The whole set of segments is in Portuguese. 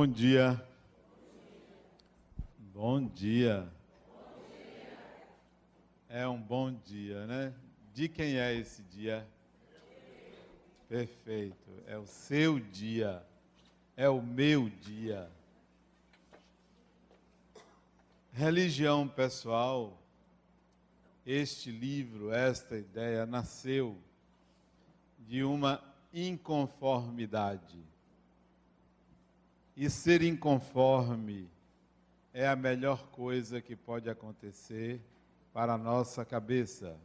Bom dia. Bom dia. É um bom dia, né? De quem é esse dia? Perfeito. É o seu dia. É o meu dia. Religião pessoal. Este livro, esta ideia nasceu de uma inconformidade. E ser inconforme é a melhor coisa que pode acontecer para a nossa cabeça.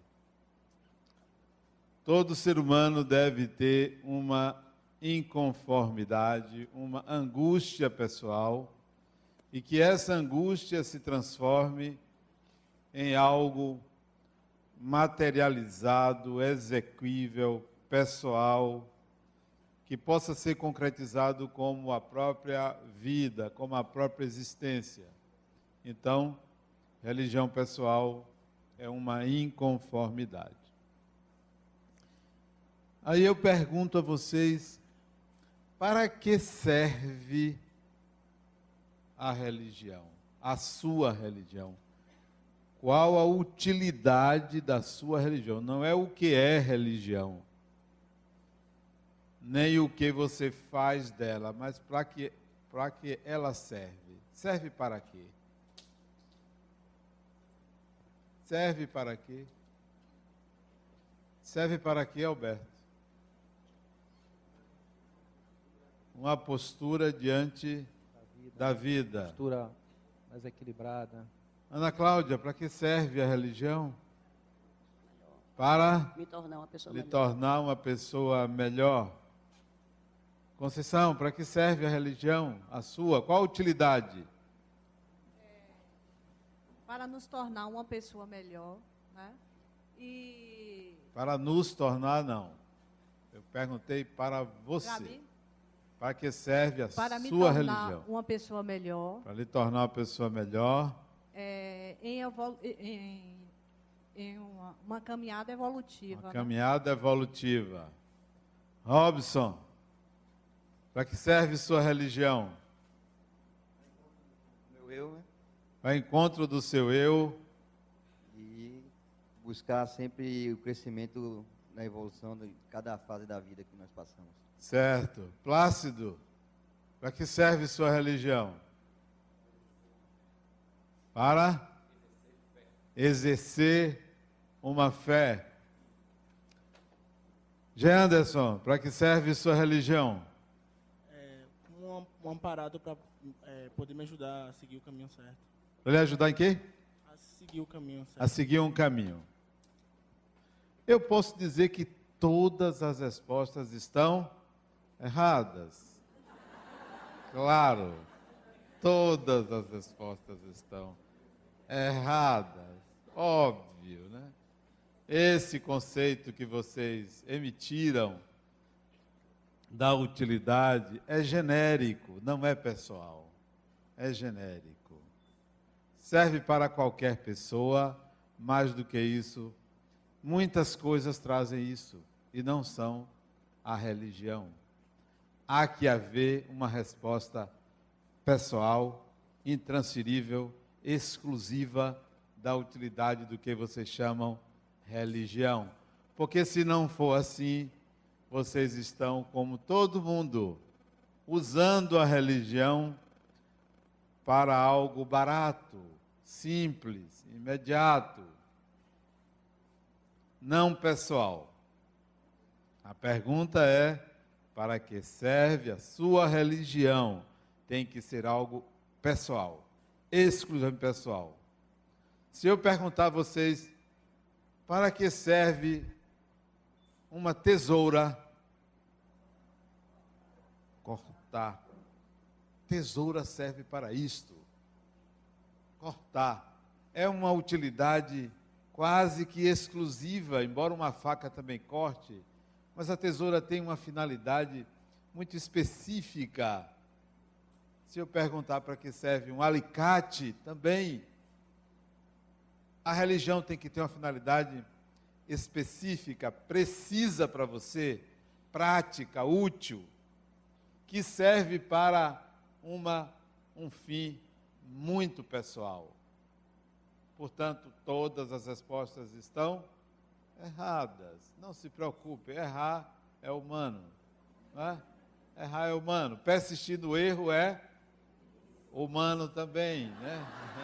Todo ser humano deve ter uma inconformidade, uma angústia pessoal, e que essa angústia se transforme em algo materializado, exequível, pessoal, que possa ser concretizado como a própria vida, como a própria existência. Então, religião pessoal é uma inconformidade. Aí eu pergunto a vocês, para que serve a religião, a sua religião? Qual a utilidade da sua religião? Não é o que é religião, nem o que você faz dela, mas para que ela serve. Serve para quê? Serve para quê? Serve para quê, Alberto? Uma postura diante da vida. Postura mais equilibrada. Ana Cláudia, para que serve a religião? Para me tornar uma pessoa lhe melhor. tornar uma pessoa melhor. Conceição, para que serve a religião? A sua? Qual a utilidade? Para nos tornar uma pessoa melhor, né? E Para nos tornar, não. Eu perguntei para você. Gabi, Para que serve a para me sua tornar religião? uma pessoa melhor, Para lhe tornar uma pessoa melhor. em uma caminhada evolutiva. Uma né? caminhada evolutiva. Robson, para que serve sua religião? Meu eu, né? Para encontro do seu eu. E buscar sempre o crescimento na evolução de cada fase da vida que nós passamos. Certo. Plácido, para que serve sua religião? Para exercer uma fé. Jean Anderson, para que serve sua religião? Um amparado para poder me ajudar a seguir o caminho certo. Para lhe ajudar em quê? A seguir o caminho certo. A seguir um caminho. Eu posso dizer que todas as respostas estão erradas. Claro, todas as respostas estão erradas. Óbvio, né? Esse conceito que vocês emitiram da utilidade é genérico, não é pessoal. É genérico. Serve para qualquer pessoa, mais do que isso. Muitas coisas trazem isso e não são a religião. Há que haver uma resposta pessoal, intransferível, exclusiva da utilidade do que vocês chamam religião. Porque se não for assim, vocês estão, como todo mundo, usando a religião para algo barato, simples, imediato, não pessoal. A pergunta é, para que serve a sua religião? Tem que ser algo pessoal, exclusivamente pessoal. Se eu perguntar a vocês, para que serve uma tesoura? Cortar. Tesoura serve para isto. Cortar. É uma utilidade quase que exclusiva, embora uma faca também corte, mas a tesoura tem uma finalidade muito específica. Se eu perguntar para que serve um alicate, também. A religião tem que ter uma finalidade específica, precisa para você, prática, útil, que serve para um fim muito pessoal. Portanto, todas as respostas estão erradas. Não se preocupe, errar é humano. Não é? Errar é humano. Persistir no erro é humano também, né?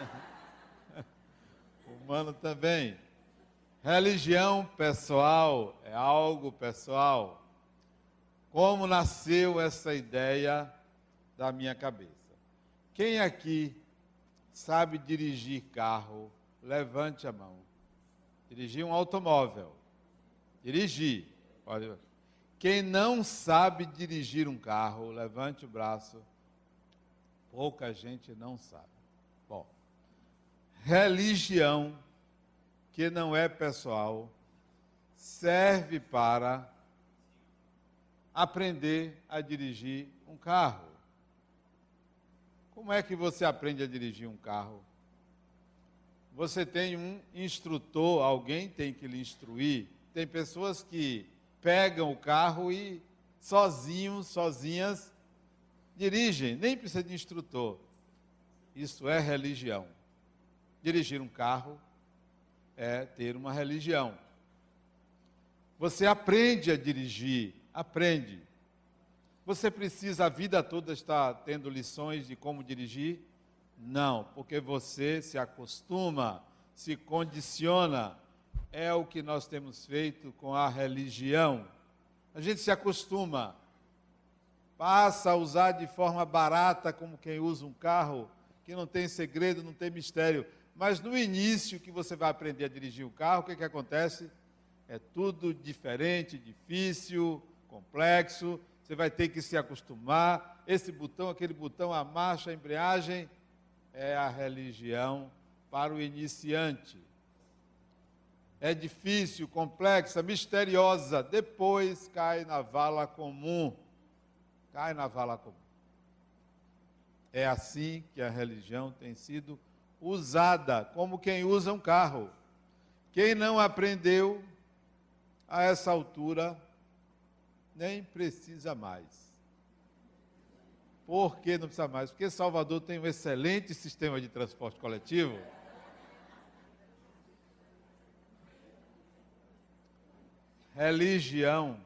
Humano também. Religião pessoal é algo pessoal. Como nasceu essa ideia da minha cabeça? Quem aqui sabe dirigir carro? Levante a mão. Dirigir um automóvel. Dirigir. Olha. Quem não sabe dirigir um carro, levante o braço. Pouca gente não sabe. Bom, religião, que não é pessoal, serve para aprender a dirigir um carro. Como é que você aprende a dirigir um carro? Você tem um instrutor, alguém tem que lhe instruir. Tem pessoas que pegam o carro e sozinhas, dirigem, nem precisa de instrutor. Isso é religião. Dirigir um carro é ter uma religião. Você aprende a dirigir, aprende. Você precisa a vida toda estar tendo lições de como dirigir? Não, porque você se acostuma, se condiciona. É o que nós temos feito com a religião. A gente se acostuma, passa a usar de forma barata, como quem usa um carro, que não tem segredo, não tem mistério. Mas no início que você vai aprender a dirigir o carro, o que acontece? É tudo diferente, difícil, complexo. Você vai ter que se acostumar. Esse botão, aquele botão, a marcha, a embreagem, é a religião para o iniciante. É difícil, complexa, misteriosa. Depois cai na vala comum. Cai na vala comum. É assim que a religião tem sido usada, como quem usa um carro. Quem não aprendeu, a essa altura, nem precisa mais. Por que não precisa mais? Porque Salvador tem um excelente sistema de transporte coletivo. Religião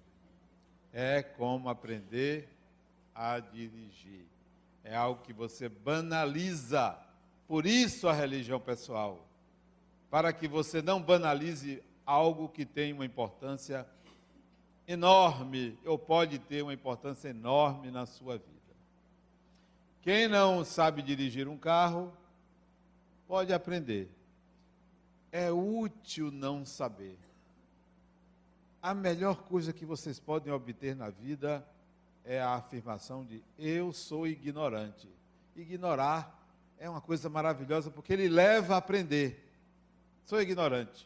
é como aprender a dirigir. É algo que você banaliza. Por isso a religião pessoal. Para que você não banalize algo que tem uma importância enorme, ou pode ter uma importância enorme na sua vida. Quem não sabe dirigir um carro, pode aprender. É útil não saber. A melhor coisa que vocês podem obter na vida é a afirmação de eu sou ignorante. Ignorar é uma coisa maravilhosa porque ele leva a aprender. Sou ignorante.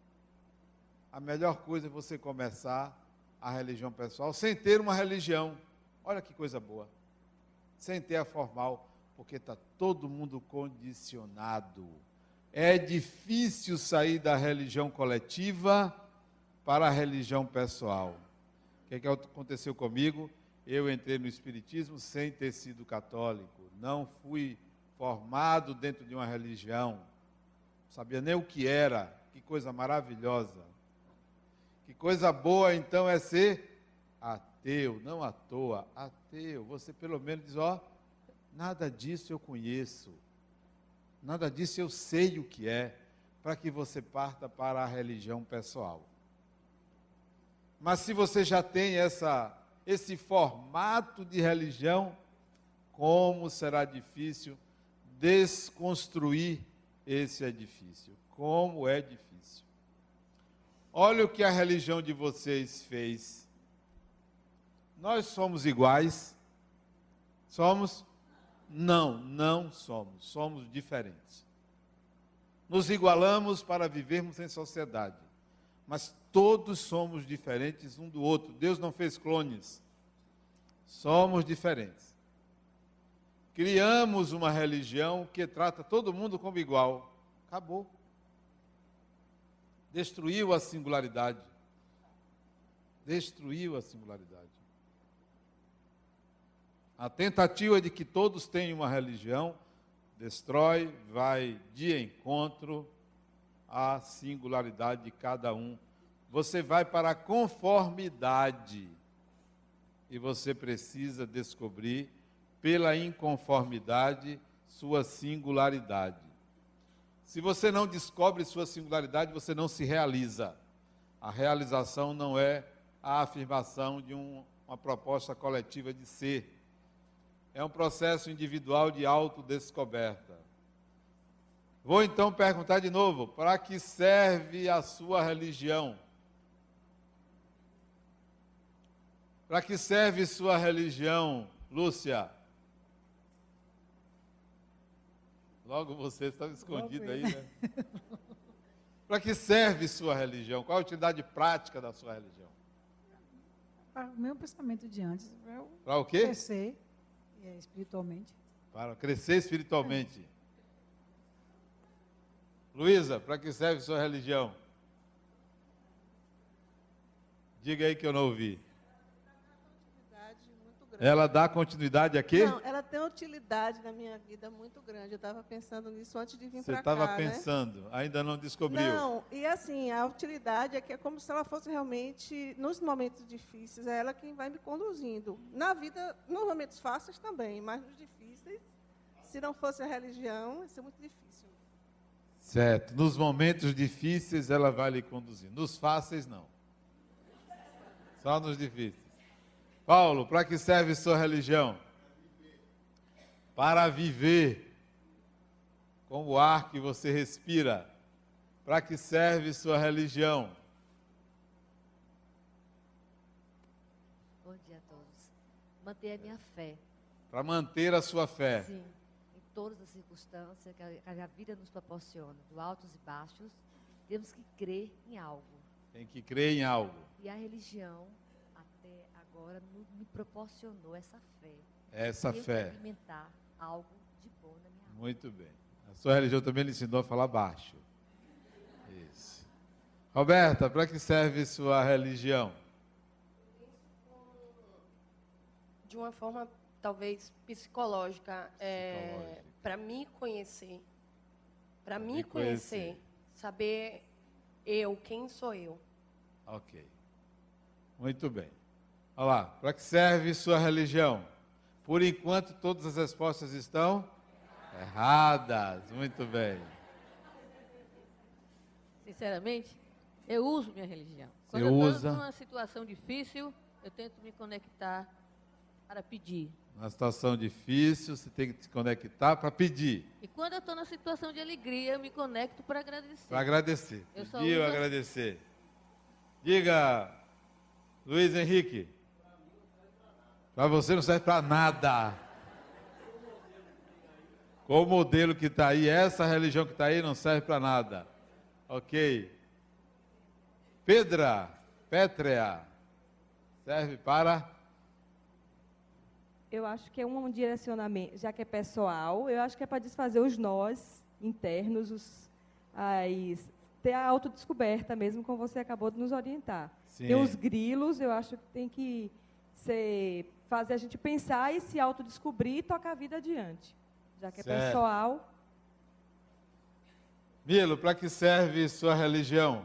A melhor coisa é você começar a religião pessoal sem ter uma religião. Olha que coisa boa. Sem ter a formal, porque está todo mundo condicionado. É difícil sair da religião coletiva para a religião pessoal. O que aconteceu comigo? Eu entrei no Espiritismo sem ter sido católico. Não fui formado dentro de uma religião. Não sabia nem o que era. Que coisa maravilhosa. Que coisa boa, então, é ser ateu, não à toa, ateu. Você pelo menos diz, nada disso eu conheço. Nada disso eu sei o que é, para que você parta para a religião pessoal. Mas se você já tem esse formato de religião, como será difícil desconstruir esse edifício? Como é difícil. Olha o que a religião de vocês fez. Nós somos iguais? Somos? Não somos. Somos diferentes. Nos igualamos para vivermos em sociedade. Mas todos somos diferentes um do outro. Deus não fez clones. Somos diferentes. Criamos uma religião que trata todo mundo como igual. Acabou. Destruiu a singularidade. Destruiu a singularidade. A tentativa de que todos tenham uma religião destrói, vai de encontro à singularidade de cada um. Você vai para a conformidade e você precisa descobrir, pela inconformidade, sua singularidade. Se você não descobre sua singularidade, você não se realiza. A realização não é a afirmação de uma proposta coletiva de ser. É um processo individual de autodescoberta. Vou então perguntar de novo, para que serve a sua religião? Para que serve sua religião, Lúcia? Logo você estava escondido aí, né? Para que serve sua religião? Qual a utilidade prática da sua religião? O meu pensamento de antes é Para o quê? crescer espiritualmente. Para crescer espiritualmente. Luísa, para que serve sua religião? Diga aí que eu não ouvi. Muito grande. Ela dá continuidade a quê? Não, ela tem uma utilidade na minha vida muito grande. Eu estava pensando nisso antes de vir Você para cá. estava pensando, ainda não descobriu. Não, e assim, a utilidade é que é como se ela fosse realmente, nos momentos difíceis, é ela quem vai me conduzindo. Na vida, nos momentos fáceis também, mas nos difíceis, se não fosse a religião, ia ser muito difícil. Certo. Nos momentos difíceis ela vai lhe conduzir. Nos fáceis, não. Só nos difíceis. Paulo, para que serve sua religião? Para viver com o ar que você respira. Para que serve sua religião? Bom dia a todos. Manter a minha fé. Para manter a sua fé. Sim, em todas as circunstâncias que a vida nos proporciona, do altos e baixos, temos que crer em algo. Tem que crer em algo. E a religião, até agora, me proporcionou essa fé. Essa Tenho fé. que alimentar algo de bom na minha alma. Muito bem. A sua religião também lhe ensinou a falar baixo. Isso. Roberta, para que serve sua religião? De uma forma, talvez, psicológica, Psicológica. para me conhecer. Para me me conhecer. conhecer, saber quem sou eu. Ok. Muito bem. Olha lá, para que serve sua religião? Por enquanto, todas as respostas estão erradas. Muito bem. Sinceramente, eu uso minha religião. Quando Você eu usa? estou numa situação difícil, eu tento me conectar para pedir. Na situação difícil, você tem que se conectar para pedir, E quando eu estou na situação de alegria, eu me conecto para agradecer. para agradecer. Eu só Pedir ou uso- agradecer. Diga, Luiz Henrique. Para você não serve para nada. Com o modelo que está aí, essa religião que está aí não serve para nada. Ok. Pétrea, serve para... Eu acho que é um direcionamento, já que é pessoal, eu acho que é para desfazer os nós internos, ter a autodescoberta mesmo, como você acabou de nos orientar. Sim. Tem os grilos, eu acho que tem que fazer a gente pensar e se autodescobrir e tocar a vida adiante. Já que é Certo. pessoal, Milo, para que serve sua religião?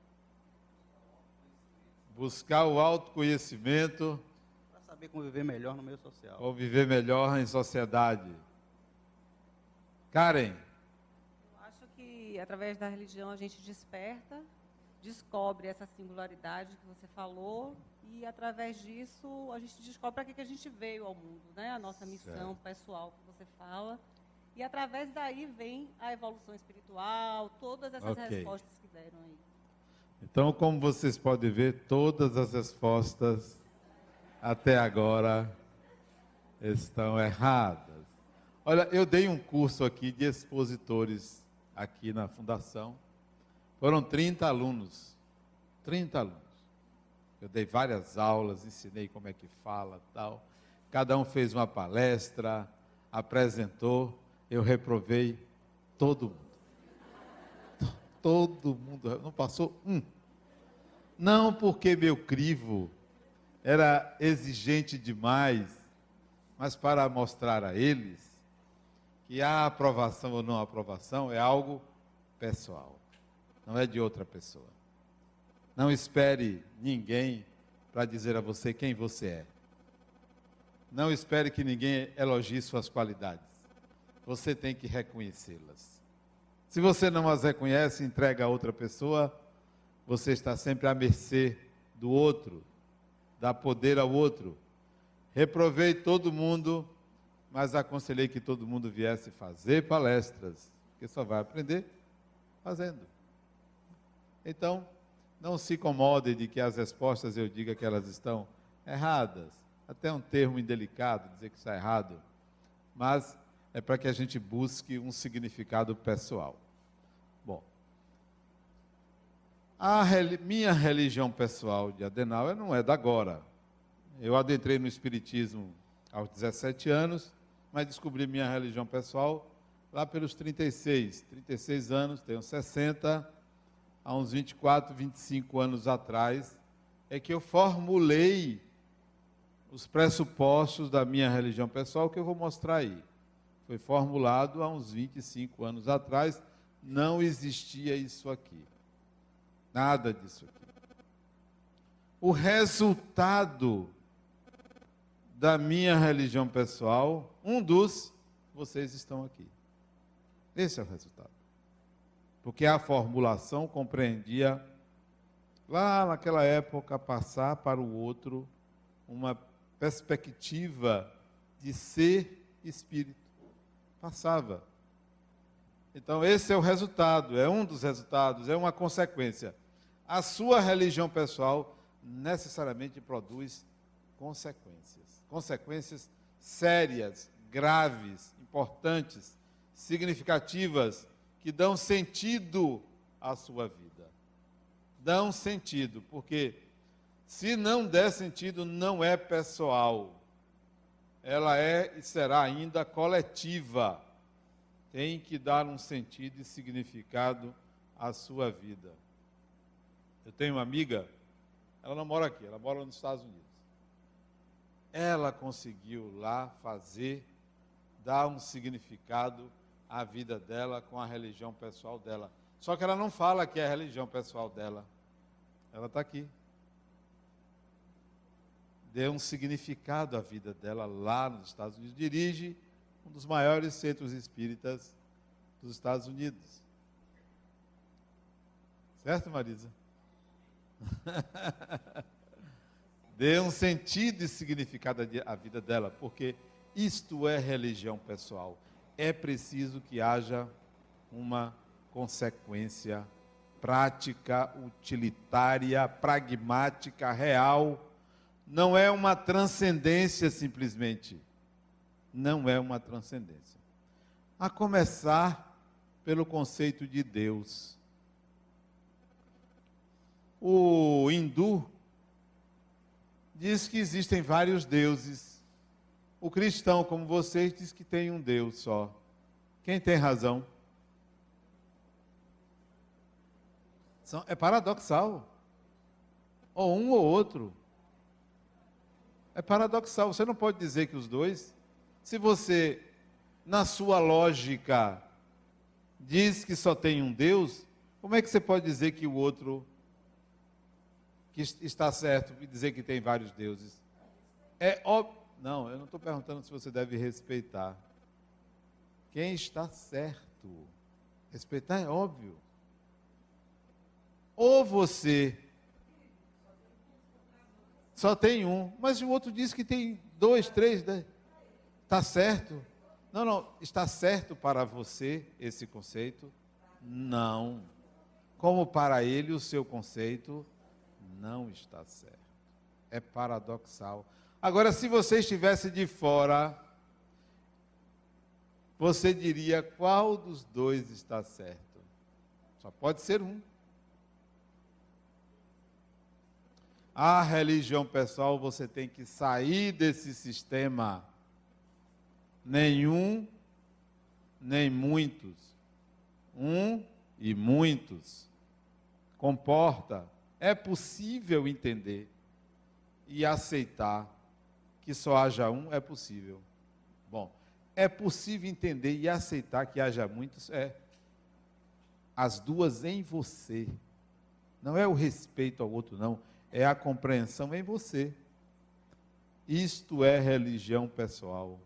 Buscar o autoconhecimento, Para saber conviver melhor no meio social. ou viver melhor em sociedade. Karen, Eu acho que através da religião a gente desperta, descobre essa singularidade que você falou e através disso a gente descobre para que a gente veio ao mundo, né? A nossa missão pessoal que você fala. E através daí vem a evolução espiritual, todas essas Ok. respostas que deram aí. então, como vocês podem ver, todas as respostas até agora estão erradas. Olha, eu dei um curso aqui de expositores aqui na Fundação. Foram 30 alunos. 30 alunos. Eu dei várias aulas, ensinei como é que fala, tal. Cada um fez uma palestra, apresentou. Eu reprovei todo mundo. Todo mundo, não passou um. Não porque meu crivo era exigente demais, mas para mostrar a eles que a aprovação ou não aprovação é algo pessoal, não é de outra pessoa. Não espere ninguém para dizer a você quem você é. Não espere que ninguém elogie suas qualidades. Você tem que reconhecê-las. Se você não as reconhece e entrega a outra pessoa, você está sempre à mercê do outro, dá poder ao outro. Reprovei todo mundo, mas aconselhei que todo mundo viesse fazer palestras, porque só vai aprender fazendo. Então, não se incomode de que as respostas eu diga que elas estão erradas. Até um termo indelicado, dizer que está errado. Mas é para que a gente busque um significado pessoal. Bom, minha religião pessoal de Adenauer não é da agora. Eu adentrei no Espiritismo aos 17 anos, mas descobri minha religião pessoal lá pelos 36 anos, tenho 60, há uns 24, 25 anos atrás, é que eu formulei os pressupostos da minha religião pessoal, que eu vou mostrar aí. Foi formulado há uns 25 anos atrás, não existia isso aqui. Nada disso aqui. O resultado da minha religião pessoal, vocês estão aqui. Esse é o resultado. Porque a formulação compreendia, lá naquela época, passar para o outro uma perspectiva de ser espírito. Passava. Então, esse é o resultado, é um dos resultados, é uma consequência. A sua religião pessoal necessariamente produz consequências. Consequências sérias, graves, importantes, significativas, que dão sentido à sua vida. Dão sentido, porque se não der sentido, não é pessoal. Ela é e será ainda coletiva. Tem que dar um sentido e significado à sua vida. Eu tenho uma amiga, ela não mora aqui, ela mora nos Estados Unidos. Ela conseguiu lá dar um significado à vida dela com a religião pessoal dela. Só que ela não fala que é a religião pessoal dela. Ela está aqui. Deu um significado à vida dela lá nos Estados Unidos. Dirige um dos maiores centros espíritas dos Estados Unidos. Certo, Marisa? Dê um sentido e significado à vida dela, porque isto é religião pessoal. É preciso que haja uma consequência prática, utilitária, pragmática, real. Não é uma transcendência simplesmente. Não é uma transcendência. A começar pelo conceito de Deus. O hindu diz que existem vários deuses. O cristão, como vocês, diz que tem um Deus só. Quem tem razão? É paradoxal. Ou um ou outro. É paradoxal. Você não pode dizer que os dois... Se você, na sua lógica, diz que só tem um Deus, como é que você pode dizer que o outro que está certo e dizer que tem vários deuses? É óbvio. Não, eu não estou perguntando se você deve respeitar. Quem está certo? Respeitar é óbvio. Ou você só tem um, mas o outro diz que tem 2, 3, né? Está certo? Não, está certo para você esse conceito? Não. Como para ele o seu conceito não está certo. É paradoxal. Agora, se você estivesse de fora, você diria qual dos dois está certo? Só pode ser um. A religião pessoal, você tem que sair desse sistema. Nenhum, nem muitos. Um e muitos. Comporta. É possível entender e aceitar que só haja um, é possível. Bom, é possível entender e aceitar que haja muitos? É. As duas em você. Não é o respeito ao outro, não. É a compreensão em você. Isto é religião pessoal.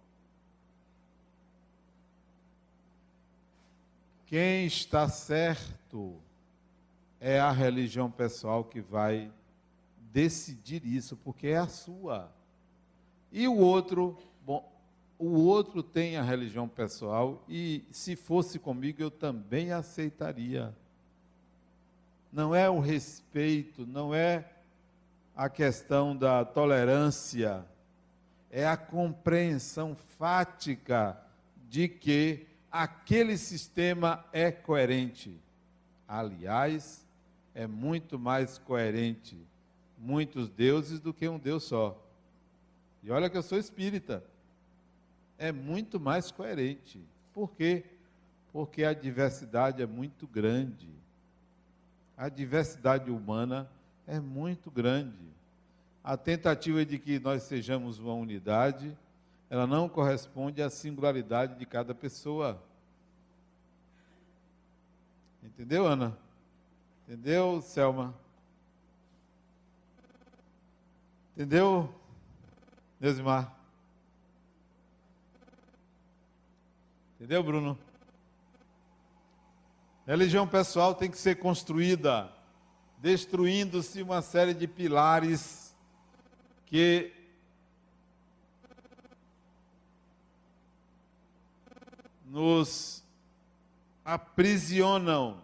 Quem está certo é a religião pessoal que vai decidir isso, porque é a sua. E o outro, bom, o outro tem a religião pessoal e, se fosse comigo, eu também aceitaria. Não é o respeito, não é a questão da tolerância, é a compreensão fática de que aquele sistema é coerente. Aliás, é muito mais coerente muitos deuses do que um Deus só. E olha que eu sou espírita. É muito mais coerente. Por quê? Porque a diversidade é muito grande. A diversidade humana é muito grande. A tentativa de que nós sejamos uma unidade, ela não corresponde à singularidade de cada pessoa. Entendeu, Ana? Entendeu, Selma? Entendeu, Neusimar? Entendeu, Bruno? Religião pessoal tem que ser construída, destruindo-se uma série de pilares que nos aprisionam.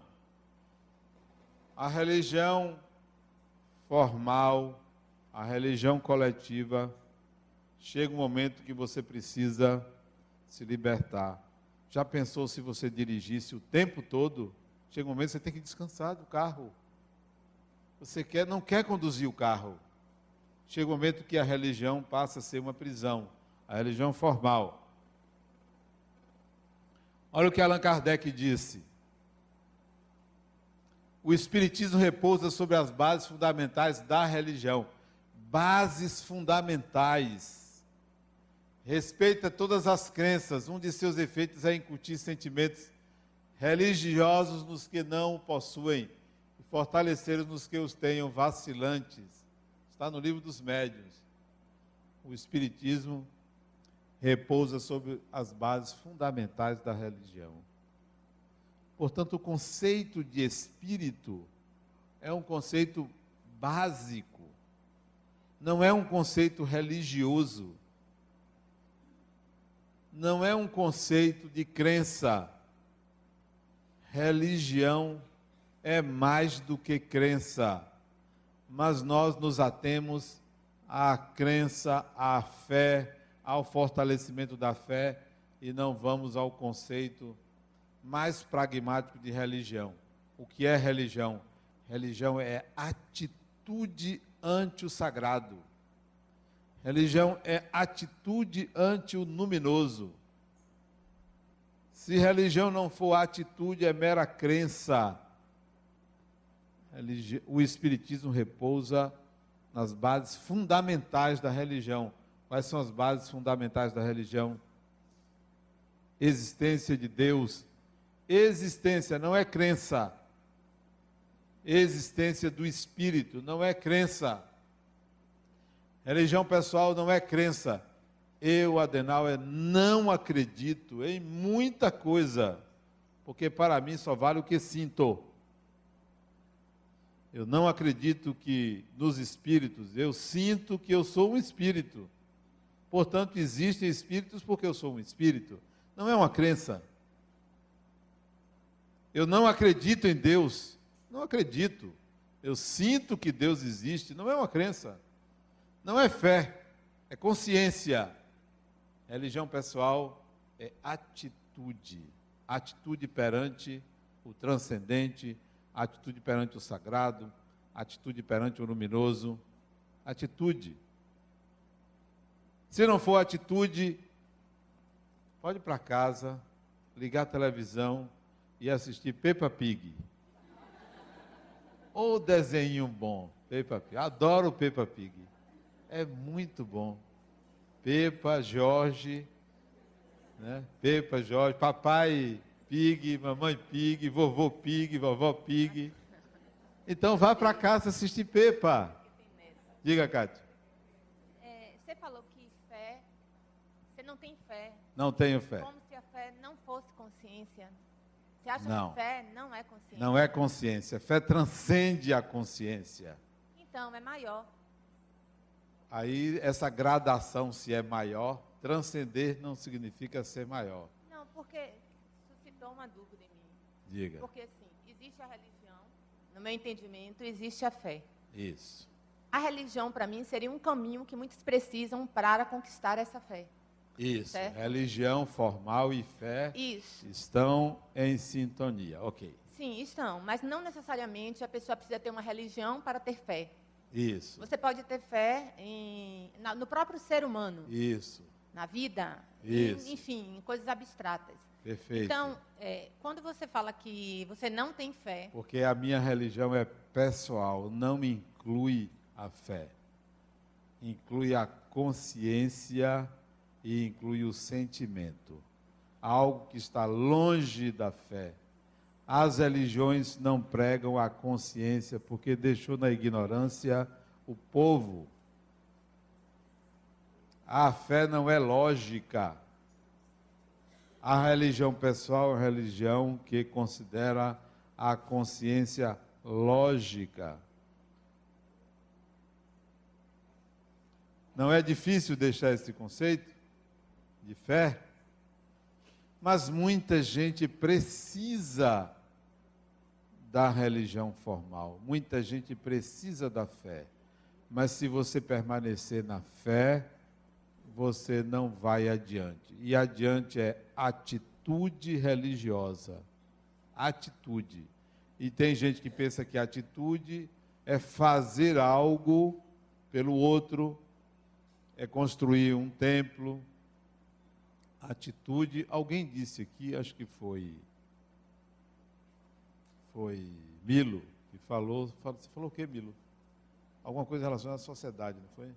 A religião formal, a religião coletiva, chega um momento que você precisa se libertar. Já pensou se você dirigisse o tempo todo? Chega um momento que você tem que descansar do carro. Você não quer conduzir o carro. Chega um momento que a religião passa a ser uma prisão, a religião formal. Olha o que Allan Kardec disse. O Espiritismo repousa sobre as bases fundamentais da religião. Bases fundamentais. Respeita todas as crenças. Um de seus efeitos é incutir sentimentos religiosos nos que não o possuem e fortalecê-los nos que os tenham vacilantes. Está no Livro dos Médiuns. O Espiritismo repousa sobre as bases fundamentais da religião. Portanto, o conceito de espírito é um conceito básico, não é um conceito religioso, não é um conceito de crença. Religião é mais do que crença, mas nós nos atemos à crença, à fé, ao fortalecimento da fé e não vamos ao conceito mais pragmático de religião. O que é religião? Religião é atitude ante o sagrado. Religião é atitude ante o luminoso. Se religião não for atitude, é mera crença. O Espiritismo repousa nas bases fundamentais da religião. Quais são as bases fundamentais da religião? Existência de Deus. Existência não é crença. Existência do Espírito não é crença. Religião pessoal não é crença. Eu, Adenauer, não acredito em muita coisa, porque para mim só vale o que sinto. Eu não acredito que nos espíritos, eu sinto que eu sou um espírito. Portanto, existem espíritos porque eu sou um espírito. Não é uma crença. Eu não acredito em Deus. Não acredito. Eu sinto que Deus existe. Não é uma crença. Não é fé. É consciência. Religião pessoal é atitude. Atitude perante o transcendente, atitude perante o sagrado, atitude perante o luminoso. Atitude. Se não for atitude, pode ir para casa, ligar a televisão e assistir Peppa Pig. Ô desenho bom, Peppa Pig. Adoro Peppa Pig. É muito bom. Pepa, Jorge, né? Pepa, Jorge, papai Pig, mamãe Pig, vovô Pig, vovó Pig. Então vá para casa assistir Pepa. Diga, Cátia. Você falou que fé, você não tem fé. Não tenho fé. Como se a fé não fosse consciência. Você acha Não. que fé não é consciência? Não é consciência. Fé transcende a consciência. Então, é maior. Aí, essa gradação, se é maior, transcender não significa ser maior. Não, porque suscitou uma dúvida em mim. Diga. Porque, assim, existe a religião, no meu entendimento, existe a fé. Isso. A religião, para mim, seria um caminho que muitos precisam para conquistar essa fé. Isso. Certo? Religião formal e fé Isso. estão em sintonia. Ok. Sim, estão, mas não necessariamente a pessoa precisa ter uma religião para ter fé. Isso. Você pode ter fé no próprio ser humano. Isso. Na vida. Isso. Enfim, em coisas abstratas. Perfeito. Então, quando você fala que você não tem fé... Porque a minha religião é pessoal, não inclui a fé. Inclui a consciência e inclui o sentimento. Algo que está longe da fé. As religiões não pregam a consciência porque deixou na ignorância o povo. A fé não é lógica. A religião pessoal é uma religião que considera a consciência lógica. Não é difícil deixar esse conceito de fé? Mas muita gente precisa da religião formal. Muita gente precisa da fé. Mas se você permanecer na fé, você não vai adiante. E adiante é atitude religiosa. Atitude. E tem gente que pensa que atitude é fazer algo pelo outro, é construir um templo. Atitude, alguém disse aqui, acho que foi Milo, que falou, você falou o quê, Milo? Alguma coisa relacionada à sociedade, não foi?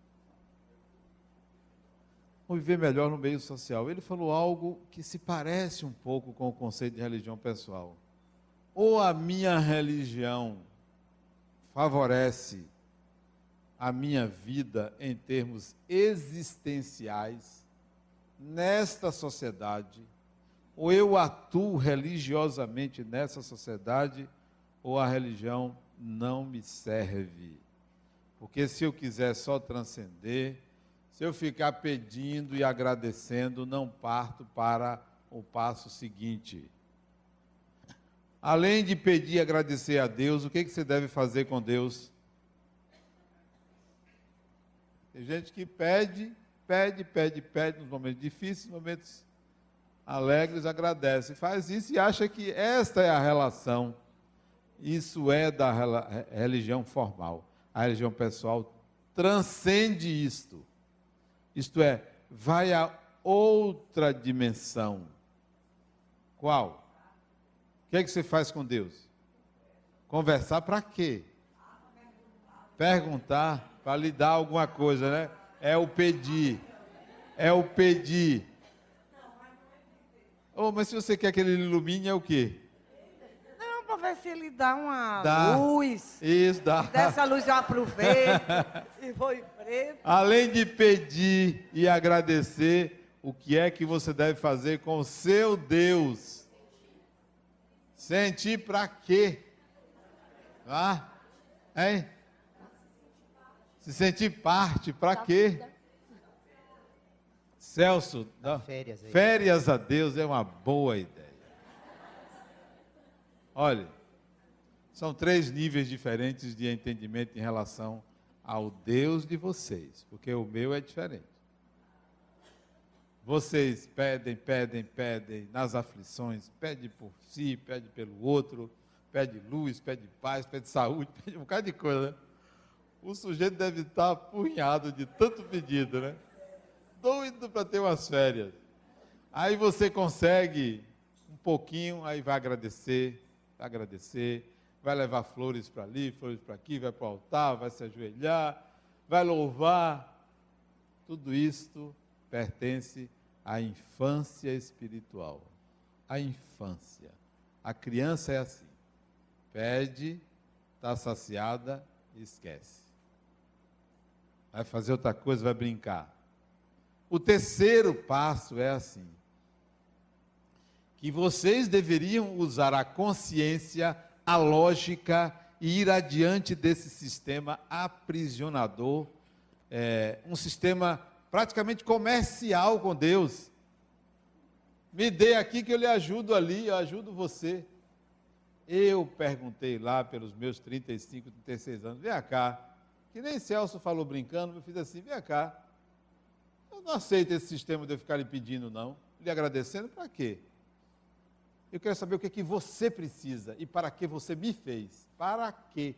Vamos viver melhor no meio social. Ele falou algo que se parece um pouco com o conceito de religião pessoal. Ou a minha religião favorece a minha vida em termos existenciais nesta sociedade, ou eu atuo religiosamente nessa sociedade, ou a religião não me serve. Porque se eu quiser só transcender, se eu ficar pedindo e agradecendo, não parto para o passo seguinte. Além de pedir e agradecer a Deus, o que você deve fazer com Deus? Tem gente que pede nos momentos difíceis, nos momentos alegres, agradece. Faz isso e acha que esta é a relação. Isso é da religião formal. A religião pessoal transcende isto. Isto é, vai a outra dimensão. Qual? O que é que você faz com Deus? Conversar para quê? Perguntar para lhe dar alguma coisa, né? É o pedir. É o pedir. Oh, mas se você quer que ele ilumine, é o quê? Não, para ver se ele dá uma Dá. luz. Isso, dá. Se dessa luz eu aproveito. Se for em preto. Além de pedir e agradecer, o que é que você deve fazer com o seu Deus? Sentir para quê? Ah, hein? Se sentir parte, para quê? Celso, férias aí. Férias a Deus é uma boa ideia. Olha, são 3 níveis diferentes de entendimento em relação ao Deus de vocês, porque o meu é diferente. Vocês pedem nas aflições, pede por si, pede pelo outro, pede luz, pede paz, pede saúde, pede um bocado de coisa, né? O sujeito deve estar apunhado de tanto pedido, né? Doido para ter umas férias. Aí você consegue um pouquinho, aí vai agradecer, vai levar flores para ali, flores para aqui, vai para o altar, vai se ajoelhar, vai louvar. Tudo isto pertence à infância espiritual. A infância. A criança é assim. Pede, está saciada e esquece. Vai fazer outra coisa, vai brincar. O terceiro passo é assim. Que vocês deveriam usar a consciência, a lógica e ir adiante desse sistema aprisionador, um sistema praticamente comercial com Deus. Me dê aqui que eu lhe ajudo ali, eu ajudo você. Eu perguntei lá pelos meus 35, 36 anos, vem cá, que nem Celso falou brincando, eu fiz assim, vem cá, eu não aceito esse sistema de eu ficar lhe pedindo não, lhe agradecendo, para quê? Eu quero saber o que é que você precisa e para que você me fez. Para quê?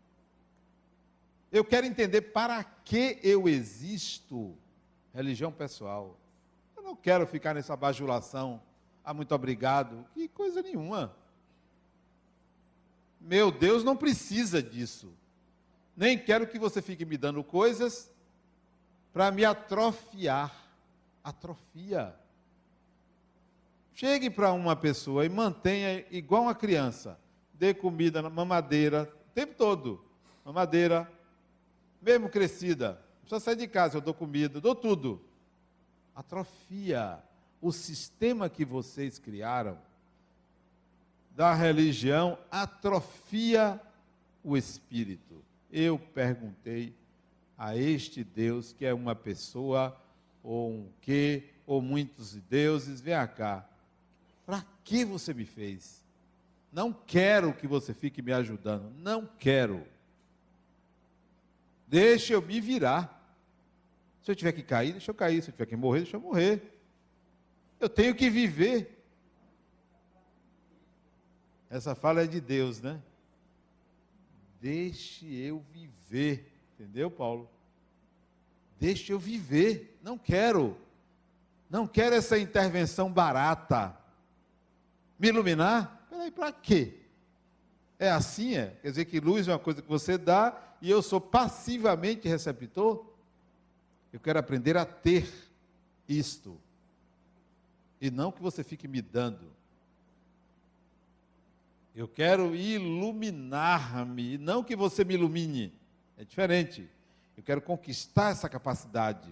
Eu quero entender para que eu existo. Religião pessoal. Eu não quero ficar nessa bajulação. Ah, muito obrigado. Que coisa nenhuma. Meu Deus não precisa disso. Nem quero que você fique me dando coisas para me atrofiar. Atrofia. Chegue para uma pessoa e mantenha igual uma criança. Dê comida, mamadeira, o tempo todo. Mamadeira, mesmo crescida. Não precisa sair de casa, eu dou comida, dou tudo. Atrofia. O sistema que vocês criaram da religião atrofia o espírito. Eu perguntei a este Deus, que é uma pessoa, ou um quê, ou muitos deuses, vem cá. Para que você me fez? Não quero que você fique me ajudando. Não quero. Deixa eu me virar. Se eu tiver que cair, deixa eu cair. Se eu tiver que morrer, deixa eu morrer. Eu tenho que viver. Essa fala é de Deus, né? Deixe eu viver. Entendeu, Paulo? Deixe eu viver. Não quero. Não quero essa intervenção barata. Me iluminar? Peraí, para quê? É assim, é? Quer dizer que luz é uma coisa que você dá e eu sou passivamente receptor? Eu quero aprender a ter isto. E não que você fique me dando. Eu quero iluminar-me, e não que você me ilumine. É diferente. Eu quero conquistar essa capacidade.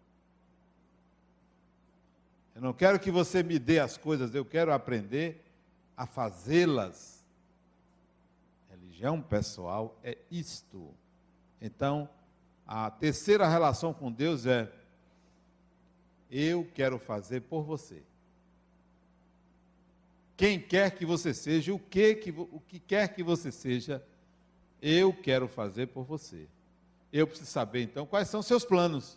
Eu não quero que você me dê as coisas, eu quero aprender a fazê-las. Religião pessoal é isto. Então, a terceira relação com Deus é: eu quero fazer por você. Quem quer que você seja, o que quer que você seja, eu quero fazer por você. Eu preciso saber, então, quais são os seus planos.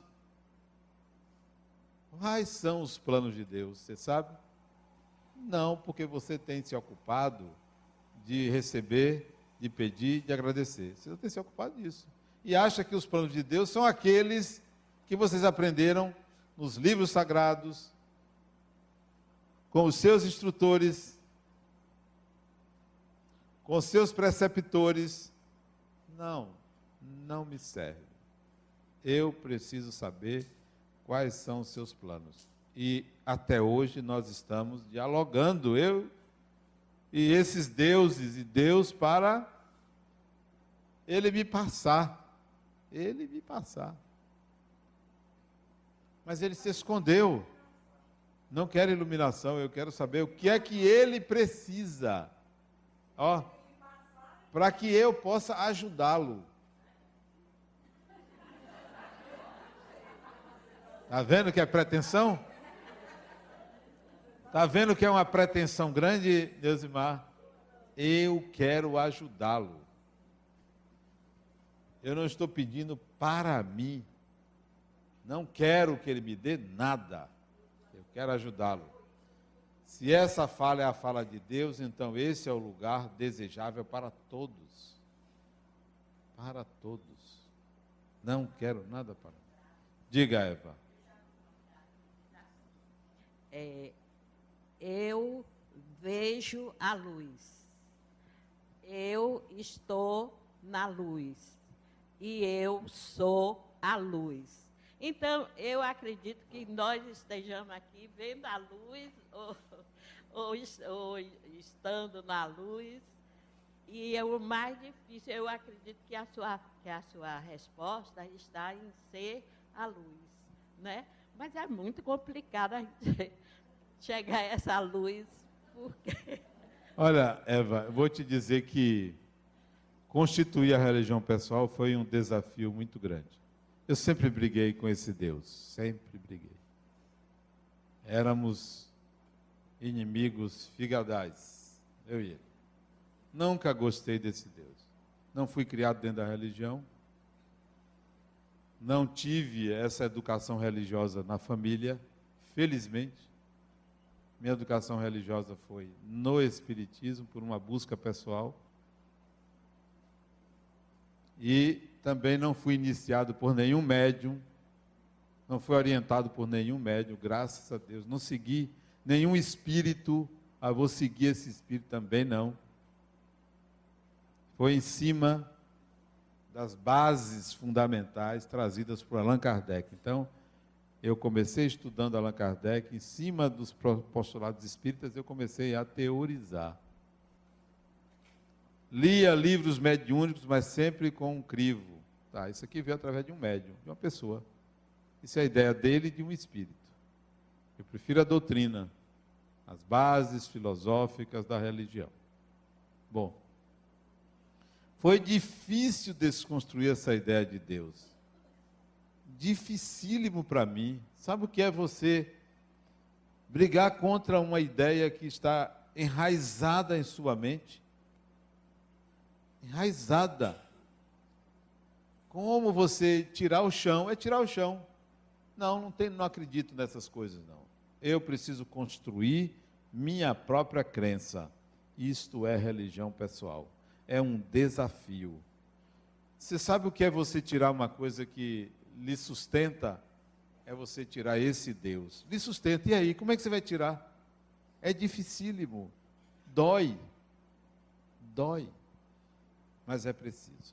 Quais são os planos de Deus, você sabe? Não, porque você tem se ocupado de receber, de pedir, de agradecer. Você não tem se ocupado disso. E acha que os planos de Deus são aqueles que vocês aprenderam nos livros sagrados, com os seus instrutores, com os seus preceptores. Não, não me serve. Eu preciso saber quais são os seus planos. E até hoje nós estamos dialogando, eu e esses deuses e Deus, para Ele me passar. Ele me passar. Mas Ele se escondeu. Não quero iluminação, eu quero saber o que é que Ele precisa. Ó, para que eu possa ajudá-lo. Está vendo que é pretensão? Está vendo que é uma pretensão grande, Deusimar? Eu quero ajudá-lo. Eu não estou pedindo para mim. Não quero que ele me dê nada. Eu quero ajudá-lo. Se essa fala é a fala de Deus, então esse é o lugar desejável para todos. Para todos. Não quero nada para mim. Diga, Eva. Eu vejo a luz. Eu estou na luz. E eu sou a luz. Então, eu acredito que nós estejamos aqui vendo a luz ou estando na luz. E é o mais difícil, eu acredito que a sua resposta está em ser a luz, né? Mas é muito complicado a gente chegar a essa luz, porque... Olha, Eva, eu vou te dizer que constituir a religião pessoal foi um desafio muito grande. Eu sempre briguei com esse Deus, sempre briguei. Éramos inimigos figadais, eu e ele. Nunca gostei desse Deus. Não fui criado dentro da religião. Não tive essa educação religiosa na família, felizmente. Minha educação religiosa foi no Espiritismo, por uma busca pessoal. E também não fui iniciado por nenhum médium, não fui orientado por nenhum médium, graças a Deus. Não segui nenhum espírito, vou seguir esse espírito também não. Foi em cima das bases fundamentais trazidas por Allan Kardec. Então, eu comecei estudando Allan Kardec, em cima dos postulados espíritas, eu comecei a teorizar. Lia livros mediúnicos, mas sempre com um crivo. Tá, isso aqui veio através de um médium, de uma pessoa. Isso é a ideia dele e de um espírito. Eu prefiro a doutrina, as bases filosóficas da religião. Bom, foi difícil desconstruir essa ideia de Deus. Dificílimo para mim. Sabe o que é você brigar contra uma ideia que está enraizada em sua mente? Enraizada. Como você tirar o chão? É tirar o chão. Não acredito nessas coisas, não. Eu preciso construir minha própria crença. Isto é religião pessoal. É um desafio. Você sabe o que é você tirar uma coisa que lhe sustenta? É você tirar esse Deus. Lhe sustenta. E aí, como é que você vai tirar? É dificílimo. Dói. Dói. Mas é preciso.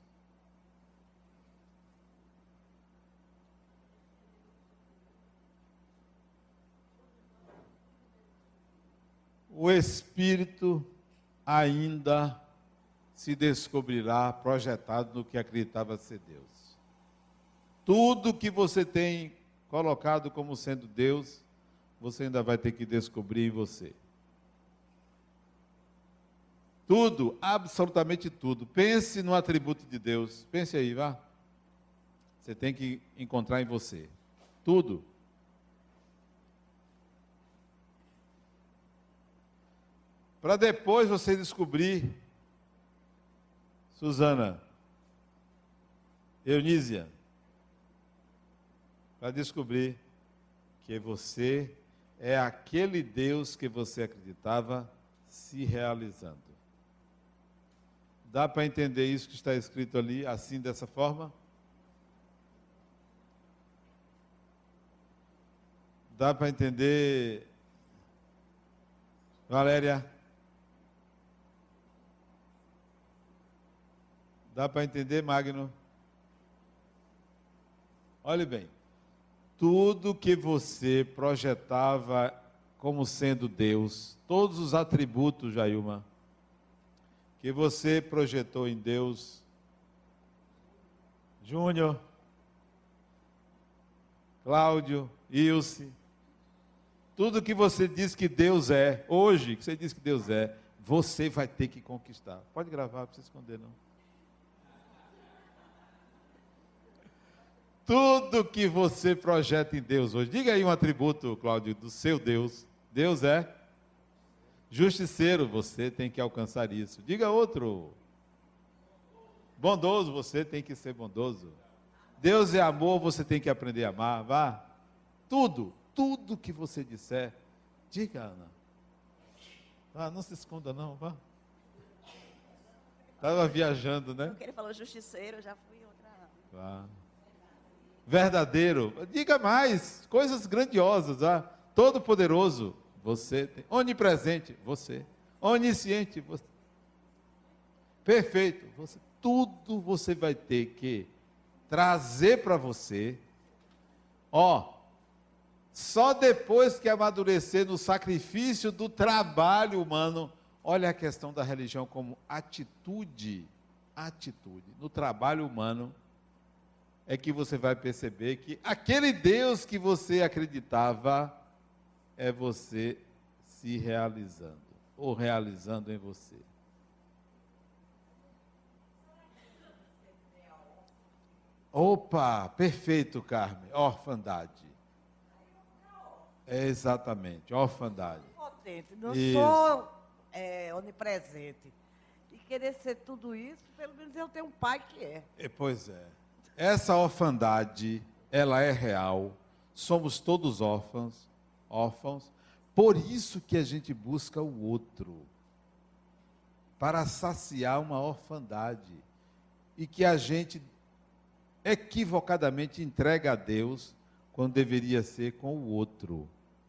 O espírito ainda se descobrirá projetado no que acreditava ser Deus. Tudo que você tem colocado como sendo Deus, você ainda vai ter que descobrir em você. Tudo, absolutamente tudo. Pense no atributo de Deus. Pense aí, vá. Você tem que encontrar em você. Tudo. Para depois você descobrir, Suzana, Eunísia, para descobrir que você é aquele Deus que você acreditava se realizando. Dá para entender isso que está escrito ali, assim, dessa forma? Dá para entender, Valéria? Dá para entender, Magno? Olhe bem, tudo que você projetava como sendo Deus, todos os atributos, Jailma, que você projetou em Deus, Júnior, Cláudio, Ilse, tudo que você diz que Deus é, hoje, que você diz que Deus é, você vai ter que conquistar. Pode gravar, não precisa esconder não. Tudo que você projeta em Deus hoje. Diga aí um atributo, Cláudio, do seu Deus. Deus é justiceiro, você tem que alcançar isso. Diga outro. Bondoso, você tem que ser bondoso. Deus é amor, você tem que aprender a amar. Vá. Tudo que você disser. Diga, Ana. Ah, não se esconda não, vá. Estava viajando, né? Porque ele falou justiceiro, já fui em outra. Vá. Verdadeiro, diga mais, coisas grandiosas, todo poderoso, você tem, onipresente, você, onisciente, você, perfeito, você, tudo você vai ter que trazer para você Só depois que amadurecer no sacrifício do trabalho humano, olha a questão da religião como atitude, no trabalho humano, é que você vai perceber que aquele Deus que você acreditava é você se realizando, ou realizando em você. Opa, perfeito, Carmen, orfandade. É exatamente, orfandade. Não Isso. sou onipresente. E querer ser tudo isso, pelo menos eu tenho um pai que é. Pois é. Essa orfandade, ela é real. Somos todos órfãos. Por isso que a gente busca o outro. Para saciar uma orfandade. E que a gente equivocadamente entrega a Deus quando deveria ser com o outro.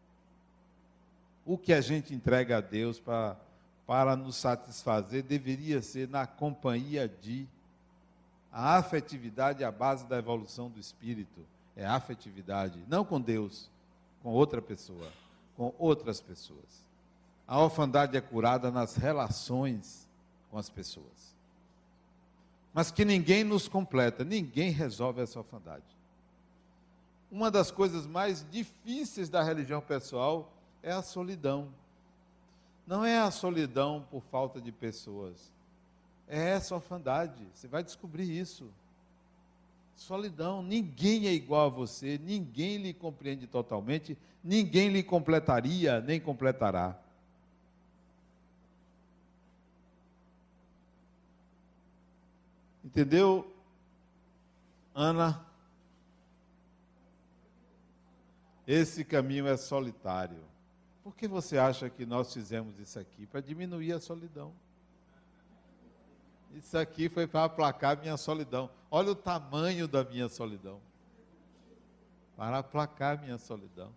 O que a gente entrega a Deus para nos satisfazer deveria ser na companhia de. A afetividade é a base da evolução do espírito. É a afetividade, não com Deus, com outra pessoa, com outras pessoas. A orfandade é curada nas relações com as pessoas. Mas que ninguém nos completa, ninguém resolve essa orfandade. Uma das coisas mais difíceis da religião pessoal é a solidão. Não é a solidão por falta de pessoas. É essa orfandade. Você vai descobrir isso. Solidão. Ninguém é igual a você. Ninguém lhe compreende totalmente. Ninguém lhe completaria, nem completará. Entendeu, Ana? Esse caminho é solitário. Por que você acha que nós fizemos isso aqui? Para diminuir a solidão. Isso aqui foi para aplacar minha solidão. Olha o tamanho da minha solidão. Para aplacar minha solidão.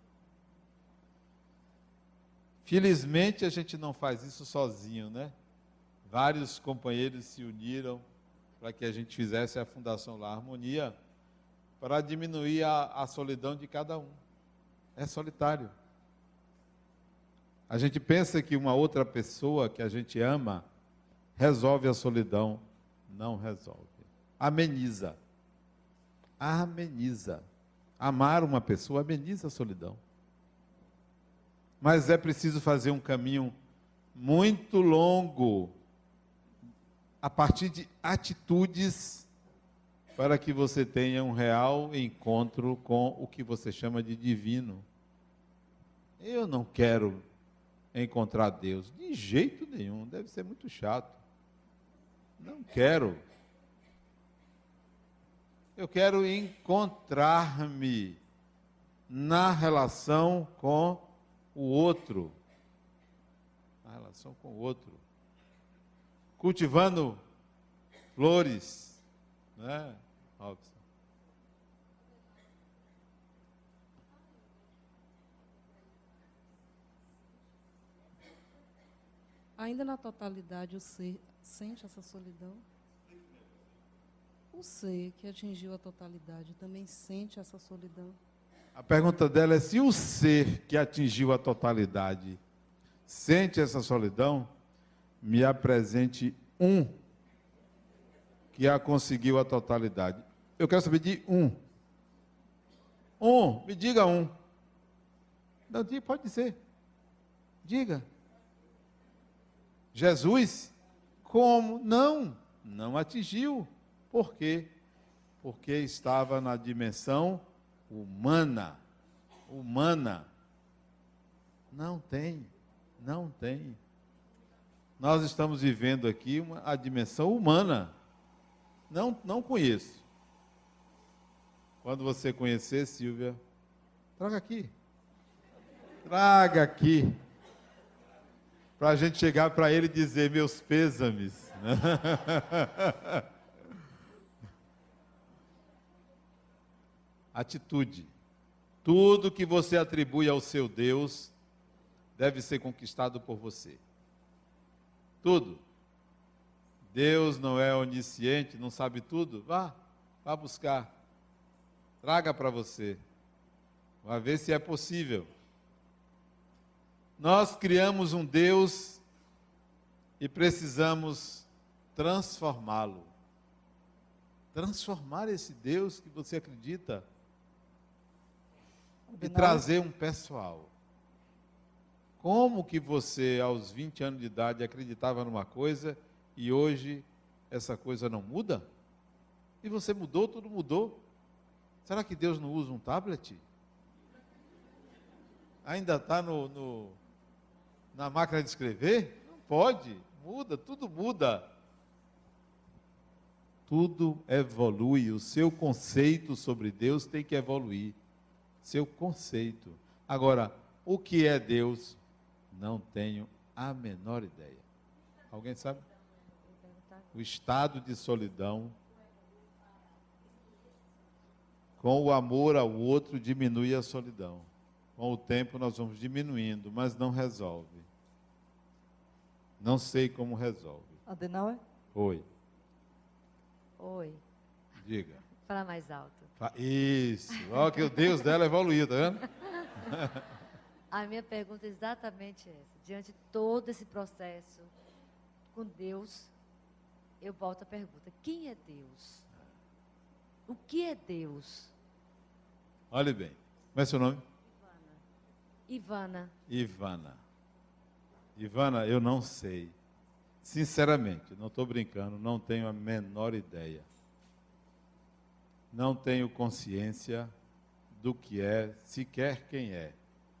Felizmente a gente não faz isso sozinho, né? Vários companheiros se uniram para que a gente fizesse a Fundação La Harmonia para diminuir a solidão de cada um. É solitário. A gente pensa que uma outra pessoa que a gente ama resolve a solidão. Não resolve. Ameniza. Ameniza. Amar uma pessoa ameniza a solidão. Mas é preciso fazer um caminho muito longo a partir de atitudes para que você tenha um real encontro com o que você chama de divino. Eu não quero encontrar Deus, de jeito nenhum, deve ser muito chato. Não quero. Eu quero encontrar-me na relação com o outro. Na relação com o outro. Cultivando flores, né, Robson? Ainda na totalidade, o ser sente essa solidão? O ser que atingiu a totalidade também sente essa solidão? A pergunta dela é se o ser que atingiu a totalidade sente essa solidão, me apresente um que a conseguiu a totalidade. Eu quero saber de um. Me diga um. Não, pode ser. Diga. Jesus? Como? Não atingiu. Por quê? Porque estava na dimensão humana. Não tem. Nós estamos vivendo aqui a dimensão humana. Não conheço. Quando você conhecer, Silvia, traga aqui. Para a gente chegar para ele e dizer meus pêsames. Atitude. Tudo que você atribui ao seu Deus deve ser conquistado por você. Tudo. Deus não é onisciente, não sabe tudo? Vá buscar. Traga para você. Vai ver se é possível. Nós criamos um Deus e precisamos transformá-lo. Transformar esse Deus que você acredita e trazer um pessoal. Como que você, aos 20 anos de idade, acreditava numa coisa e hoje essa coisa não muda? E você mudou, tudo mudou. Será que Deus não usa um tablet? Ainda está na máquina de escrever? Não pode, muda, tudo muda. Tudo evolui, o seu conceito sobre Deus tem que evoluir. Seu conceito. Agora, o que é Deus? Não tenho a menor ideia. Alguém sabe? O estado de solidão, com o amor ao outro, diminui a solidão. Com o tempo nós vamos diminuindo, mas não resolve. Não sei como resolve. Adenauer? Oi. Oi. Diga. Fala mais alto. Isso. Olha que o Deus dela evoluiu, tá vendo? A minha pergunta é exatamente essa. Diante de todo esse processo com Deus, eu volto à pergunta: quem é Deus? O que é Deus? Olhe bem. Como é seu nome? Ivana. Ivana. Ivana, eu não sei. Sinceramente, não estou brincando, não tenho a menor ideia. Não tenho consciência do que é, sequer quem é.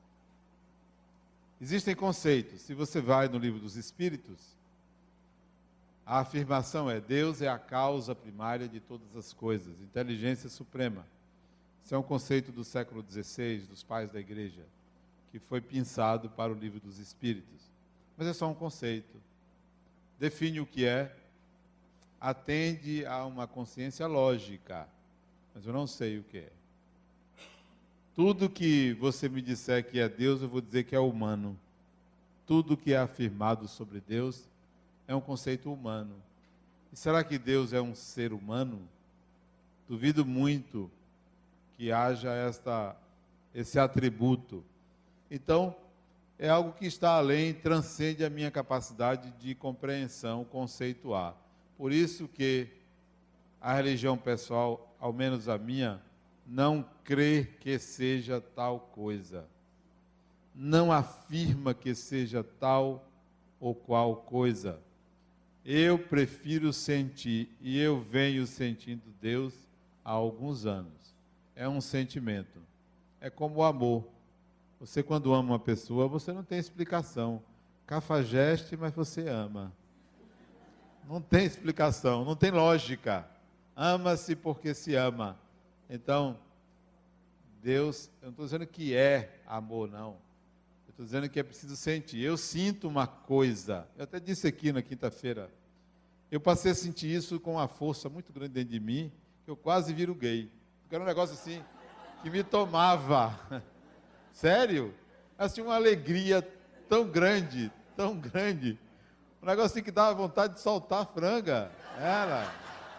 Existem conceitos. Se você vai no livro dos Espíritos, a afirmação é: Deus é a causa primária de todas as coisas, inteligência suprema. Isso é um conceito do século XVI, dos pais da igreja, que foi pensado para o livro dos Espíritos. Mas é só um conceito. Define o que é, atende a uma consciência lógica, mas eu não sei o que é. Tudo que você me disser que é Deus, eu vou dizer que é humano. Tudo que é afirmado sobre Deus é um conceito humano. E será que Deus é um ser humano? Duvido muito que haja esse atributo. Então, é algo que está além, transcende a minha capacidade de compreensão, conceituar. Por isso que a religião pessoal, ao menos a minha, não crê que seja tal coisa. Não afirma que seja tal ou qual coisa. Eu prefiro sentir, e eu venho sentindo Deus há alguns anos. É um sentimento. É como o amor. Você, quando ama uma pessoa, você não tem explicação. Cafajeste, mas você ama. Não tem explicação, não tem lógica. Ama-se porque se ama. Então, Deus, eu não estou dizendo que é amor, não. Eu estou dizendo que é preciso sentir. Eu sinto uma coisa. Eu até disse aqui na quinta-feira. Eu passei a sentir isso com uma força muito grande dentro de mim, que eu quase viro gay. Porque era um negócio assim, que me tomava. Sério? Assim, uma alegria tão grande, tão grande. Um negócio assim que dava vontade de soltar a franga. Era.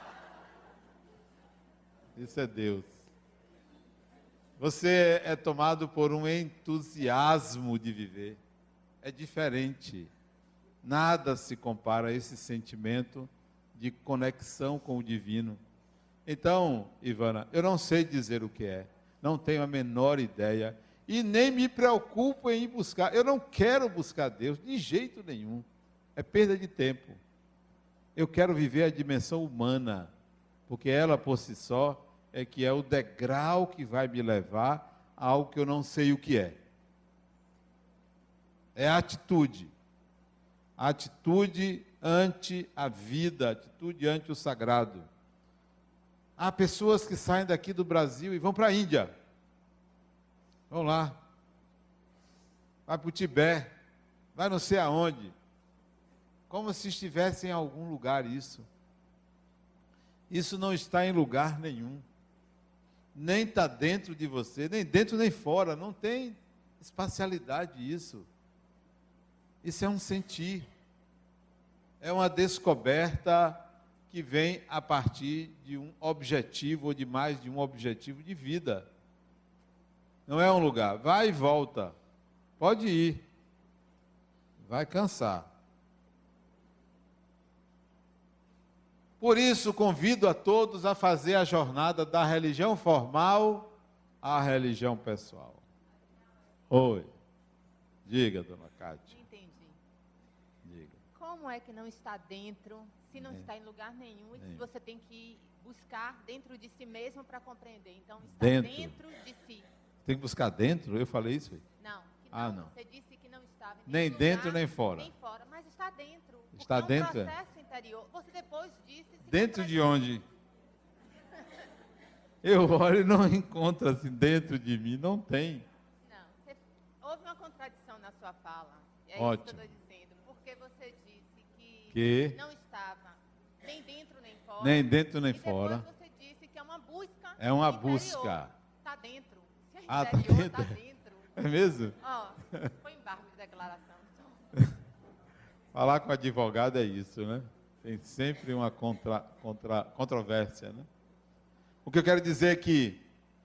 Isso é Deus. Você é tomado por um entusiasmo de viver. É diferente. Nada se compara a esse sentimento de conexão com o divino. Então, Ivana, eu não sei dizer o que é. Não tenho a menor ideia. E nem me preocupo em ir buscar. Eu não quero buscar Deus de jeito nenhum. É perda de tempo. Eu quero viver a dimensão humana, porque ela por si só é que é o degrau que vai me levar a algo que eu não sei o que é. É a atitude. A atitude ante a vida, a atitude ante o sagrado. Há pessoas que saem daqui do Brasil e vão para a Índia. Vão lá. Vai para o Tibete. Vai não sei aonde. Como se estivesse em algum lugar isso. Isso não está em lugar nenhum. Nem está dentro de você, nem dentro nem fora. Não tem espacialidade isso. Isso é um sentir. É uma descoberta que vem a partir de um objetivo ou de mais de um objetivo de vida. Não é um lugar. Vai e volta. Pode ir. Vai cansar. Por isso, convido a todos a fazer a jornada da religião formal à religião pessoal. Oi. Diga, dona Cátia. Entendi. Diga. Como é que não está dentro, se não está em lugar nenhum, e que você tem que buscar dentro de si mesmo para compreender? Então, está dentro de si. Tem que buscar dentro? Eu falei isso? Não. Não. Você disse que não estava em nem lugar, dentro, nem fora. Nem fora, mas está dentro. Está dentro? É um processo interior. Você depois disse... Dentro de onde? Eu olho e não encontro assim dentro de mim. Não tem. Não. Houve uma contradição na sua fala. É Ótimo. isso que eu estou dizendo. Porque você disse que não estava nem dentro, nem fora. Nem dentro, nem e fora. Depois você disse que é uma busca. É uma interior. busca. Está dentro. Se é Tá interior, dentro? está dentro. É mesmo? Foi embargo de declaração. Falar com advogado é isso, né? Tem sempre uma controvérsia, né? O que eu quero dizer é que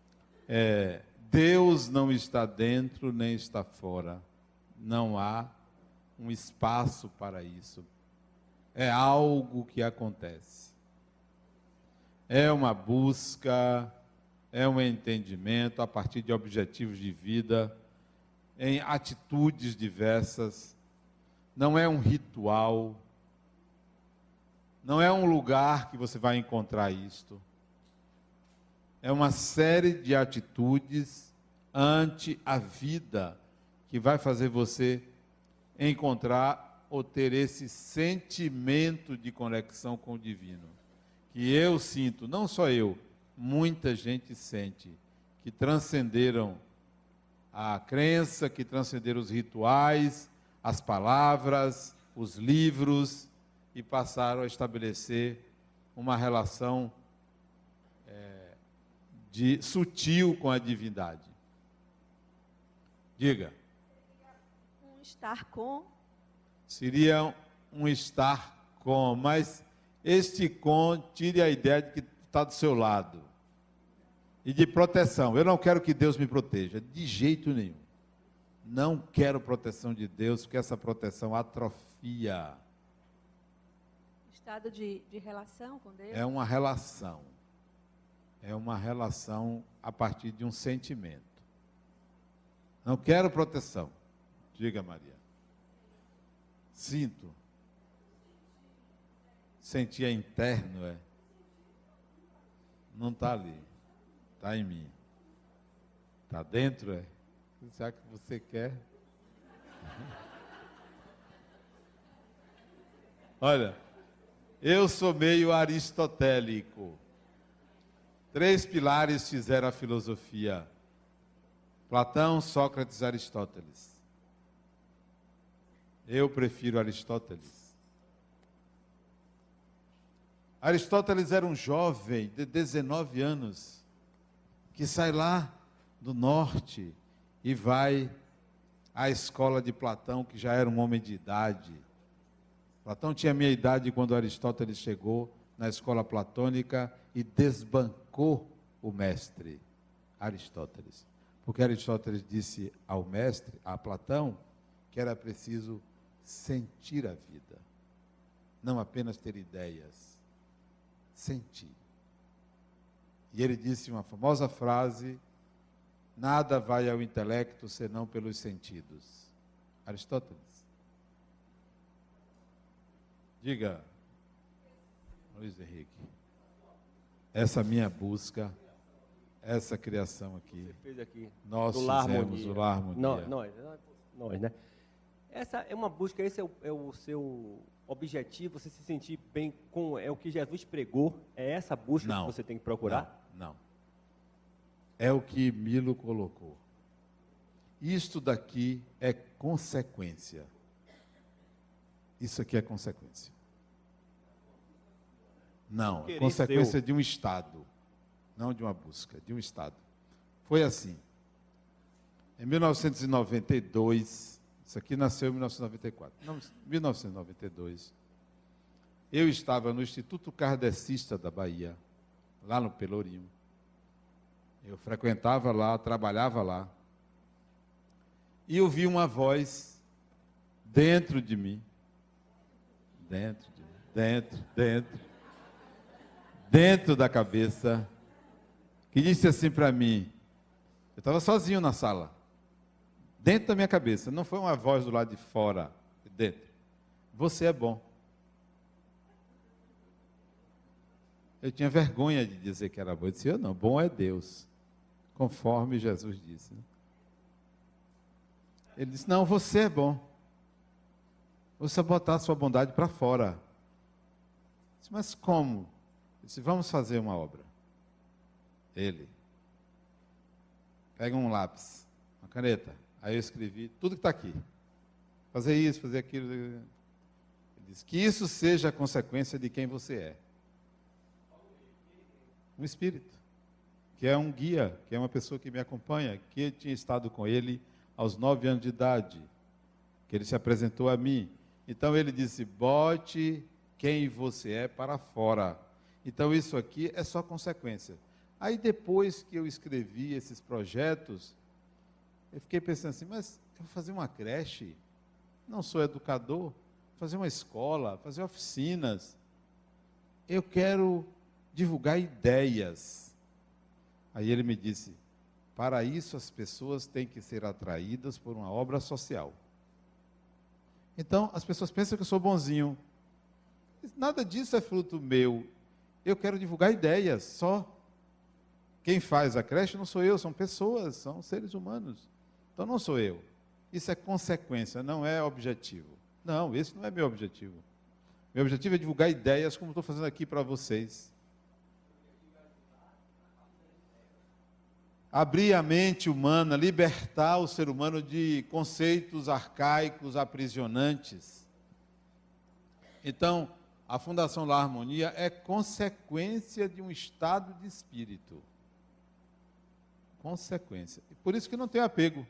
Deus não está dentro nem está fora. Não há um espaço para isso. É algo que acontece. É uma busca, é um entendimento a partir de objetivos de vida, em atitudes diversas. Não é um ritual. Não é um lugar que você vai encontrar isto. É uma série de atitudes ante a vida que vai fazer você encontrar ou ter esse sentimento de conexão com o divino. Que eu sinto, não só eu, muita gente sente, que transcenderam a crença, que transcenderam os rituais, as palavras, os livros, e passaram a estabelecer uma relação sutil com a divindade. Diga. Um estar com. Seria um estar com, mas este com, tire a ideia de que está do seu lado. E de proteção. Eu não quero que Deus me proteja, de jeito nenhum. Não quero proteção de Deus, porque essa proteção atrofia. Estado de relação com Deus? É uma relação. É uma relação a partir de um sentimento. Não quero proteção. Diga, Maria. Sinto. Sentir é interno, é? Não está ali. Está em mim. Está dentro, é? Já que você quer. Olha, eu sou meio aristotélico. 3 pilares fizeram a filosofia: Platão, Sócrates, Aristóteles. Eu prefiro Aristóteles. Aristóteles era um jovem de 19 anos que sai lá do norte e vai à escola de Platão, que já era um homem de idade. Platão tinha a minha idade quando Aristóteles chegou na escola platônica e desbancou o mestre Aristóteles. Porque Aristóteles disse ao mestre, a Platão, que era preciso sentir a vida, não apenas ter ideias, sentir. E ele disse uma famosa frase: nada vai ao intelecto senão pelos sentidos. Aristóteles. Diga, Luiz Henrique, essa minha busca, essa criação aqui, você fez aqui nós fizemos o Lar Harmonia. Nós, né? Essa é uma busca, esse é o seu objetivo, você se sentir bem com o que Jesus pregou, é essa busca que você tem que procurar? Não. É o que Milo colocou. Isto daqui é consequência. Isso aqui é consequência. Não, é consequência de um estado, não de uma busca, de um estado. Foi assim. Em 1992, isso aqui nasceu em 1994. Não, 1992, eu estava no Instituto Kardecista da Bahia, lá no Pelourinho. Eu frequentava lá, trabalhava lá. e ouvi uma voz dentro de mim, dentro da cabeça, que disse assim para mim, eu estava sozinho na sala, dentro da minha cabeça, não foi uma voz do lado de fora, dentro. Você é bom. Eu tinha vergonha de dizer que era bom. Eu disse, eu não, bom é Deus, conforme Jesus disse. Ele disse, não, você é bom. Você botar a sua bondade para fora. Eu disse, mas como? Eu disse, vamos fazer uma obra. Ele. Pega um lápis, uma caneta. Aí eu escrevi tudo que está aqui. Fazer isso, fazer aquilo. Ele disse, que isso seja a consequência de quem você é. Um espírito, que é um guia, que é uma pessoa que me acompanha, que eu tinha estado com ele aos 9 anos de idade, que ele se apresentou a mim. Então ele disse, bote quem você é para fora. Então isso aqui é só consequência. Aí depois que eu escrevi esses projetos, eu fiquei pensando assim, mas eu vou fazer uma creche, não sou educador, vou fazer uma escola, fazer oficinas. Eu quero divulgar ideias. Aí ele me disse, para isso as pessoas têm que ser atraídas por uma obra social. Então, as pessoas pensam que eu sou bonzinho. Nada disso é fruto meu. Eu quero divulgar ideias, só. Quem faz a creche não sou eu, são pessoas, são seres humanos. Então não sou eu. Isso é consequência, não é objetivo. Não, esse não é meu objetivo. Meu objetivo é divulgar ideias, como estou fazendo aqui para vocês. Abrir a mente humana, libertar o ser humano de conceitos arcaicos, aprisionantes. Então, a Fundação Lar Harmonia é consequência de um estado de espírito. Consequência. E por isso que não tem apego.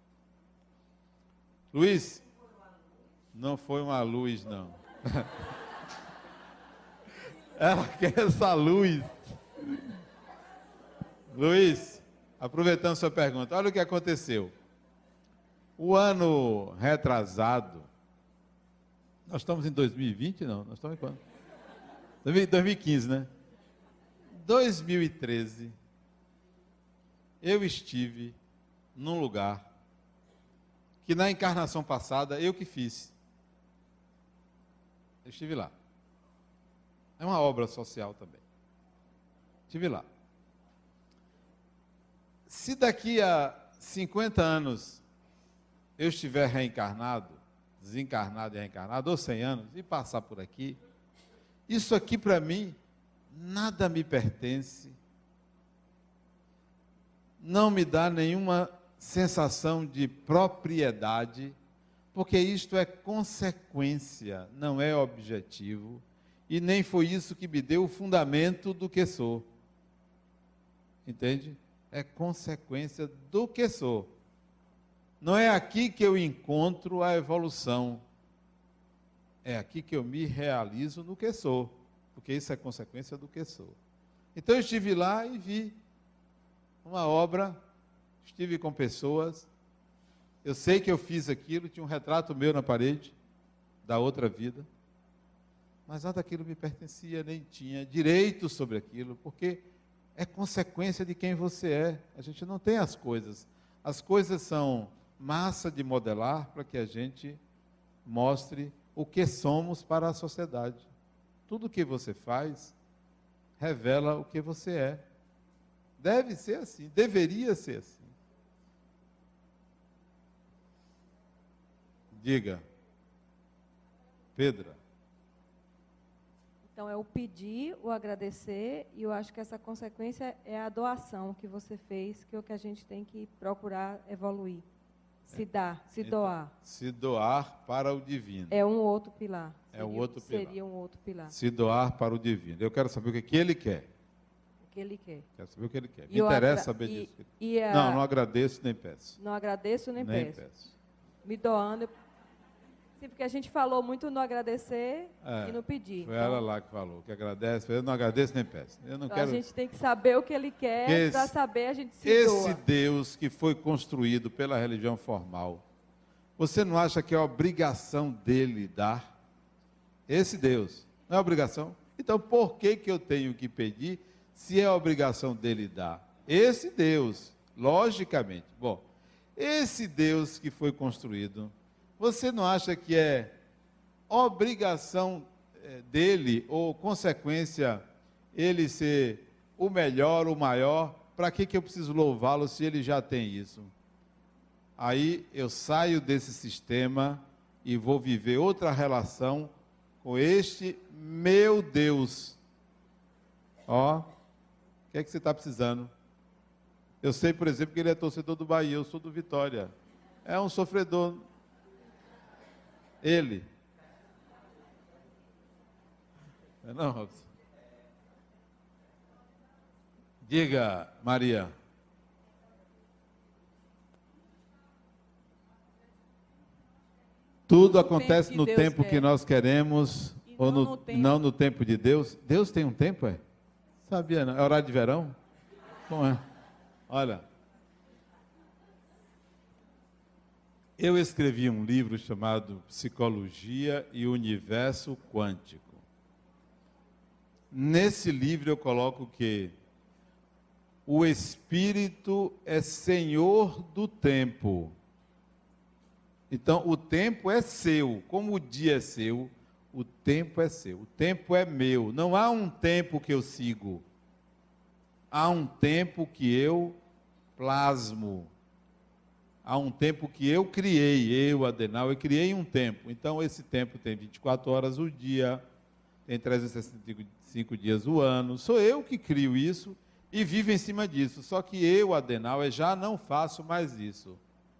Luiz, não foi uma luz, não. Ela quer essa luz. Luiz, aproveitando sua pergunta, olha o que aconteceu. O ano retrasado, nós estamos em 2020, não? Nós estamos em quando? 2015, né? 2013, eu estive num lugar que na encarnação passada eu que fiz. Eu estive lá. É uma obra social também. Estive lá. Se daqui a 50 anos eu estiver reencarnado, desencarnado e reencarnado, ou 100 anos, e passar por aqui, isso aqui para mim, nada me pertence, não me dá nenhuma sensação de propriedade, porque isto é consequência, não é objetivo, e nem foi isso que me deu o fundamento do que sou. Entende? É consequência do que sou. Não é aqui que eu encontro a evolução. É aqui que eu me realizo no que sou, porque isso é consequência do que sou. Então eu estive lá e vi uma obra, estive com pessoas, eu sei que eu fiz aquilo, tinha um retrato meu na parede, da outra vida, mas nada daquilo me pertencia, nem tinha direito sobre aquilo, porque é consequência de quem você é. A gente não tem as coisas são massa de modelar para que a gente mostre o que somos para a sociedade. Tudo o que você faz revela o que você é. Deve ser assim, deveria ser assim. Diga, Pedra. Então, é o pedir, o agradecer, e eu acho que essa consequência é a doação que você fez, que é o que a gente tem que procurar evoluir. Se dar, se doar. Se doar para o divino. É um outro pilar. É o outro pilar. Seria um outro pilar. Se doar para o divino. Eu quero saber o que ele quer. O que ele quer. Quero saber o que ele quer. Me interessa saber disso. Não agradeço nem peço. Não agradeço nem peço. Me doando. Sim, porque a gente falou muito no agradecer e no pedir. Foi ela lá que falou, que agradece. Eu não agradeço nem peço. Eu não Então quero... a gente tem que saber o que ele quer, para saber a gente se Esse doa. Deus que foi construído pela religião formal, você não acha que é obrigação dele dar? Esse Deus, não é obrigação? Então por que eu tenho que pedir se é obrigação dele dar? Esse Deus, logicamente. Bom, esse Deus que foi construído, você não acha que é obrigação dele, ou consequência, ele ser o melhor, o maior? Para que eu preciso louvá-lo se ele já tem isso? Aí eu saio desse sistema e vou viver outra relação com este meu Deus. Ó, o que é que você está precisando? Eu sei, por exemplo, que ele é torcedor do Bahia, eu sou do Vitória. É um sofredor. Ele. Não, Robson? Diga, Maria. Tudo acontece no tempo que nós queremos, ou não no tempo de Deus. Deus tem um tempo, é? Sabia, não? É horário de verão? Como é? Olha, eu escrevi um livro chamado Psicologia e Universo Quântico. Nesse livro eu coloco que o espírito é senhor do tempo. Então, o tempo é seu. Como o dia é seu, o tempo é seu. O tempo é meu. Não há um tempo que eu sigo. Há um tempo que eu plasmo. Há um tempo que eu criei. Eu, Adenauer, eu criei um tempo. Então, esse tempo tem 24 horas o dia, tem 365 dias o ano. Sou eu que crio isso e vivo em cima disso. Só que eu, Adenauer, já não faço mais isso.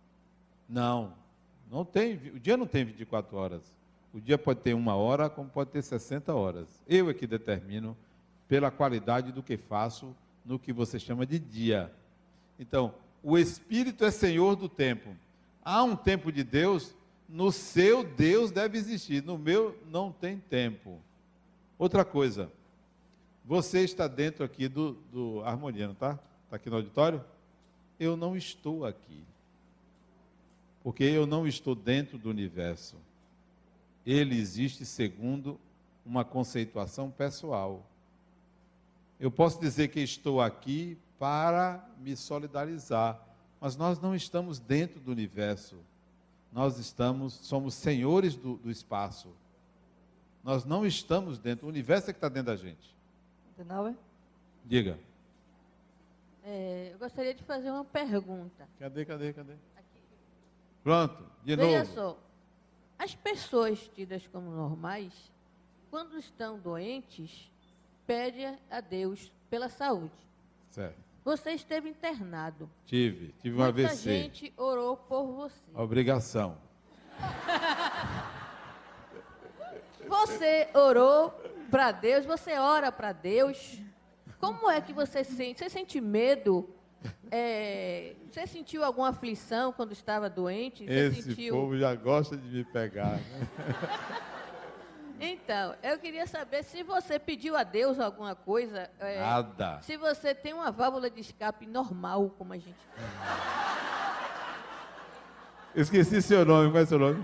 Não tem, o dia não tem 24 horas. O dia pode ter 1 hora, como pode ter 60 horas. Eu é que determino pela qualidade do que faço no que você chama de dia. Então, o Espírito é senhor do tempo. Há um tempo de Deus, no seu Deus deve existir, no meu não tem tempo. Outra coisa, você está dentro aqui do Harmonia, não está? Está aqui no auditório? Eu não estou aqui. Porque eu não estou dentro do universo. Ele existe segundo uma conceituação pessoal. Eu posso dizer que estou aqui para me solidarizar, mas nós não estamos dentro do universo. Nós somos senhores do espaço. Nós não estamos dentro, o universo é que está dentro da gente. Adenauer? Diga. Eu gostaria de fazer uma pergunta. Cadê? Pronto, de novo. Veja só, as pessoas tidas como normais, quando estão doentes, pedem a Deus pela saúde. Certo. Você esteve internado. Tive um AVC. Muita gente orou por você. Obrigação. Você orou para Deus, você ora para Deus. Como é que você sente? Você sente medo? Você sentiu alguma aflição quando estava doente? Esse povo já gosta de me pegar, né? Então, eu queria saber se você pediu a Deus alguma coisa. Nada. Se você tem uma válvula de escape normal, como a gente tem. Esqueci seu nome, qual é seu nome?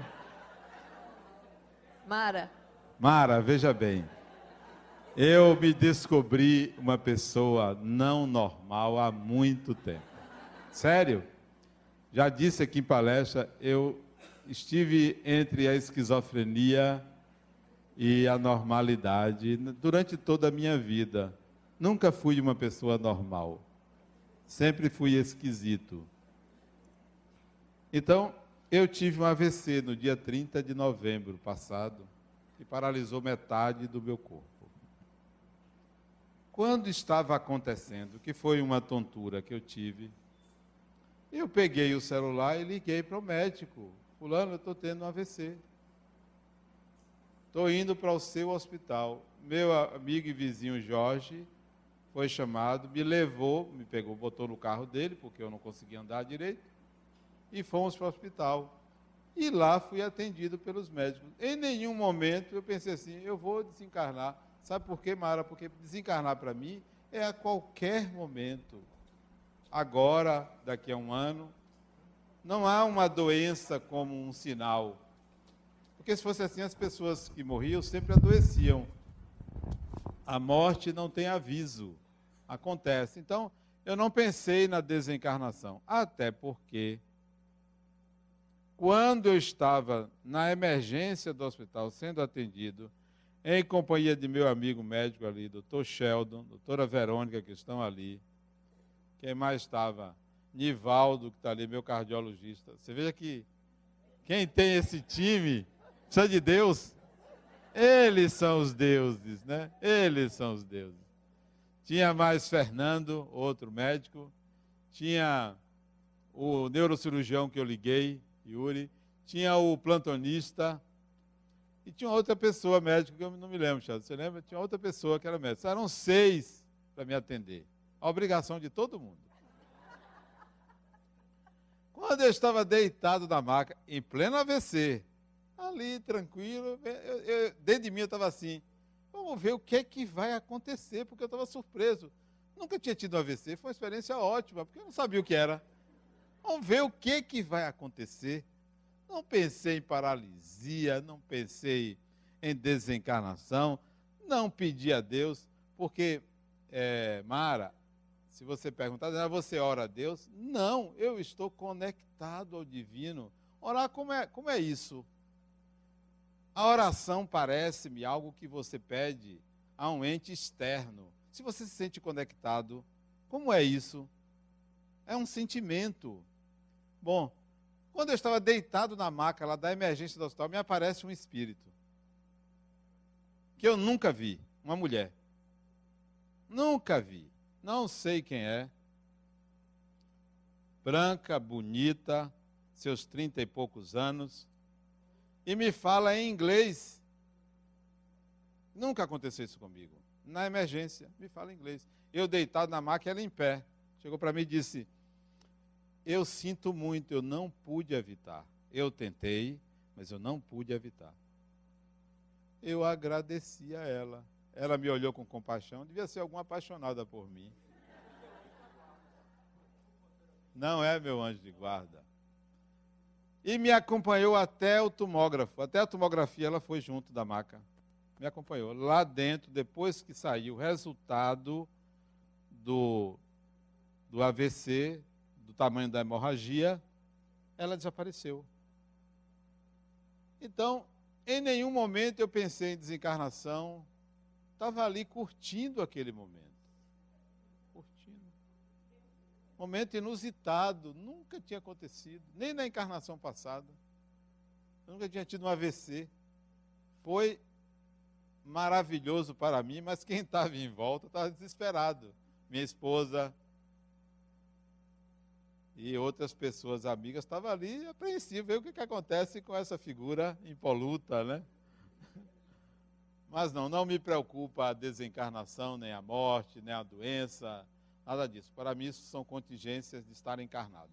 Mara. Mara, veja bem. Eu me descobri uma pessoa não normal há muito tempo. Sério? Já disse aqui em palestra, eu estive entre a esquizofrenia e a normalidade durante toda a minha vida. Nunca fui uma pessoa normal. Sempre fui esquisito. Então, eu tive um AVC no dia 30 de novembro passado, que paralisou metade do meu corpo. Quando estava acontecendo, que foi uma tontura que eu tive, eu peguei o celular e liguei para o médico. Fulano, eu estou tendo um AVC. Estou indo para o seu hospital. Meu amigo e vizinho Jorge foi chamado, me levou, me pegou, botou no carro dele, porque eu não conseguia andar direito, e fomos para o hospital. E lá fui atendido pelos médicos. Em nenhum momento eu pensei assim, eu vou desencarnar. Sabe por quê, Mara? Porque desencarnar para mim é a qualquer momento. Agora, daqui a um ano, não há uma doença como um sinal. Porque se fosse assim, as pessoas que morriam sempre adoeciam. A morte não tem aviso. Acontece. Então, eu não pensei na desencarnação. Até porque, quando eu estava na emergência do hospital, sendo atendido, em companhia de meu amigo médico ali, doutor Sheldon, doutora Verônica, que estão ali, quem mais estava? Nivaldo, que está ali, meu cardiologista. Você veja que quem tem esse time, precisa de Deus. Eles são os deuses, né? Eles são os deuses. Tinha mais Fernando, outro médico. Tinha o neurocirurgião que eu liguei, Yuri. Tinha o plantonista. E tinha outra pessoa, médico, que eu não me lembro, Chado. Você lembra? Tinha outra pessoa que era médico. Eram 6 para me atender. A obrigação de todo mundo. Quando eu estava deitado na maca, em pleno AVC, ali, tranquilo, dentro de mim eu estava assim, vamos ver o que é que vai acontecer, porque eu estava surpreso. Nunca tinha tido um AVC, foi uma experiência ótima, porque eu não sabia o que era. Vamos ver o que é que vai acontecer. Não pensei em paralisia, não pensei em desencarnação, não pedi a Deus, porque, Mara, se você perguntar, você ora a Deus? Não, eu estou conectado ao divino. Orar, como é isso? A oração parece-me algo que você pede a um ente externo. Se você se sente conectado, como é isso? É um sentimento. Bom, quando eu estava deitado na maca lá da emergência do hospital, me aparece um espírito. Que eu nunca vi, uma mulher. Nunca vi. Não sei quem é. Branca, bonita, seus 30 e poucos anos. E me fala em inglês. Nunca aconteceu isso comigo. Na emergência, me fala em inglês. Eu deitado na maca, ela em pé. Chegou para mim e disse, eu sinto muito, eu não pude evitar. Eu tentei, mas eu não pude evitar. Eu agradeci a ela. Ela me olhou com compaixão, devia ser alguma apaixonada por mim. Não é meu anjo de guarda. E me acompanhou até o tomógrafo. Até a tomografia ela foi junto da maca. Me acompanhou. Lá dentro, depois que saiu o resultado do AVC, do tamanho da hemorragia, ela desapareceu. Então, em nenhum momento eu pensei em desencarnação. Estava ali curtindo aquele momento. Curtindo. Momento inusitado, nunca tinha acontecido, nem na encarnação passada. Eu nunca tinha tido um AVC. Foi maravilhoso para mim, mas quem estava em volta estava desesperado. Minha esposa e outras pessoas amigas estavam ali apreensivas, ver o que acontece com essa figura impoluta, né? Mas não me preocupa a desencarnação, nem a morte, nem a doença, nada disso. Para mim, isso são contingências de estar encarnado.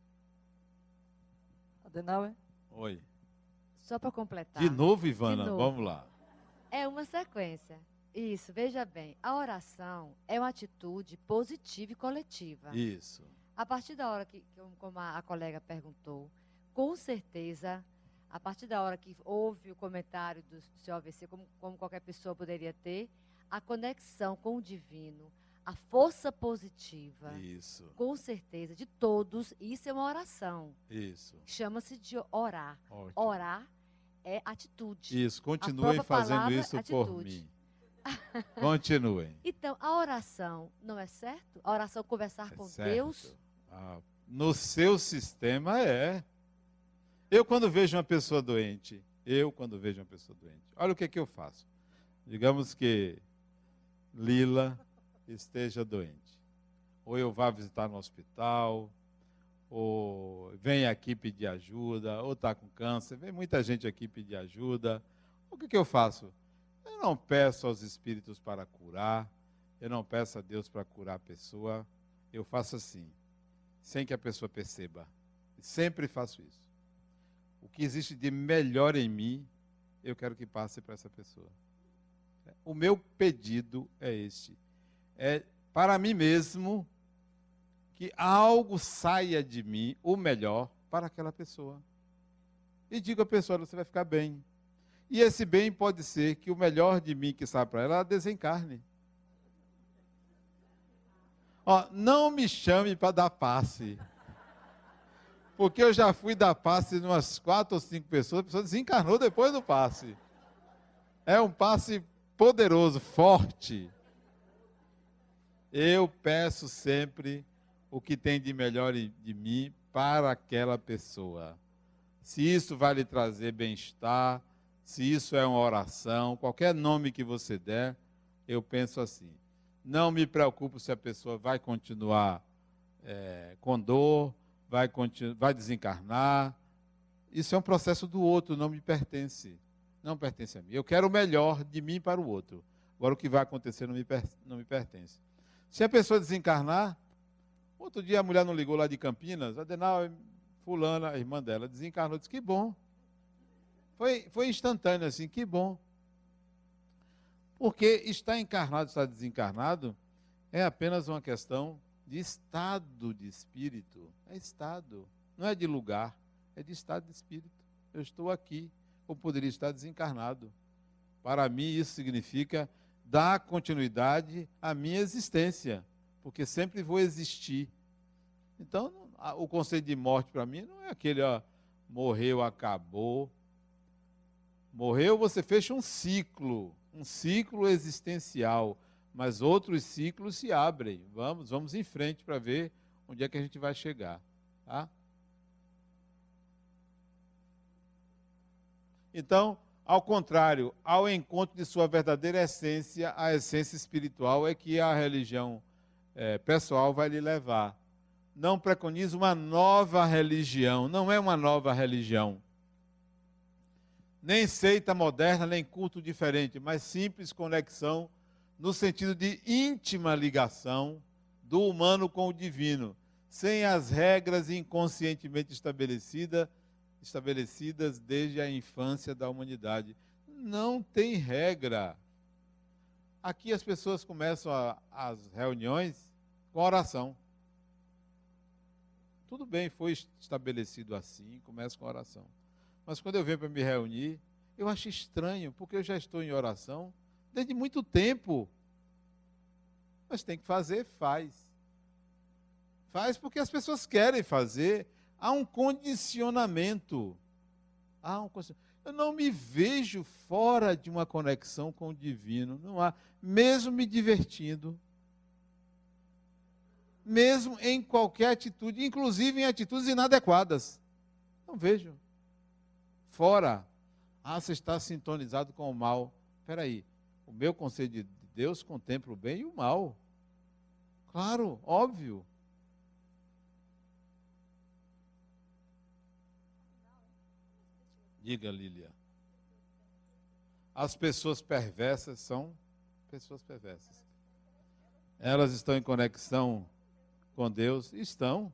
Adenauer? Oi. Só para completar. De novo, Ivana, De novo. vamos lá. É uma sequência. Isso, veja bem. A oração é uma atitude positiva e coletiva. Isso. A partir da hora como a colega perguntou, com certeza, a partir da hora que houve o comentário do seu AVC, como qualquer pessoa poderia ter, a conexão com o divino, a força positiva, isso, com certeza, de todos, isso é uma oração. Isso. Chama-se de orar. Ótimo. Orar é atitude. Isso, continuem fazendo isso por mim. Continuem. Então, a oração não é certo? A oração conversar com certo. Deus? No seu sistema é. Eu quando vejo uma pessoa doente, olha o que eu faço. Digamos que Lila esteja doente. Ou eu vá visitar no hospital, ou vem aqui pedir ajuda, ou está com câncer, vem muita gente aqui pedir ajuda. O que eu faço? Eu não peço aos espíritos para curar, eu não peço a Deus para curar a pessoa, eu faço assim, sem que a pessoa perceba. Sempre faço isso. o que existe de melhor em mim, eu quero que passe para essa pessoa. O meu pedido é este. É para mim mesmo que algo saia de mim, o melhor, para aquela pessoa. E digo à pessoa, você vai ficar bem. E esse bem pode ser que o melhor de mim que sai para ela desencarne. Ó, não me chame para dar passe. Porque eu já fui dar passe em umas 4 ou 5 pessoas, a pessoa desencarnou depois do passe. É um passe poderoso, forte. Eu peço sempre o que tem de melhor de mim para aquela pessoa. Se isso vai lhe trazer bem-estar, se isso é uma oração, qualquer nome que você der, eu penso assim. Não me preocupo se a pessoa vai continuar com dor, vai desencarnar. Isso é um processo do outro, não me pertence. Não pertence a mim. Eu quero o melhor de mim para o outro. Agora, o que vai acontecer não me pertence. Se a pessoa desencarnar, outro dia a mulher não ligou lá de Campinas, Adenal, fulana, a irmã dela, desencarnou, disse, que bom. Foi instantâneo assim, que bom. Porque estar encarnado, estar desencarnado, é apenas uma questão de estado de espírito. É estado, não é de lugar, é de estado de espírito. Eu estou aqui, ou poderia estar desencarnado. Para mim, isso significa dar continuidade à minha existência, porque sempre vou existir. Então, o conceito de morte para mim não é aquele, ó, morreu, acabou. Morreu, você fecha um ciclo existencial, mas outros ciclos se abrem. Vamos em frente para ver onde é que a gente vai chegar. Tá? Então, ao contrário, ao encontro de sua verdadeira essência, a essência espiritual é que a religião pessoal vai lhe levar. Não preconiza uma nova religião, não é uma nova religião. Nem seita moderna, nem culto diferente, mas simples conexão no sentido de íntima ligação do humano com o divino, sem as regras inconscientemente estabelecidas desde a infância da humanidade. Não tem regra. Aqui as pessoas começam as reuniões com oração. Tudo bem, foi estabelecido assim, começa com oração. Mas quando eu venho para me reunir, eu acho estranho, porque eu já estou em oração desde muito tempo. Mas tem que fazer, faz. Faz porque as pessoas querem fazer. Há um condicionamento. Eu não me vejo fora de uma conexão com o divino. Não há. Mesmo me divertindo. Mesmo em qualquer atitude, inclusive em atitudes inadequadas. Não vejo. Fora. Você está sintonizado com o mal. Espera aí. O meu conceito de Deus contempla o bem e o mal. Claro, óbvio. Diga, Lília. As pessoas perversas são pessoas perversas. Elas estão em conexão com Deus? Estão.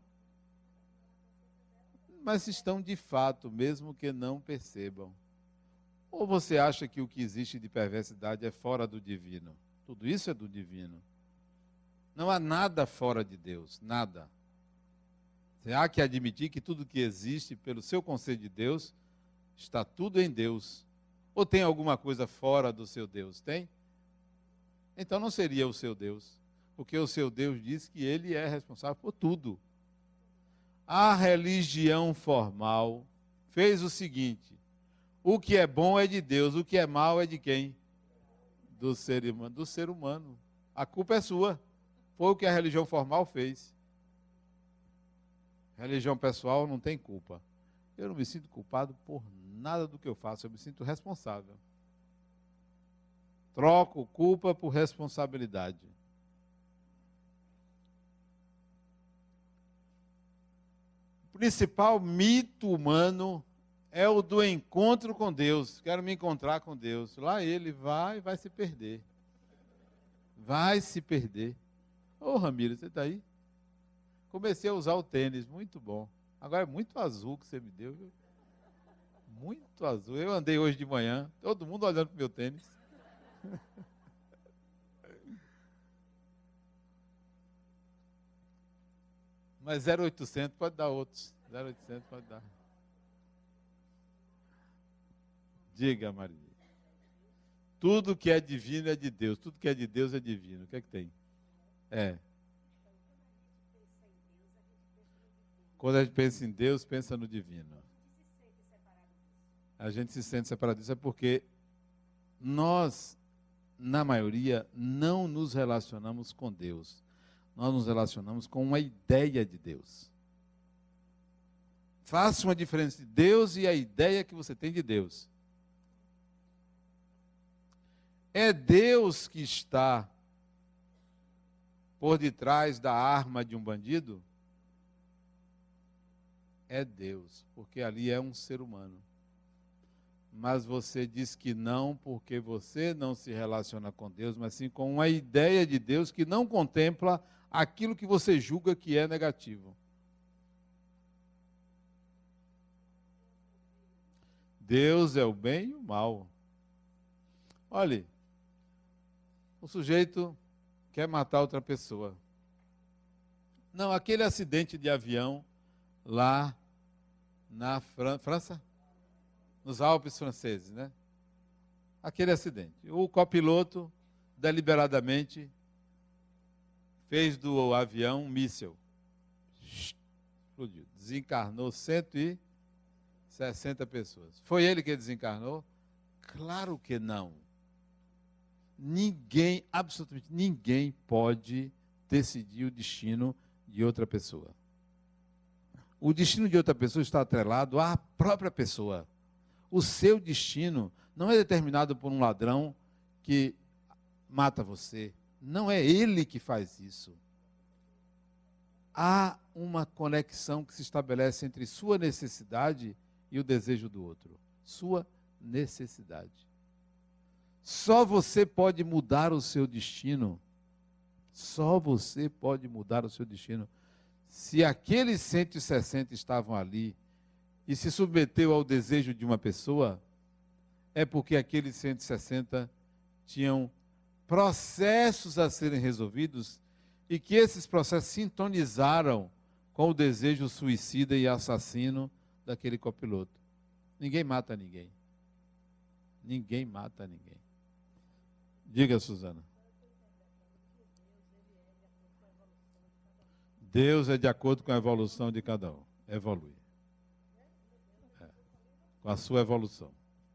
Mas estão de fato, mesmo que não percebam. Ou você acha que o que existe de perversidade é fora do divino? Tudo isso é do divino. Não há nada fora de Deus, nada. Você há que admitir que tudo que existe, pelo seu conceito de Deus, está tudo em Deus. Ou tem alguma coisa fora do seu Deus? Tem? Então não seria o seu Deus. Porque o seu Deus diz que ele é responsável por tudo. A religião formal fez o seguinte: o que é bom é de Deus, o que é mal é de quem? Do ser humano. A culpa é sua. Foi o que a religião formal fez. Religião pessoal não tem culpa. Eu não me sinto culpado por nada do que eu faço, eu me sinto responsável. Troco culpa por responsabilidade. O principal mito humano é o do encontro com Deus. Quero me encontrar com Deus. Lá ele vai se perder. Vai se perder. Ô, Ramiro, você está aí? Comecei a usar o tênis, muito bom. Agora é muito azul que você me deu. Viu? Muito azul. Eu andei hoje de manhã, todo mundo olhando para o meu tênis. Mas 0,800 pode dar outros. 0,800 pode dar. Diga, Maria. Tudo que é divino é de Deus. Tudo que é de Deus é divino. O que é que tem? Quando a gente pensa em Deus, pensa no divino. A gente se sente separado disso é porque nós, na maioria, não nos relacionamos com Deus. Nós nos relacionamos com uma ideia de Deus. Faça uma diferença de Deus e a ideia que você tem de Deus. É Deus que está por detrás da arma de um bandido? É Deus, porque ali é um ser humano. Mas você diz que não, porque você não se relaciona com Deus, mas sim com uma ideia de Deus que não contempla aquilo que você julga que é negativo. Deus é o bem e o mal. Olhe, o sujeito quer matar outra pessoa. Não, aquele acidente de avião lá na França, nos Alpes franceses, né? Aquele acidente. O copiloto, deliberadamente, fez do avião um míssil. Explodiu. Desencarnou 160 pessoas. Foi ele que desencarnou? Claro que não. Ninguém, absolutamente ninguém, pode decidir o destino de outra pessoa. O destino de outra pessoa está atrelado à própria pessoa. O seu destino não é determinado por um ladrão que mata você. Não é ele que faz isso. Há uma conexão que se estabelece entre sua necessidade e o desejo do outro. Sua necessidade. Só você pode mudar o seu destino. Só você pode mudar o seu destino. Se aqueles 160 estavam ali e se submeteu ao desejo de uma pessoa, é porque aqueles 160 tinham processos a serem resolvidos e que esses processos sintonizaram com o desejo suicida e assassino daquele copiloto. Ninguém mata ninguém. Ninguém mata ninguém. Diga, Suzana. Deus é de acordo com a evolução de cada um. Evolui. Com a sua evolução.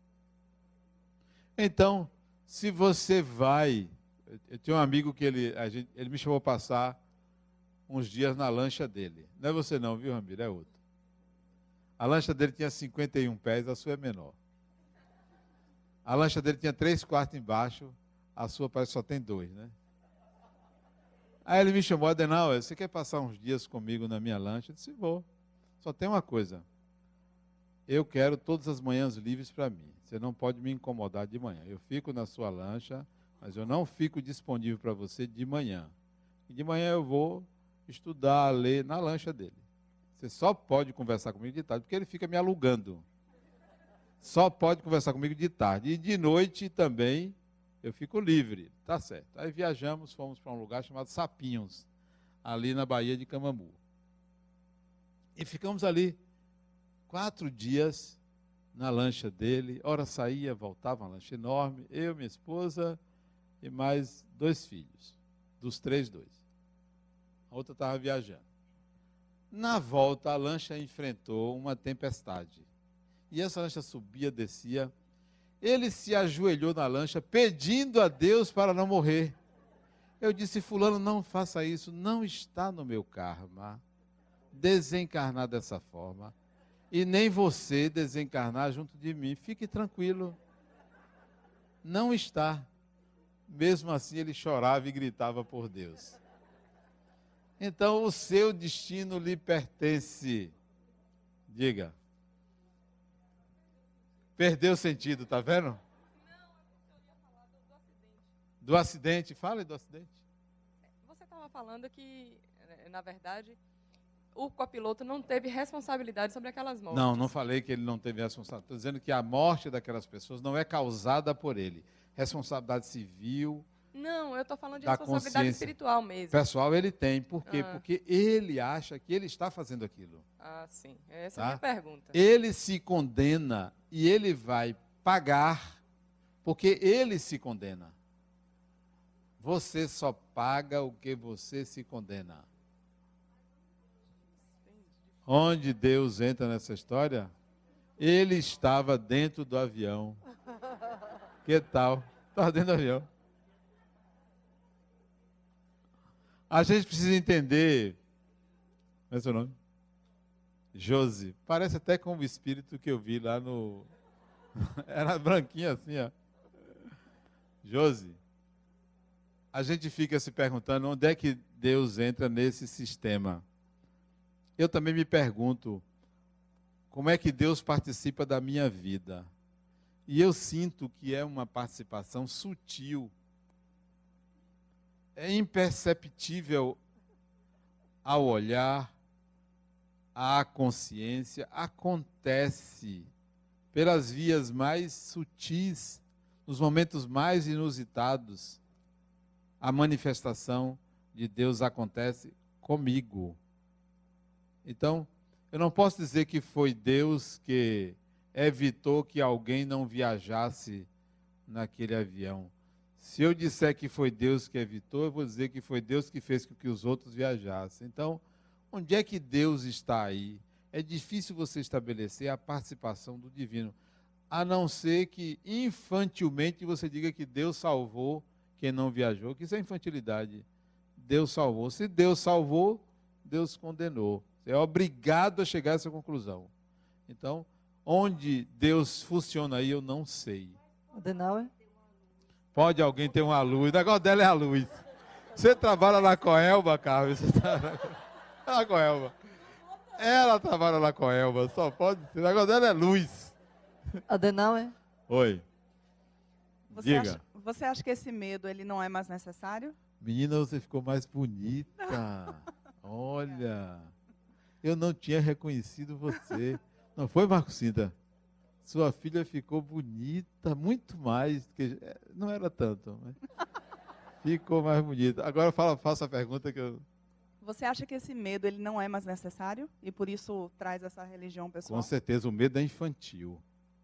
Então, se você vai... Eu tinha um amigo que ele me chamou para passar uns dias na lancha dele. Não é você não, viu, Ramiro? É outro. A lancha dele tinha 51 pés, a sua é menor. A lancha dele tinha 3 quartos embaixo, a sua parece que só tem 2, né? Aí ele me chamou, Adenauer, você quer passar uns dias comigo na minha lancha? Eu disse, vou. Só tem uma coisa. Eu quero todas as manhãs livres para mim. Você não pode me incomodar de manhã. Eu fico na sua lancha, mas eu não fico disponível para você de manhã. E de manhã eu vou estudar, ler na lancha dele. Você só pode conversar comigo de tarde, porque ele fica me alugando. Só pode conversar comigo de tarde. E de noite também eu fico livre. Tá certo. Aí viajamos, fomos para um lugar chamado Sapinhos, ali na Baía de Camamu. E ficamos ali 4 dias na lancha dele. Ora saía, voltava, uma lancha enorme. Eu, minha esposa e mais 2 filhos. Dos 3, 2. A outra estava viajando. Na volta, a lancha enfrentou uma tempestade. E essa lancha subia, descia. Ele se ajoelhou na lancha, pedindo a Deus para não morrer. Eu disse, fulano, não faça isso. Não está no meu karma desencarnar dessa forma. E nem você desencarnar junto de mim. Fique tranquilo. Não está. Mesmo assim, ele chorava e gritava por Deus. Então, o seu destino lhe pertence. Diga. Perdeu o sentido, tá vendo? Não, eu ia falar do acidente. Do acidente? Fale do acidente. Você estava falando que, na verdade, o copiloto não teve responsabilidade sobre aquelas mortes. Não, não falei que ele não teve responsabilidade. Estou dizendo que a morte daquelas pessoas não é causada por ele. Responsabilidade civil. Não, eu estou falando de da responsabilidade consciência espiritual mesmo. Pessoal, ele tem. Por quê? Ah. Porque ele acha que ele está fazendo aquilo. Ah, sim. Essa é Tá? a minha pergunta. Ele se condena e ele vai pagar porque ele se condena. Você só paga o que você se condena. Onde Deus entra nessa história? Ele estava dentro do avião. Que tal? Estava dentro do avião. A gente precisa entender. Qual é o seu nome? Josi. Parece até com o espírito que eu vi lá no... Era branquinha assim, ó. Josi. A gente fica se perguntando onde é que Deus entra nesse sistema. Eu também me pergunto como é que Deus participa da minha vida. E eu sinto que é uma participação sutil. É imperceptível ao olhar, à consciência, acontece pelas vias mais sutis, nos momentos mais inusitados. A manifestação de Deus acontece comigo. Então, eu não posso dizer que foi Deus que evitou que alguém não viajasse naquele avião. Se eu disser que foi Deus que evitou, eu vou dizer que foi Deus que fez com que os outros viajassem. Então, onde é que Deus está aí? É difícil você estabelecer a participação do divino, a não ser que infantilmente você diga que Deus salvou quem não viajou, que isso é infantilidade. Deus salvou. Se Deus salvou, Deus condenou. Você é obrigado a chegar a essa conclusão. Então, onde Deus funciona aí, eu não sei. Adenauer? Pode alguém ter uma luz. O negócio dela é a luz. Você trabalha na Coelba, Carlos? Você está na Coelba. Ela trabalha na Coelba, só pode ser. O negócio dela é luz. Adenauer? Oi. Diga. Você acha que esse medo ele não é mais necessário? Menina, você ficou mais bonita. Olha, eu não tinha reconhecido você. Não foi, Marcocinda? Sua filha ficou bonita, muito mais. Não era tanto, mas ficou mais bonita. Agora faça a pergunta que eu... Você acha que esse medo ele não é mais necessário e por isso traz essa religião pessoal? Com certeza, o medo é infantil.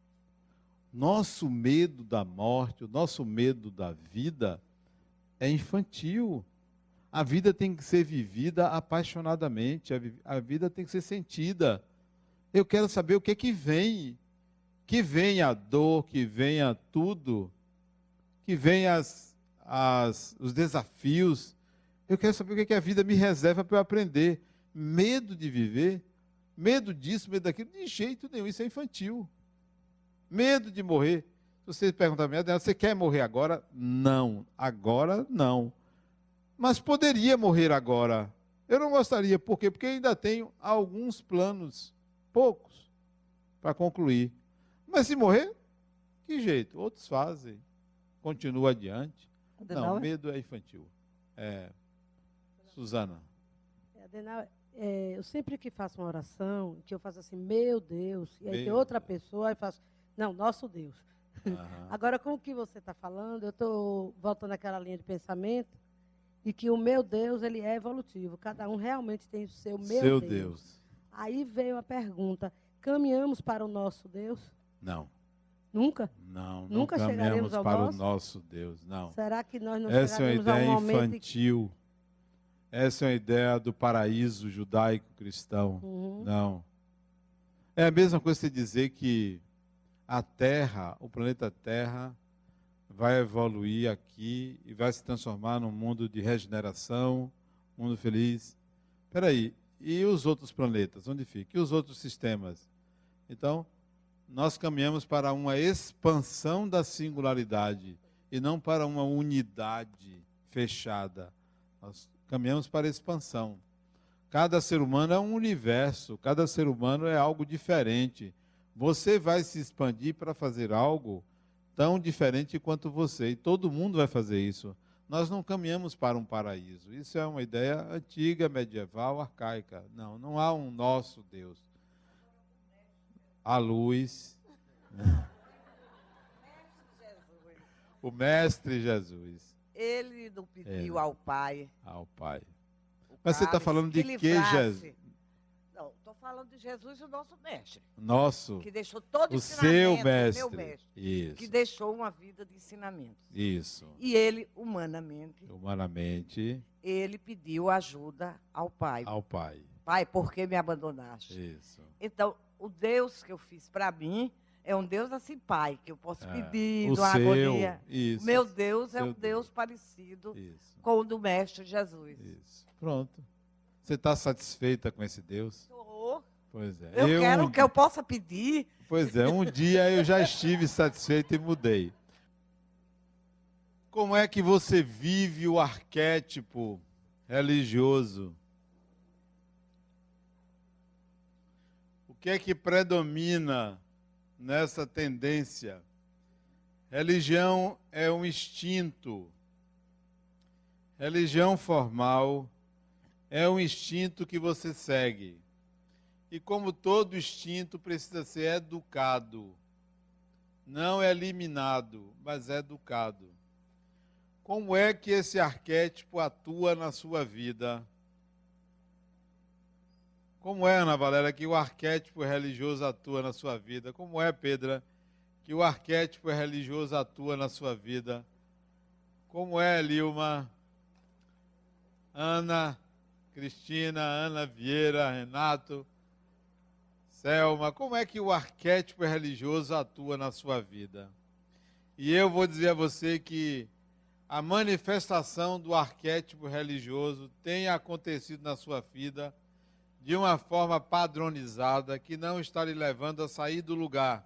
Nosso medo da morte, o nosso medo da vida é infantil. A vida tem que ser vivida apaixonadamente, a vida tem que ser sentida. Eu quero saber o que é que vem. Que venha a dor, que venha tudo, que venha os desafios. Eu quero saber o que é que a vida me reserva para eu aprender. Medo de viver, medo disso, medo daquilo, de jeito nenhum, isso é infantil. Medo de morrer. Se você perguntar a mim, você quer morrer agora? Não, agora não. Mas poderia morrer agora. Eu não gostaria, por quê? Porque ainda tenho alguns planos, poucos, para concluir. Mas se morrer, que jeito? Outros fazem. Continua adiante. Adenauer? Não, medo é infantil. Suzana. Adenauer, eu sempre que faço uma oração, que eu faço assim, meu Deus, e aí tem Meu outra pessoa, aí faço, não, nosso Deus. Aham. Agora, com o que você está falando, eu estou voltando àquela linha de pensamento, e que o meu Deus, ele é evolutivo. Cada um realmente tem o seu meu Seu Deus. Deus. Aí veio a pergunta, caminhamos para o nosso Deus? Não. Nunca? Não, Nunca não chegaremos caminhamos ao para nosso? o nosso Deus, não. Será que nós não Essa é uma chegaremos a ideia um momento infantil. Essa é uma ideia do paraíso judaico-cristão. Uhum. Não. É a mesma coisa você dizer que a Terra, o planeta Terra, vai evoluir aqui e vai se transformar num mundo de regeneração, mundo feliz. Espera aí, e os outros planetas, onde ficam? E os outros sistemas? Então, nós caminhamos para uma expansão da singularidade e não para uma unidade fechada. Nós caminhamos para a expansão. Cada ser humano é um universo, cada ser humano é algo diferente. Você vai se expandir para fazer algo tão diferente quanto você, e todo mundo vai fazer isso. Nós não caminhamos para um paraíso. Isso é uma ideia antiga, medieval, arcaica. Não, não há um nosso Deus. A luz. O Mestre Jesus. Ele não pediu ao Pai. Ao Pai. Mas você está falando de que Jesus? Não, estou falando de Jesus, o nosso mestre. Nosso. Que deixou todo o ensinamento, seu mestre. o meu mestre. Isso. Que deixou uma vida de ensinamentos. Isso. E ele, humanamente, ele pediu ajuda ao Pai. Ao Pai. Pai, por que me abandonaste? Isso. Então, o Deus que eu fiz para mim é um Deus assim, Pai, que eu posso pedir, o numa seu, agonia. isso. O meu Deus é Seu um Deus parecido Isso. com o do Mestre Jesus. Isso. Pronto. Você está satisfeita com esse Deus? Estou. Pois é. Eu quero que eu possa pedir. Pois é, um dia eu já estive satisfeito e mudei. Como é que você vive o arquétipo religioso? O que é que predomina nessa tendência? Religião é um instinto. Religião formal é um instinto que você segue. E como todo instinto precisa ser educado. Não é eliminado, mas é educado. Como é que esse arquétipo atua na sua vida? Como é, Ana Valéria, que o arquétipo religioso atua na sua vida? Como é, Pedra, que o arquétipo religioso atua na sua vida? Como é, Lilma, Ana, Cristina, Ana Vieira, Renato, Selma, como é que o arquétipo religioso atua na sua vida? E eu vou dizer a você que a manifestação do arquétipo religioso tem acontecido na sua vida de uma forma padronizada que não está lhe levando a sair do lugar.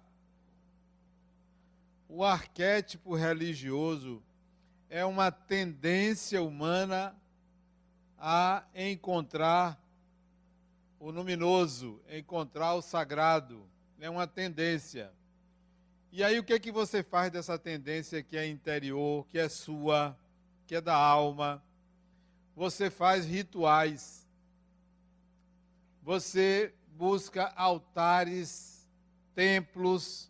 O arquétipo religioso é uma tendência humana a encontrar o luminoso, encontrar o sagrado. É uma tendência. E aí o que é que você faz dessa tendência que é interior, que é sua, que é da alma? Você faz rituais. Você busca altares, templos.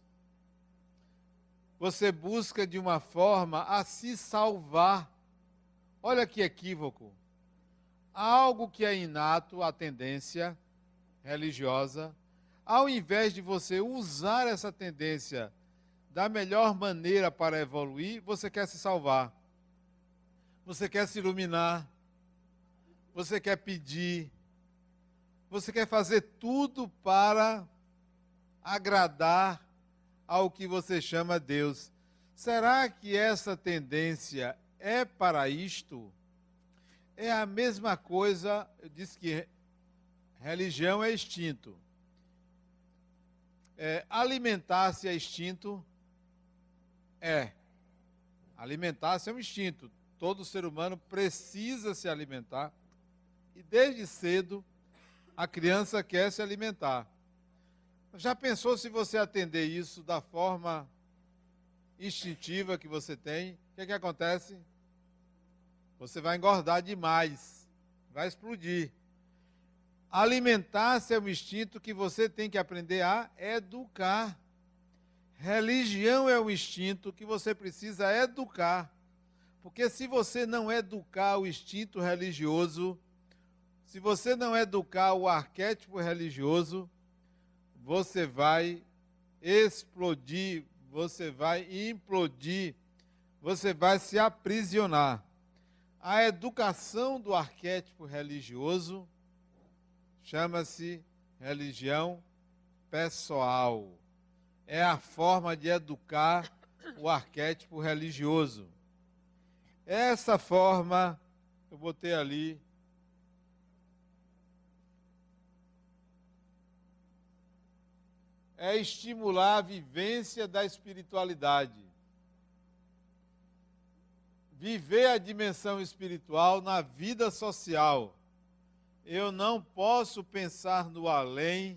Você busca de uma forma a se salvar. Olha que equívoco. Algo que é inato, a tendência religiosa, ao invés de você usar essa tendência da melhor maneira para evoluir, você quer se salvar. Você quer se iluminar. Você quer pedir. Você quer fazer tudo para agradar ao que você chama Deus. Será que essa tendência é para isto? É a mesma coisa, eu disse que religião é instinto. Alimentar-se é instinto? É. Alimentar-se é um instinto. Todo ser humano precisa se alimentar. E desde cedo, a criança quer se alimentar. Já pensou se você atender isso da forma instintiva que você tem? O que acontece? Você vai engordar demais, vai explodir. Alimentar-se é um instinto que você tem que aprender a educar. Religião é um instinto que você precisa educar. Porque se você não educar o instinto religioso, se você não educar o arquétipo religioso, você vai explodir, você vai implodir, você vai se aprisionar. A educação do arquétipo religioso chama-se religião pessoal. É a forma de educar o arquétipo religioso. Essa forma, eu botei ali, é estimular a vivência da espiritualidade. Viver a dimensão espiritual na vida social. Eu não posso pensar no além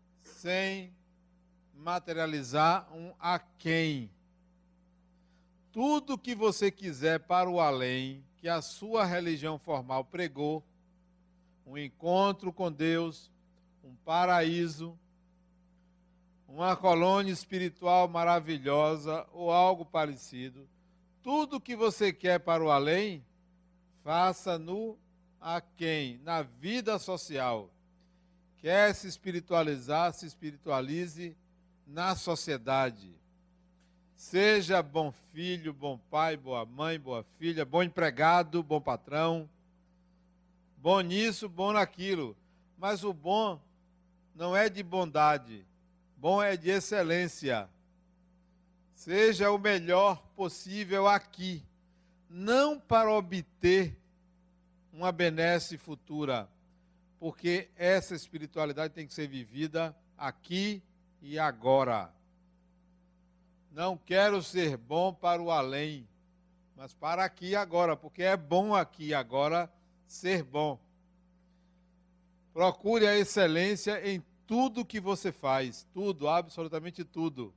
sem materializar um aquém. tudo que você quiser para o além, que a sua religião formal pregou, um encontro com Deus, um paraíso, uma colônia espiritual maravilhosa ou algo parecido, tudo que você quer para o além, faça no aquém, na vida social. Quer se espiritualizar, se espiritualize na sociedade. Seja bom filho, bom pai, boa mãe, boa filha, bom empregado, bom patrão, bom nisso, bom naquilo. Mas o bom não é de bondade, bom é de excelência. Seja o melhor possível aqui, não para obter uma benesse futura, porque essa espiritualidade tem que ser vivida aqui e agora. Não quero ser bom para o além, mas para aqui e agora, porque é bom aqui e agora ser bom. Procure a excelência em tudo que você faz, tudo, absolutamente tudo.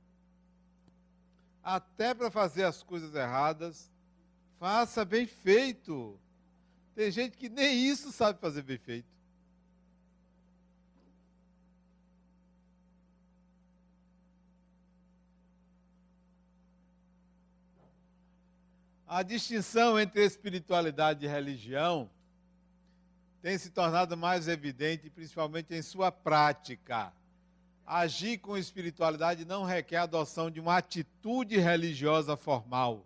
Até para fazer as coisas erradas, faça bem feito. Tem gente que nem isso sabe fazer bem feito. A distinção entre espiritualidade e religião tem se tornado mais evidente, principalmente em sua prática. Agir com espiritualidade não requer a adoção de uma atitude religiosa formal,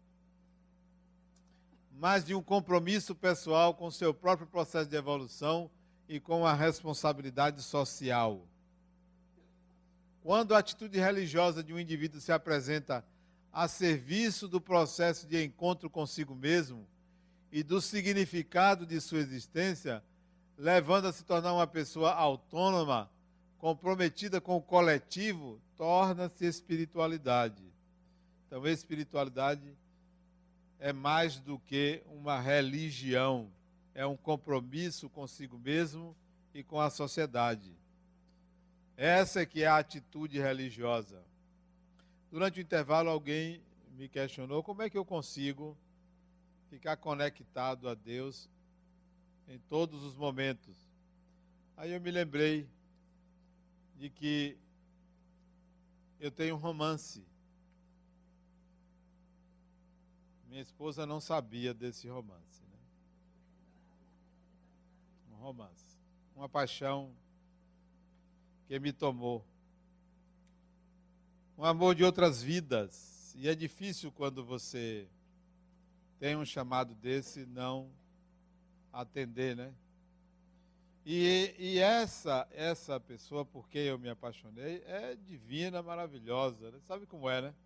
mas de um compromisso pessoal com o seu próprio processo de evolução e com a responsabilidade social. Quando a atitude religiosa de um indivíduo se apresenta a serviço do processo de encontro consigo mesmo e do significado de sua existência, levando a se tornar uma pessoa autônoma, comprometida com o coletivo, torna-se espiritualidade. Então, espiritualidade é mais do que uma religião, é um compromisso consigo mesmo e com a sociedade. Essa é que é a atitude religiosa. Durante o intervalo, alguém me questionou como é que eu consigo ficar conectado a Deus em todos os momentos. Aí eu me lembrei de que eu tenho um romance. Minha esposa não sabia desse romance, né? Um romance. Uma paixão que me tomou. Um amor de outras vidas. E é difícil quando você tem um chamado desse não atender, né? E essa pessoa por quem eu me apaixonei é divina, maravilhosa, né? Sabe como é, né?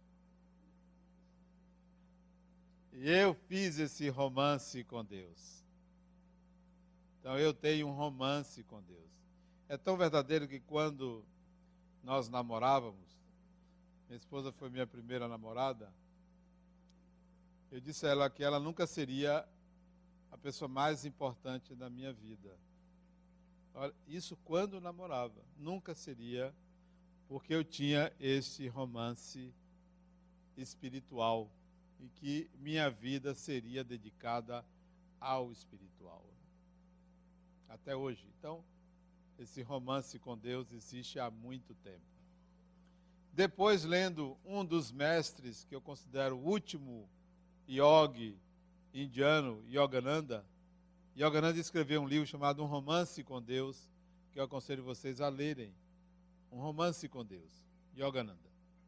E eu fiz esse romance com Deus. Então eu tenho um romance com Deus. É tão verdadeiro que quando nós namorávamos, minha esposa foi minha primeira namorada, eu disse a ela que ela nunca seria a pessoa mais importante da minha vida. Olha, isso quando namorava. Nunca seria, porque eu tinha esse romance espiritual e que minha vida seria dedicada ao espiritual. Até hoje. Então, esse romance com Deus existe há muito tempo. Depois, lendo um dos mestres, que eu considero o último yogi indiano, Yogananda, Yogananda escreveu um livro chamado Um Romance com Deus, que eu aconselho vocês a lerem. Um Romance com Deus, Yogananda.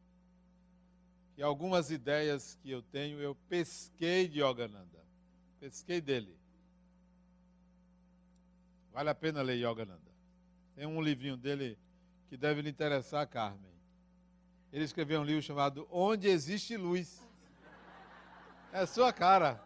E algumas ideias que eu tenho, eu pesquei de Yogananda. Pesquei dele. Vale a pena ler Yogananda. Tem um livrinho dele que deve lhe interessar, Carmen. Ele escreveu um livro chamado Onde Existe Luz. É sua cara.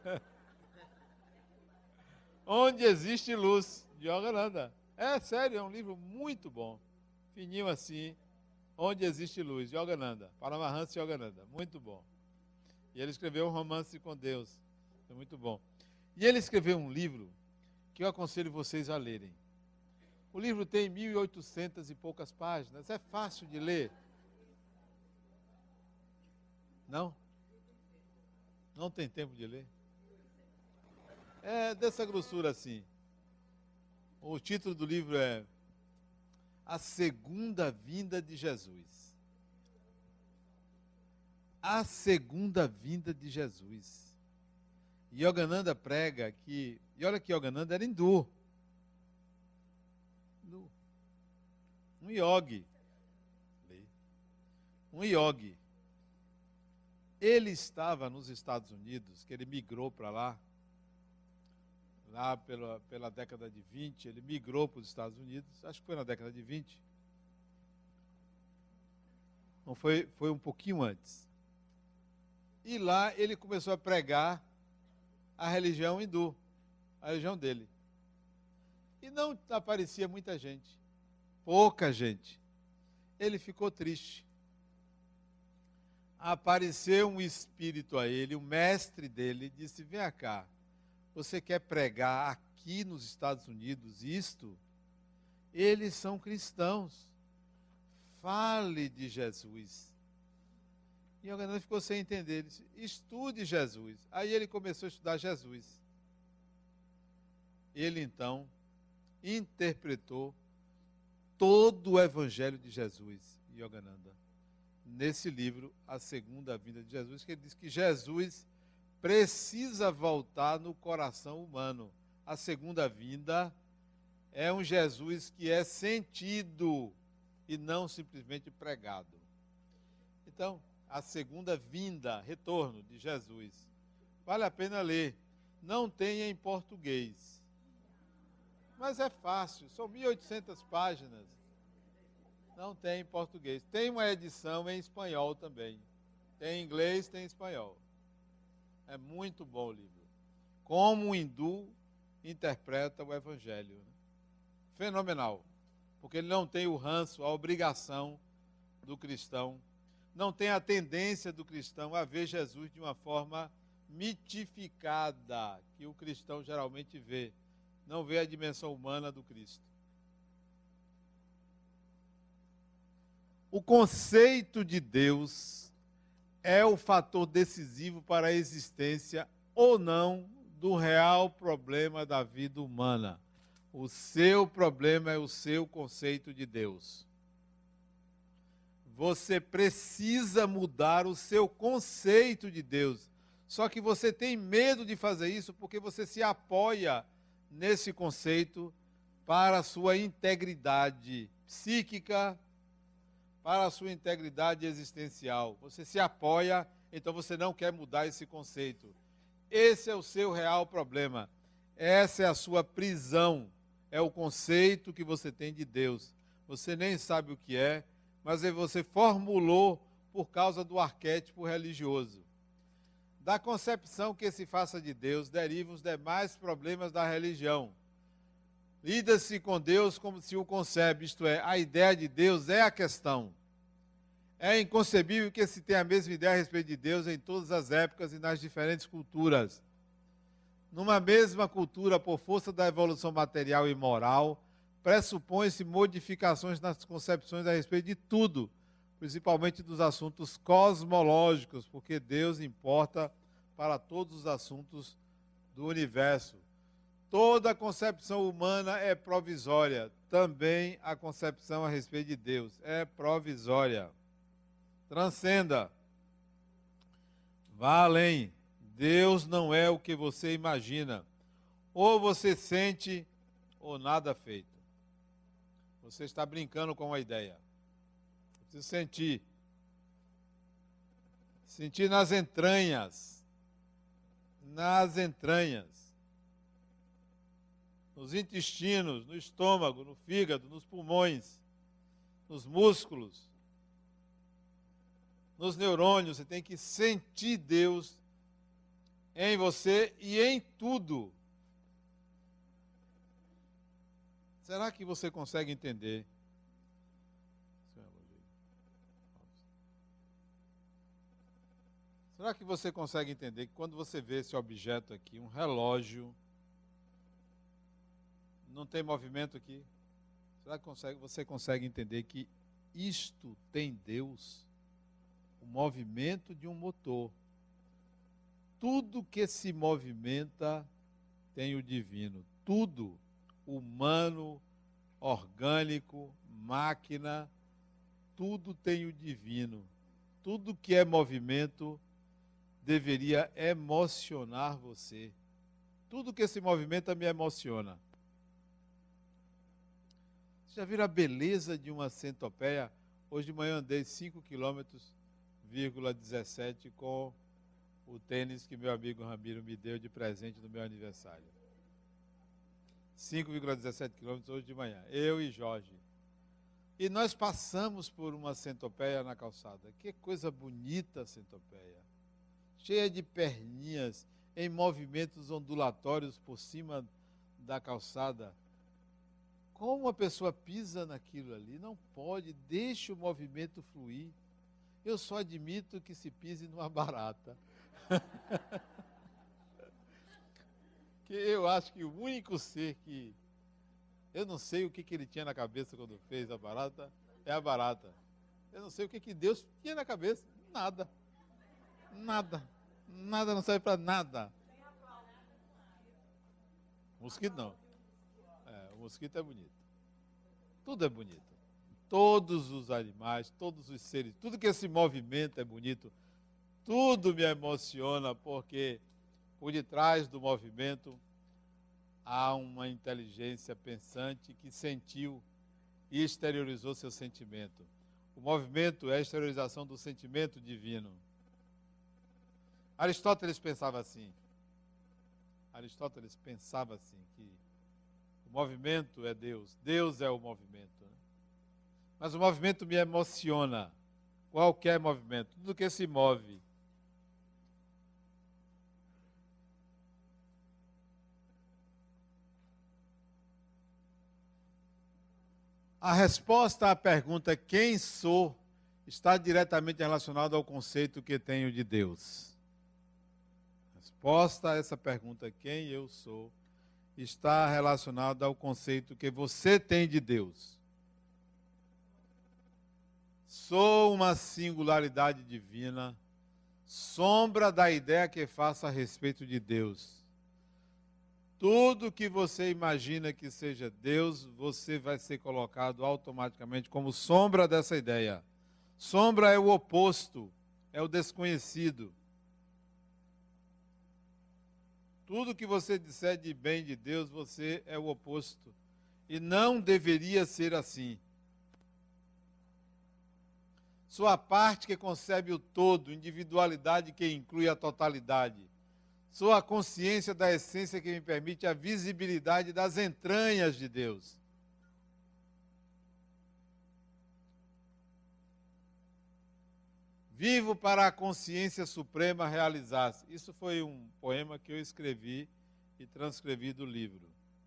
Onde Existe Luz, de Yogananda. É sério, é um livro muito bom. Fininho assim. Onde Existe Luz, de Yogananda. Paramahansa Yogananda. Muito bom. E ele escreveu um romance com Deus. É muito bom. E ele escreveu um livro que eu aconselho vocês a lerem. O livro tem 1.800 e poucas páginas. É fácil de ler. Não? Não tem tempo de ler? É dessa grossura assim. O título do livro é A Segunda Vinda de Jesus. A Segunda Vinda de Jesus. Yogananda prega que... E olha que Yogananda era hindu. Um yogi. Um yogi. Ele estava nos Estados Unidos, que ele migrou para lá pela década de 20, ele migrou para os Estados Unidos, acho que foi na década de 20. Não foi um pouquinho antes. E lá ele começou a pregar a religião hindu, a religião dele. E não aparecia muita gente, pouca gente. Ele ficou triste. Apareceu um espírito a ele, o mestre dele, disse: vem cá, você quer pregar aqui nos Estados Unidos isto? Eles são cristãos. Fale de Jesus. E o Yogananda ficou sem entender. Ele disse: estude Jesus. Aí ele começou a estudar Jesus. Ele então interpretou todo o evangelho de Jesus, Yogananda, nesse livro, A Segunda Vinda de Jesus, que ele diz que Jesus precisa voltar no coração humano. A segunda vinda é um Jesus que é sentido e não simplesmente pregado. Então, a segunda vinda, retorno de Jesus, vale a pena ler. Não tem em português, mas é fácil, são 1.800 páginas. Não tem em português. Tem uma edição em espanhol também. Tem em inglês, tem em espanhol. É muito bom o livro. Como o hindu interpreta o evangelho. Fenomenal. Porque ele não tem o ranço, a obrigação do cristão. Não tem a tendência do cristão a ver Jesus de uma forma mitificada, que o cristão geralmente vê. Não vê a dimensão humana do Cristo. O conceito de Deus é o fator decisivo para a existência ou não do real problema da vida humana. O seu problema é o seu conceito de Deus. Você precisa mudar o seu conceito de Deus. Só que você tem medo de fazer isso porque você se apoia nesse conceito para a sua integridade psíquica, para a sua integridade existencial. Você se apoia, então você não quer mudar esse conceito. Esse é o seu real problema. Essa é a sua prisão. É o conceito que você tem de Deus. Você nem sabe o que é, mas você formulou por causa do arquétipo religioso. Da concepção que se faça de Deus, derivam os demais problemas da religião. Lida-se com Deus como se o concebe, isto é, a ideia de Deus é a questão. É inconcebível que se tenha a mesma ideia a respeito de Deus em todas as épocas e nas diferentes culturas. Numa mesma cultura, por força da evolução material e moral, pressupõe-se modificações nas concepções a respeito de tudo, principalmente dos assuntos cosmológicos, porque Deus importa para todos os assuntos do universo. Toda a concepção humana é provisória. Também a concepção a respeito de Deus é provisória. Transcenda. Vá além. Deus não é o que você imagina. Ou você sente, ou nada feito. Você está brincando com a ideia. Precisa sentir. Sentir nas entranhas. Nas entranhas. Nos intestinos, no estômago, no fígado, nos pulmões, nos músculos, nos neurônios. Você tem que sentir Deus em você e em tudo. Será que você consegue entender? Será que você consegue entender que quando você vê esse objeto aqui, um relógio, não tem movimento aqui? Será que você consegue entender que isto tem Deus? O movimento de um motor. tudo que se movimenta tem o divino. Tudo, humano, orgânico, máquina, tudo tem o divino. Tudo que é movimento deveria emocionar você. Tudo que se movimenta me emociona. Vocês já viram a beleza de uma centopeia? Hoje de manhã andei 5 km,17 com o tênis que meu amigo Ramiro me deu de presente no meu aniversário. 5,17 quilômetros hoje de manhã, eu e Jorge. E nós passamos por uma centopeia na calçada. Que coisa bonita a centopeia. Cheia de perninhas, em movimentos ondulatórios por cima da calçada. Como uma pessoa pisa naquilo ali? Não pode, deixe o movimento fluir. Eu só admito que se pise numa barata. Que eu acho que o único ser que... Eu não sei o que ele tinha na cabeça quando fez a barata, é a barata. Eu não sei o que Deus tinha na cabeça. Nada. Nada. Nada, não serve para nada. Mosquito não. O mosquito é bonito. Tudo é bonito. Todos os animais, todos os seres, tudo que se movimenta é bonito. Tudo me emociona porque por detrás do movimento há uma inteligência pensante que sentiu e exteriorizou seu sentimento. O movimento é a exteriorização do sentimento divino. Aristóteles pensava assim. Aristóteles pensava assim, que o movimento é Deus, Deus é o movimento. Né? Mas o movimento me emociona. Qualquer movimento, tudo que se move. A resposta à pergunta quem sou está diretamente relacionada ao conceito que tenho de Deus. A resposta a essa pergunta, quem eu sou, está relacionada ao conceito que você tem de Deus. Sou uma singularidade divina, sombra da ideia que faço a respeito de Deus. Tudo que você imagina que seja Deus, você vai ser colocado automaticamente como sombra dessa ideia. Sombra é o oposto, é o desconhecido. Tudo que você disser de bem de Deus, você é o oposto. E não deveria ser assim. Sua parte que concebe o todo, individualidade que inclui a totalidade. Sou a consciência da essência que me permite a visibilidade das entranhas de Deus. Vivo para a consciência suprema realizar-se. Isso foi um poema que eu escrevi e transcrevi do livro.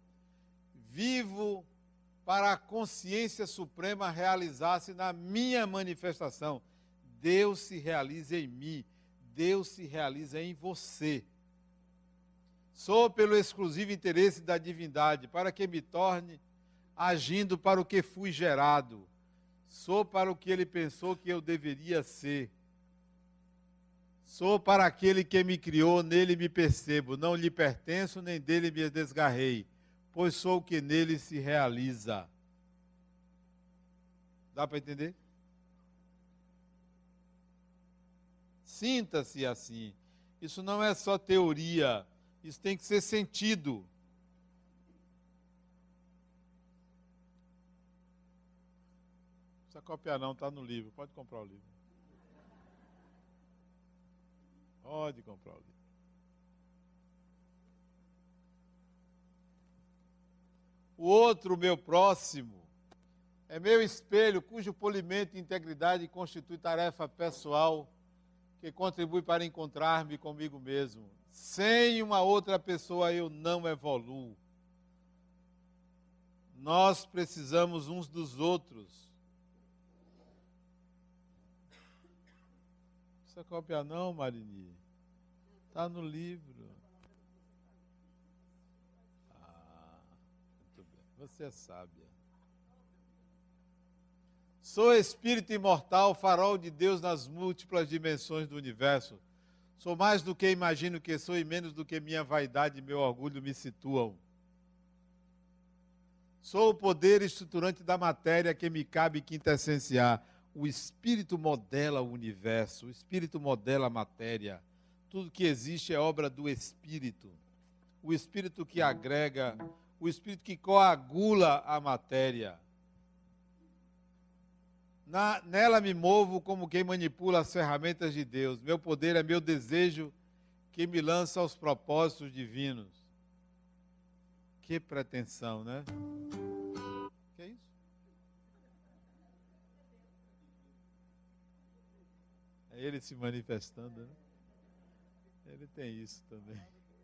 Vivo para a consciência suprema realizar-se na minha manifestação. Deus se realiza em mim, Deus se realiza em você. Sou pelo exclusivo interesse da divindade, para que me torne agindo para o que fui gerado. Sou para o que ele pensou que eu deveria ser. Sou para aquele que me criou, nele me percebo. Não lhe pertenço, nem dele me desgarrei, pois sou o que nele se realiza. Dá para entender? Sinta-se assim. Isso não é só teoria. Isso tem que ser sentido. Não precisa copiar não, está no livro. Pode comprar o livro. Pode comprar o livro. O outro, meu próximo, é meu espelho, cujo polimento e integridade constitui tarefa pessoal que contribui para encontrar-me comigo mesmo. Sem uma outra pessoa eu não evoluo. Nós precisamos uns dos outros. Não precisa copiar não, Marini. Está no livro. Muito bem. Você é sábia. Sou espírito imortal, farol de Deus nas múltiplas dimensões do universo. Sou mais do que imagino que sou e menos do que minha vaidade e meu orgulho me situam. Sou o poder estruturante da matéria que me cabe quintessenciar. O Espírito modela o universo, o Espírito modela a matéria. Tudo que existe é obra do Espírito. O Espírito que agrega, o Espírito que coagula a matéria. Nela me movo como quem manipula as ferramentas de Deus. Meu poder é meu desejo que me lança aos propósitos divinos. Que pretensão, né? Que é isso? É ele se manifestando, né? Ele tem isso também.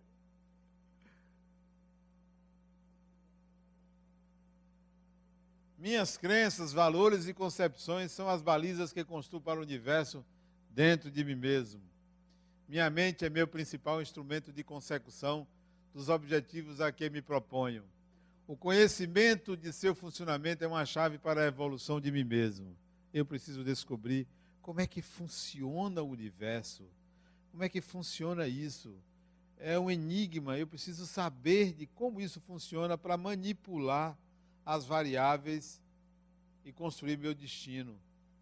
Minhas crenças, valores e concepções são as balizas que construo para o universo dentro de mim mesmo. Minha mente é meu principal instrumento de consecução dos objetivos a que me proponho. O conhecimento de seu funcionamento é uma chave para a evolução de mim mesmo. Eu preciso descobrir como é que funciona o universo. Como é que funciona isso? É um enigma. Eu preciso saber de como isso funciona para manipular as variáveis e construir meu destino.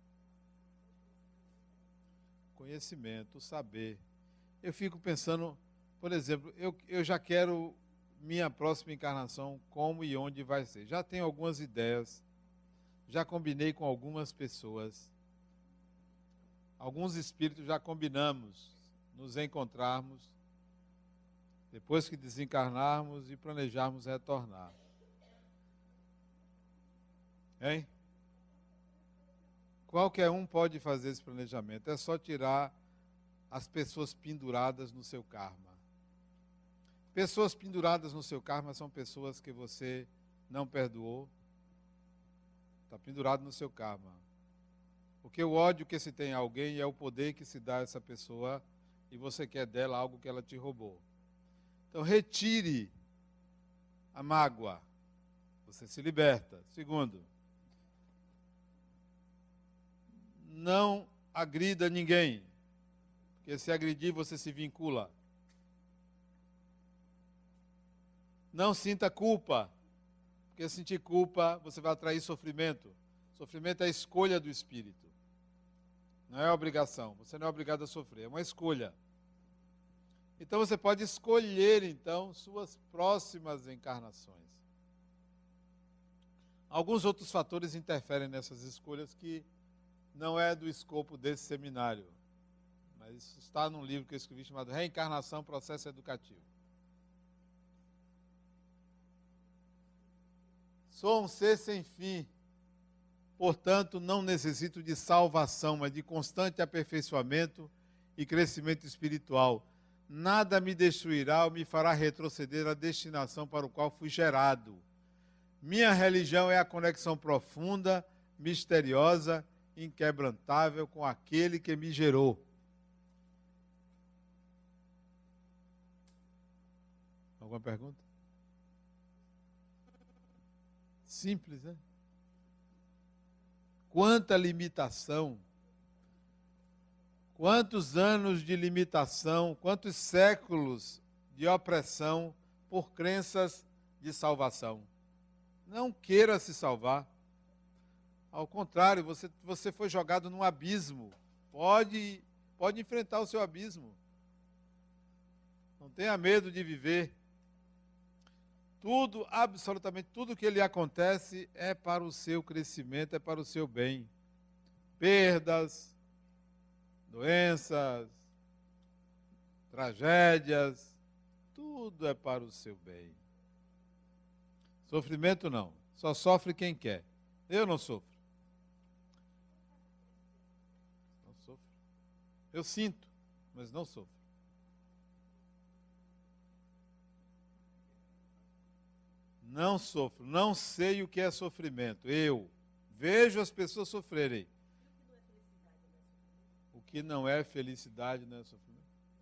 Conhecimento, saber. Eu fico pensando, por exemplo, eu já quero minha próxima encarnação, como e onde vai ser. Já tenho algumas ideias, já combinei com algumas pessoas. Alguns espíritos já combinamos nos encontrarmos, depois que desencarnarmos e planejarmos retornar. Hein? Qualquer um pode fazer esse planejamento. É só tirar as pessoas penduradas no seu karma. Pessoas penduradas no seu karma são pessoas que você não perdoou. Está pendurado no seu karma. Porque o ódio que se tem a alguém é o poder que se dá a essa pessoa e você quer dela algo que ela te roubou. Então, retire a mágoa. Você se liberta. Segundo, não agrida ninguém, porque se agredir você se vincula. Não sinta culpa, porque sentir culpa você vai atrair sofrimento. Sofrimento é a escolha do espírito, não é obrigação. Você não é obrigado a sofrer, é uma escolha. Então você pode escolher então suas próximas encarnações. Alguns outros fatores interferem nessas escolhas que não é do escopo desse seminário, mas isso está num livro que eu escrevi chamado Reencarnação, Processo Educativo. Sou um ser sem fim, portanto não necessito de salvação, mas de constante aperfeiçoamento e crescimento espiritual. Nada me destruirá ou me fará retroceder à destinação para o qual fui gerado. Minha religião é a conexão profunda, misteriosa, inquebrantável com aquele que me gerou. Alguma pergunta? Simples, né? Quanta limitação, quantos anos de limitação, quantos séculos de opressão por crenças de salvação. Não queira se salvar. Ao contrário, você foi jogado num abismo. Pode enfrentar o seu abismo. Não tenha medo de viver. Tudo, absolutamente tudo que lhe acontece é para o seu crescimento, é para o seu bem. Perdas, doenças, tragédias, tudo é para o seu bem. Sofrimento não, só sofre quem quer. Eu não sofro. Não sofro. Eu sinto, mas não sofro. Não sofro, não sei o que é sofrimento. Eu vejo as pessoas sofrerem. O que não é felicidade não é sofrimento.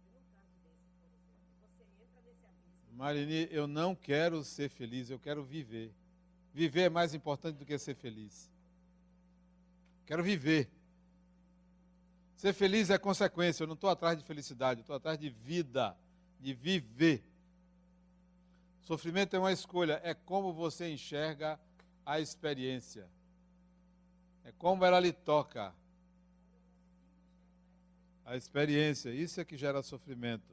Marini, eu não quero ser feliz, eu quero viver. Viver é mais importante do que ser feliz. Quero viver. Ser feliz é consequência. Eu não estou atrás de felicidade, eu estou atrás de vida, de viver. Sofrimento é uma escolha, é como você enxerga a experiência. É como ela lhe toca. A experiência, isso é que gera sofrimento.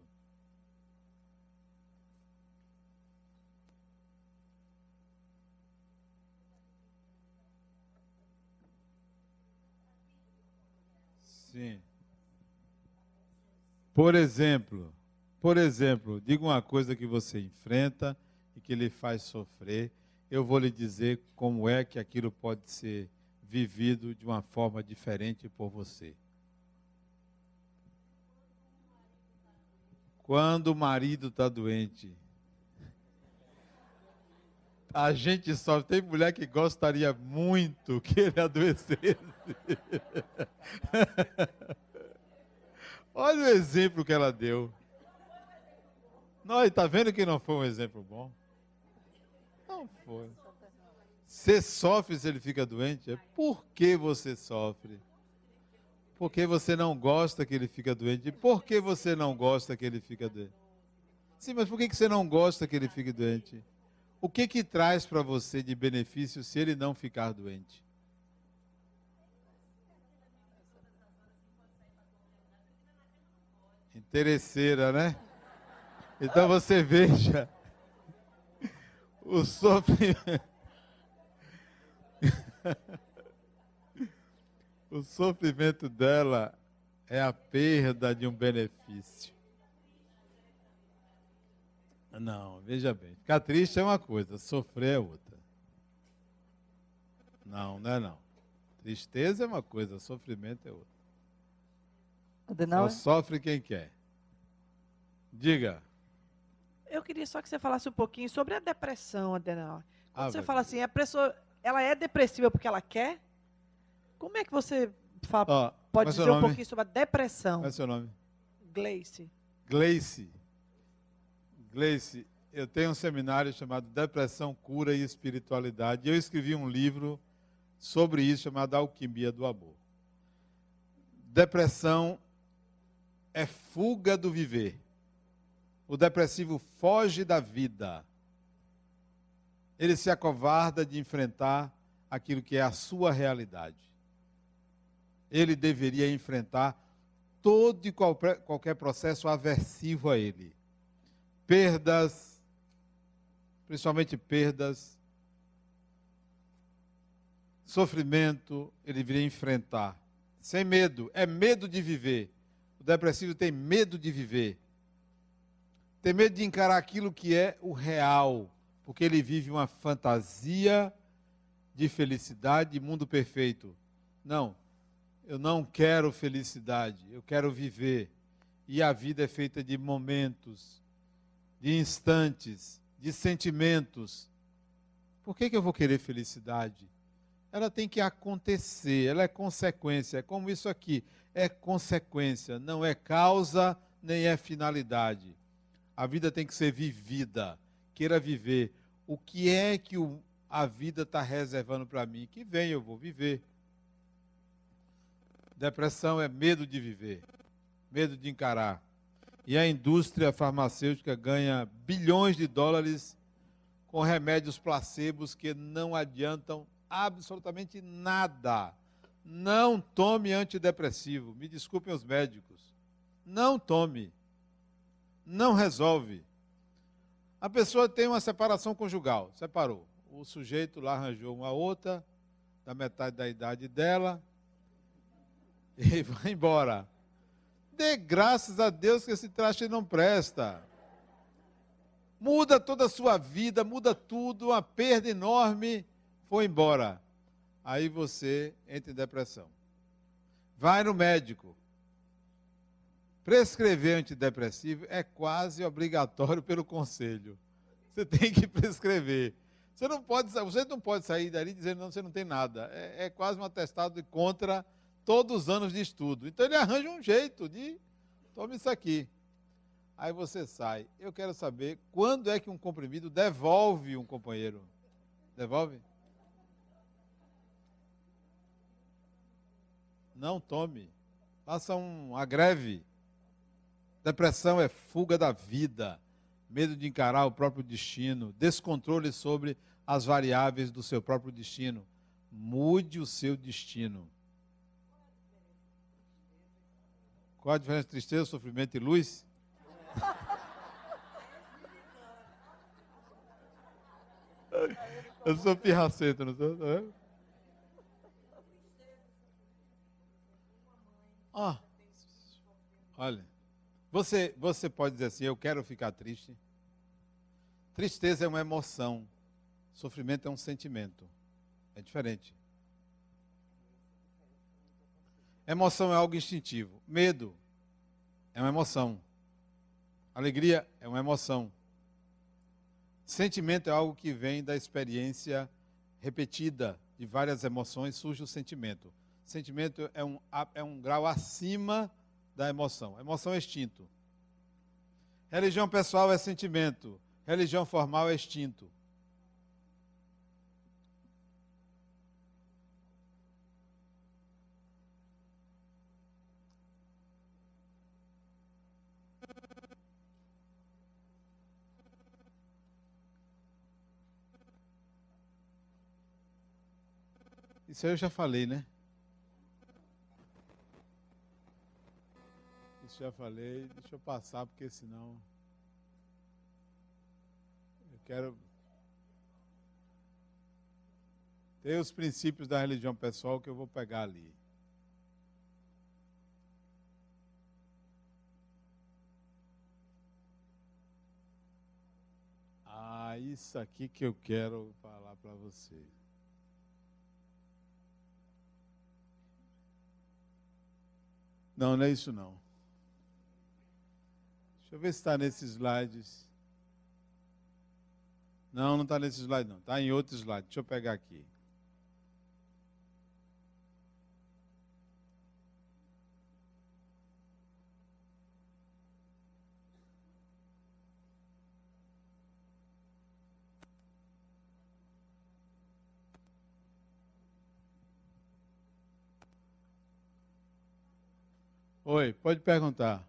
Sim. Por exemplo, diga uma coisa que você enfrenta e que lhe faz sofrer. Eu vou lhe dizer como é que aquilo pode ser vivido de uma forma diferente por você. Quando o marido está doente, a gente sofre. Tem mulher que gostaria muito que ele adoecesse. Olha o exemplo que ela deu. Não, está vendo que não foi um exemplo bom? Não foi. Você sofre se ele fica doente? É por que você sofre? Porque você não gosta que ele fica doente. E por que você não gosta que ele fica doente? Sim, mas por que você não gosta que ele fique doente? O que traz para você de benefício se ele não ficar doente? Interesseira, né? Então você veja o sofrimento. O sofrimento dela é a perda de um benefício. Não, veja bem. Ficar triste é uma coisa, sofrer é outra. Não, não é não. Tristeza é uma coisa, sofrimento é outra. Só sofre quem quer. Diga. Eu queria só que você falasse um pouquinho sobre a depressão, Adenauer. Quando você vai. fala assim, a pessoa, ela é depressiva porque ela quer? Como é que você pode dizer um pouquinho sobre a depressão? Qual é o seu nome? Gleice. Gleice. Gleice, eu tenho um seminário chamado Depressão, Cura e Espiritualidade. E eu escrevi um livro sobre isso chamado Alquimia do Amor. Depressão é fuga do viver. O depressivo foge da vida. Ele se acovarda de enfrentar aquilo que é a sua realidade. Ele deveria enfrentar todo e qualquer processo aversivo a ele. Perdas, principalmente perdas, sofrimento, ele deveria enfrentar. Sem medo, é medo de viver. O depressivo tem medo de viver. Tem medo de encarar aquilo que é o real, porque ele vive uma fantasia de felicidade, de mundo perfeito. Não, eu não quero felicidade, eu quero viver. E a vida é feita de momentos, de instantes, de sentimentos. Por que eu vou querer felicidade? Ela tem que acontecer, ela é consequência, é como isso aqui, é consequência, não é causa, nem é finalidade. A vida tem que ser vivida, queira viver. O que é que a vida está reservando para mim? Que vem, eu vou viver. Depressão é medo de viver, medo de encarar. E a indústria farmacêutica ganha bilhões de dólares com remédios placebos que não adiantam absolutamente nada. Não tome antidepressivo. Me desculpem os médicos. Não tome. Não resolve. A pessoa tem uma separação conjugal. Separou. O sujeito lá arranjou uma outra, da metade da idade dela, e vai embora. Dê graças a Deus que esse traste não presta. Muda toda a sua vida, muda tudo, uma perda enorme, foi embora. Aí você entra em depressão. Vai no médico. Prescrever antidepressivo é quase obrigatório pelo conselho. Você tem que prescrever. Você não pode sair dali dizendo não, você não tem nada. É quase um atestado contra todos os anos de estudo. Então ele arranja um jeito de tome isso aqui. Aí você sai. Eu quero saber quando é que um comprimido devolve um companheiro. Devolve? Não tome. Faça uma greve. Depressão é fuga da vida, medo de encarar o próprio destino, descontrole sobre as variáveis do seu próprio destino. Mude o seu destino. Qual a diferença entre tristeza, sofrimento e luz? Eu sou pirracento, não sou? Olha, você pode dizer assim, eu quero ficar triste. Tristeza é uma emoção, sofrimento é um sentimento. É diferente. Emoção é algo instintivo. Medo é uma emoção. Alegria é uma emoção. Sentimento é algo que vem da experiência repetida de várias emoções, surge o sentimento. Sentimento é um grau acima da emoção. Emoção é instinto. Religião pessoal é sentimento. Religião formal é instinto. Isso aí eu já falei, né? Isso já falei. Deixa eu passar, porque senão... Eu quero... Tem os princípios da religião pessoal que eu vou pegar ali. Isso aqui que eu quero falar para você. Não, não é isso não. Deixa eu ver se está nesses slides. Não, não está nesse slide não. Está em outro slide. Deixa eu pegar aqui. Oi, pode perguntar.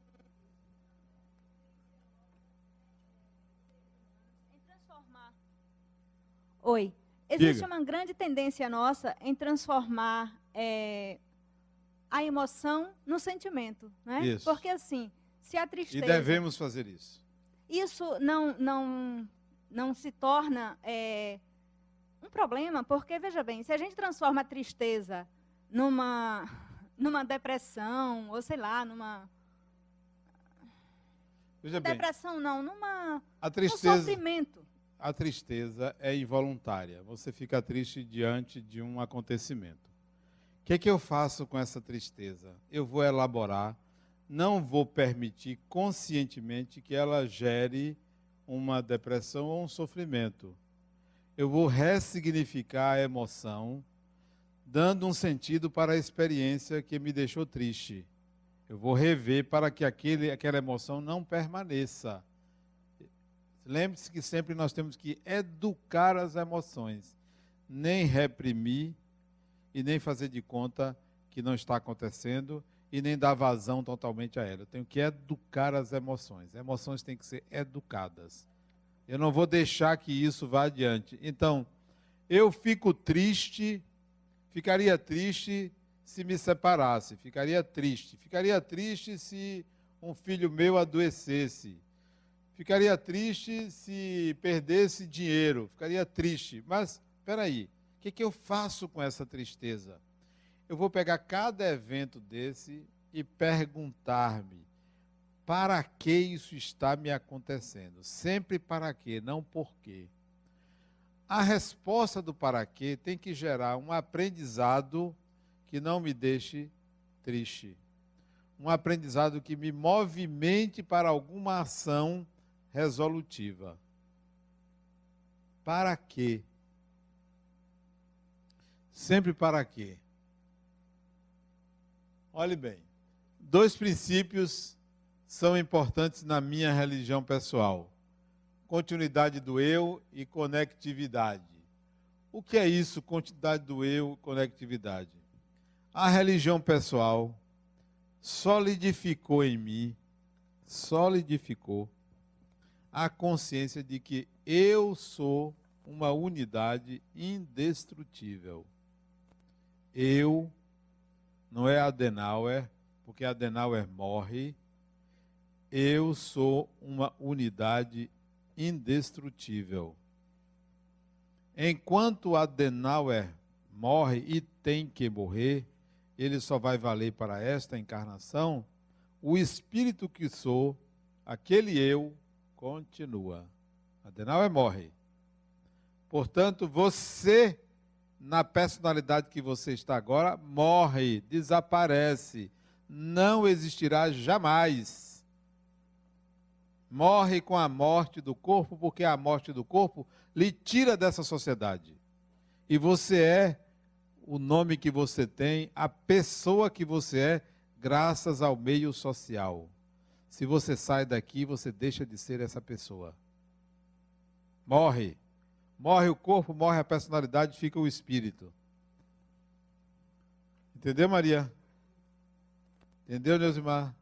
Oi. Existe Diga. uma grande tendência nossa em transformar a emoção no sentimento, né? Isso. Porque assim, se a tristeza... E devemos fazer isso. Isso não se torna um problema, porque, veja bem, se a gente transforma a tristeza numa depressão, ou sei lá, Veja bem, depressão não, num tristeza, sofrimento. a tristeza é involuntária. Você fica triste diante de um acontecimento. O que é que eu faço com essa tristeza? Eu vou elaborar, não vou permitir conscientemente que ela gere uma depressão ou um sofrimento. Eu vou ressignificar a emoção, dando um sentido para a experiência que me deixou triste. Eu vou rever para que aquela emoção não permaneça. Lembre-se que sempre nós temos que educar as emoções, nem reprimir e nem fazer de conta que não está acontecendo e nem dar vazão totalmente a ela. Eu tenho que educar as emoções. As emoções têm que ser educadas. Eu não vou deixar que isso vá adiante. Então, eu fico triste, ficaria triste se me separasse, ficaria triste se um filho meu adoecesse, ficaria triste se perdesse dinheiro, ficaria triste. Mas, espera aí, o que eu faço com essa tristeza? Eu vou pegar cada evento desse e perguntar-me, para que isso está me acontecendo? Sempre para quê, não por quê. A resposta do para quê tem que gerar um aprendizado que não me deixe triste. Um aprendizado que me movimente para alguma ação resolutiva. Para quê? Sempre para quê? Olhe bem, 2 princípios são importantes na minha religião pessoal. Continuidade do eu e conectividade. O que é isso, continuidade do eu e conectividade? A religião pessoal solidificou em mim, solidificou a consciência de que eu sou uma unidade indestrutível. Eu, não é Adenauer, porque Adenauer morre, eu sou uma unidade indestrutível. Enquanto Adenauer morre e tem que morrer, ele só vai valer para esta encarnação, o espírito que sou, aquele eu, continua. Adenauer morre. Portanto, você, na personalidade que você está agora, morre, desaparece, não existirá jamais. Morre com a morte do corpo, porque a morte do corpo lhe tira dessa sociedade. E você é o nome que você tem, a pessoa que você é, graças ao meio social. Se você sai daqui, você deixa de ser essa pessoa. Morre. Morre o corpo, morre a personalidade, fica o espírito. Entendeu, Maria? Entendeu, Neusimar?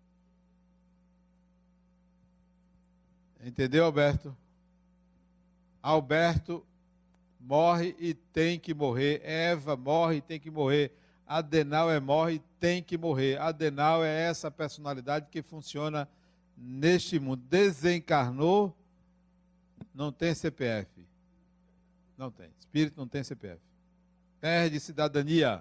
Entendeu, Alberto? Alberto morre e tem que morrer. Eva morre e tem que morrer. Adenauer morre e tem que morrer. Adenauer é essa personalidade que funciona neste mundo. Desencarnou, não tem CPF. Não tem. Espírito não tem CPF. Perde cidadania.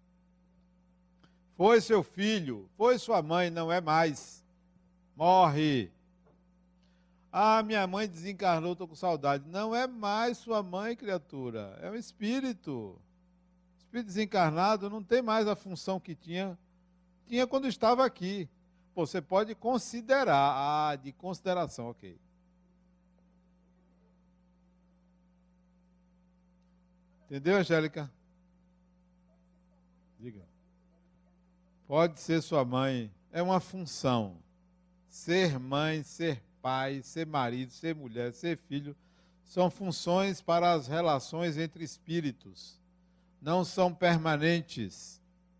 Foi seu filho, foi sua mãe, não é mais. Morre. Ah, minha mãe desencarnou, estou com saudade. Não é mais sua mãe, criatura. É um espírito. Espírito desencarnado não tem mais a função que tinha. Tinha quando estava aqui. Pô, você pode considerar. Ah, de consideração, ok. Entendeu, Angélica? Diga. Pode ser sua mãe. É uma função. Ser mãe, ser pai, ser marido, ser mulher, ser filho, são funções para as relações entre espíritos. Não são permanentes.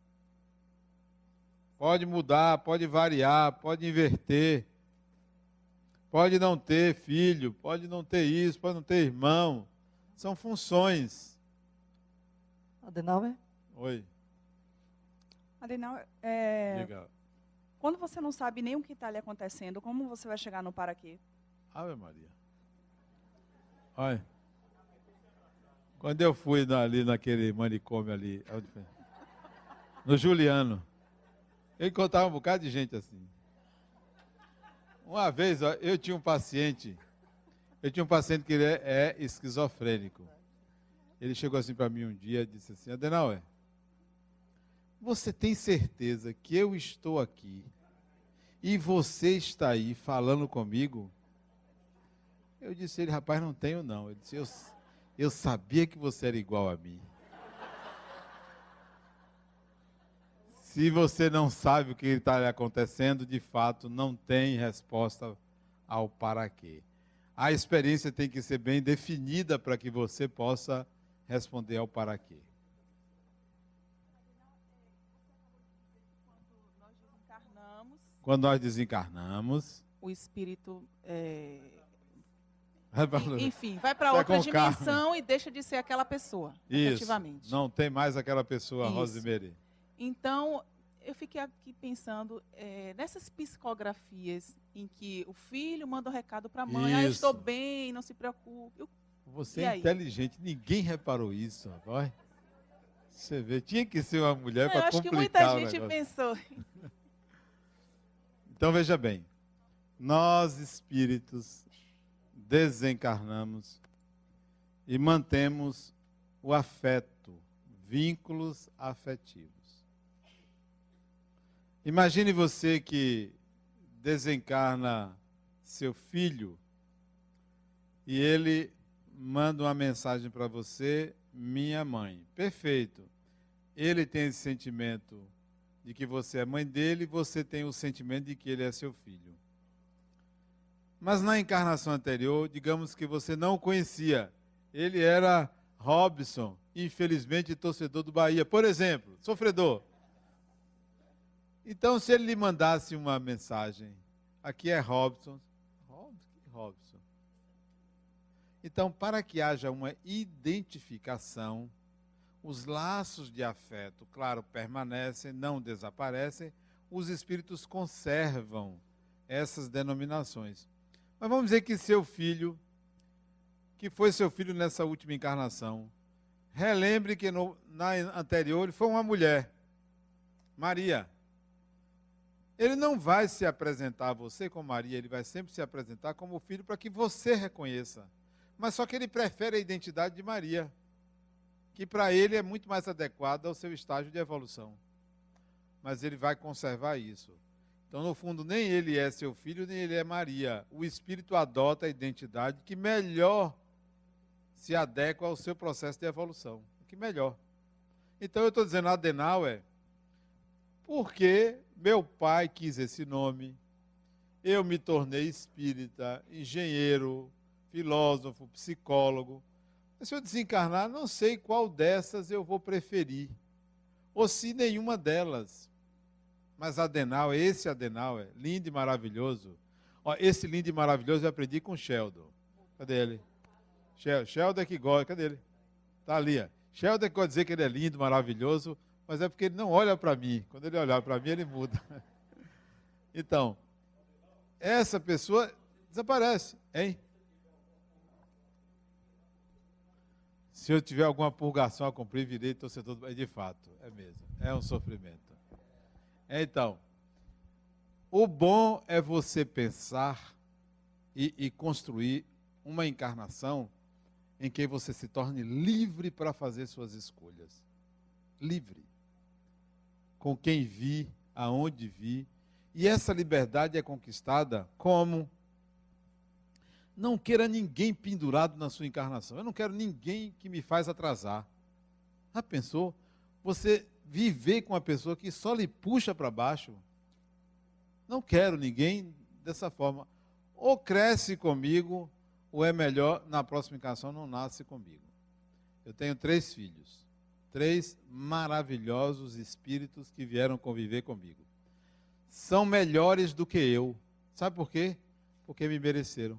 Pode mudar, pode variar, pode inverter. Pode não ter filho, pode não ter isso, pode não ter irmão. São funções. Adenauer? Oi. Adenauer, Diga. quando você não sabe nem o que está ali acontecendo, como você vai chegar no para quê? Ave Maria. Olha. Quando eu fui ali naquele manicômio ali, no Juliano, eu encontrava um bocado de gente assim. Uma vez, ó, eu tinha um paciente que ele é esquizofrênico. Ele chegou assim para mim um dia e disse assim: Adenauer, você tem certeza que eu estou aqui e você está aí falando comigo? Eu disse a ele: rapaz, não tenho não. Ele disse: eu sabia que você era igual a mim. Se você não sabe o que está acontecendo, de fato, não tem resposta ao para quê. A experiência tem que ser bem definida para que você possa responder ao para quê. Quando nós desencarnamos, o espírito, enfim, vai para outra dimensão e deixa de ser aquela pessoa, efetivamente. Não tem mais aquela pessoa, Isso. Rosemary. Então, eu fiquei aqui pensando nessas psicografias em que o filho manda um recado para a mãe: ah, eu estou bem, não se preocupe. Você é inteligente, ninguém reparou isso, rapaz. Você vê, tinha que ser uma mulher para complicar o negócio. Eu acho que muita gente pensou. Então, veja bem, nós espíritos desencarnamos e mantemos o afeto, vínculos afetivos. Imagine você que desencarna seu filho e ele manda uma mensagem para você: minha mãe. Perfeito. Ele tem esse sentimento de que você é mãe dele, você tem o sentimento de que ele é seu filho. Mas na encarnação anterior, digamos que você não o conhecia. Ele era Robson, infelizmente torcedor do Bahia, por exemplo, sofredor. Então, se ele lhe mandasse uma mensagem, aqui é Robson. Robson. Então, para que haja uma identificação, os laços de afeto, claro, permanecem, não desaparecem, os espíritos conservam essas denominações. Mas vamos dizer que seu filho, que foi seu filho nessa última encarnação, relembre que na anterior ele foi uma mulher, Maria. Ele não vai se apresentar a você como Maria, ele vai sempre se apresentar como filho para que você reconheça. Mas só que ele prefere a identidade de Maria, que para ele é muito mais adequada ao seu estágio de evolução. Mas ele vai conservar isso. Então, no fundo, nem ele é seu filho, nem ele é Maria. O espírito adota a identidade que melhor se adequa ao seu processo de evolução. Que melhor. Então, eu estou dizendo, Adenauer, porque meu pai quis esse nome, eu me tornei espírita, engenheiro, filósofo, psicólogo. Mas se eu desencarnar, não sei qual dessas eu vou preferir, ou se nenhuma delas. Mas Adenauer, esse Adenauer, lindo e maravilhoso. Ó, esse lindo e maravilhoso eu aprendi com Sheldon. Cadê ele? Sheldon é que gosta, cadê ele? Está ali, ó. Sheldon é que gosta de dizer que ele é lindo, maravilhoso, mas é porque ele não olha para mim. Quando ele olhar para mim, ele muda. Então, essa pessoa desaparece, hein? Se eu tiver alguma purgação a cumprir, virei torcedor do... De fato, é mesmo. É um sofrimento. Então, o bom é você pensar e construir uma encarnação em que você se torne livre para fazer suas escolhas. Livre. Com quem vi, aonde vi. E essa liberdade é conquistada como? Não queira ninguém pendurado na sua encarnação. Eu não quero ninguém que me faz atrasar. Já pensou? Você viver com uma pessoa que só lhe puxa para baixo? Não quero ninguém dessa forma. Ou cresce comigo, ou é melhor, na próxima encarnação, não nasce comigo. Eu tenho 3 filhos. 3 maravilhosos espíritos que vieram conviver comigo. São melhores do que eu. Sabe por quê? Porque me mereceram.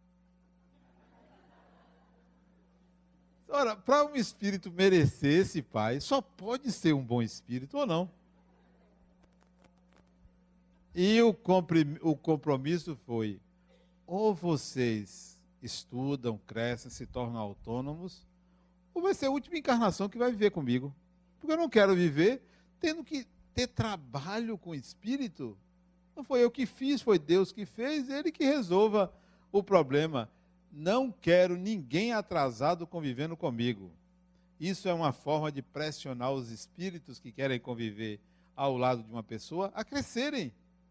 Ora, para um espírito merecer esse pai, só pode ser um bom espírito ou não. E o compromisso foi, ou vocês estudam, crescem, se tornam autônomos, ou vai ser a última encarnação que vai viver comigo. Porque eu não quero viver tendo que ter trabalho com o espírito. Não foi eu que fiz, foi Deus que fez, ele que resolva o problema. Não quero ninguém atrasado convivendo comigo. Isso é uma forma de pressionar os espíritos que querem conviver ao lado de uma pessoa a crescerem.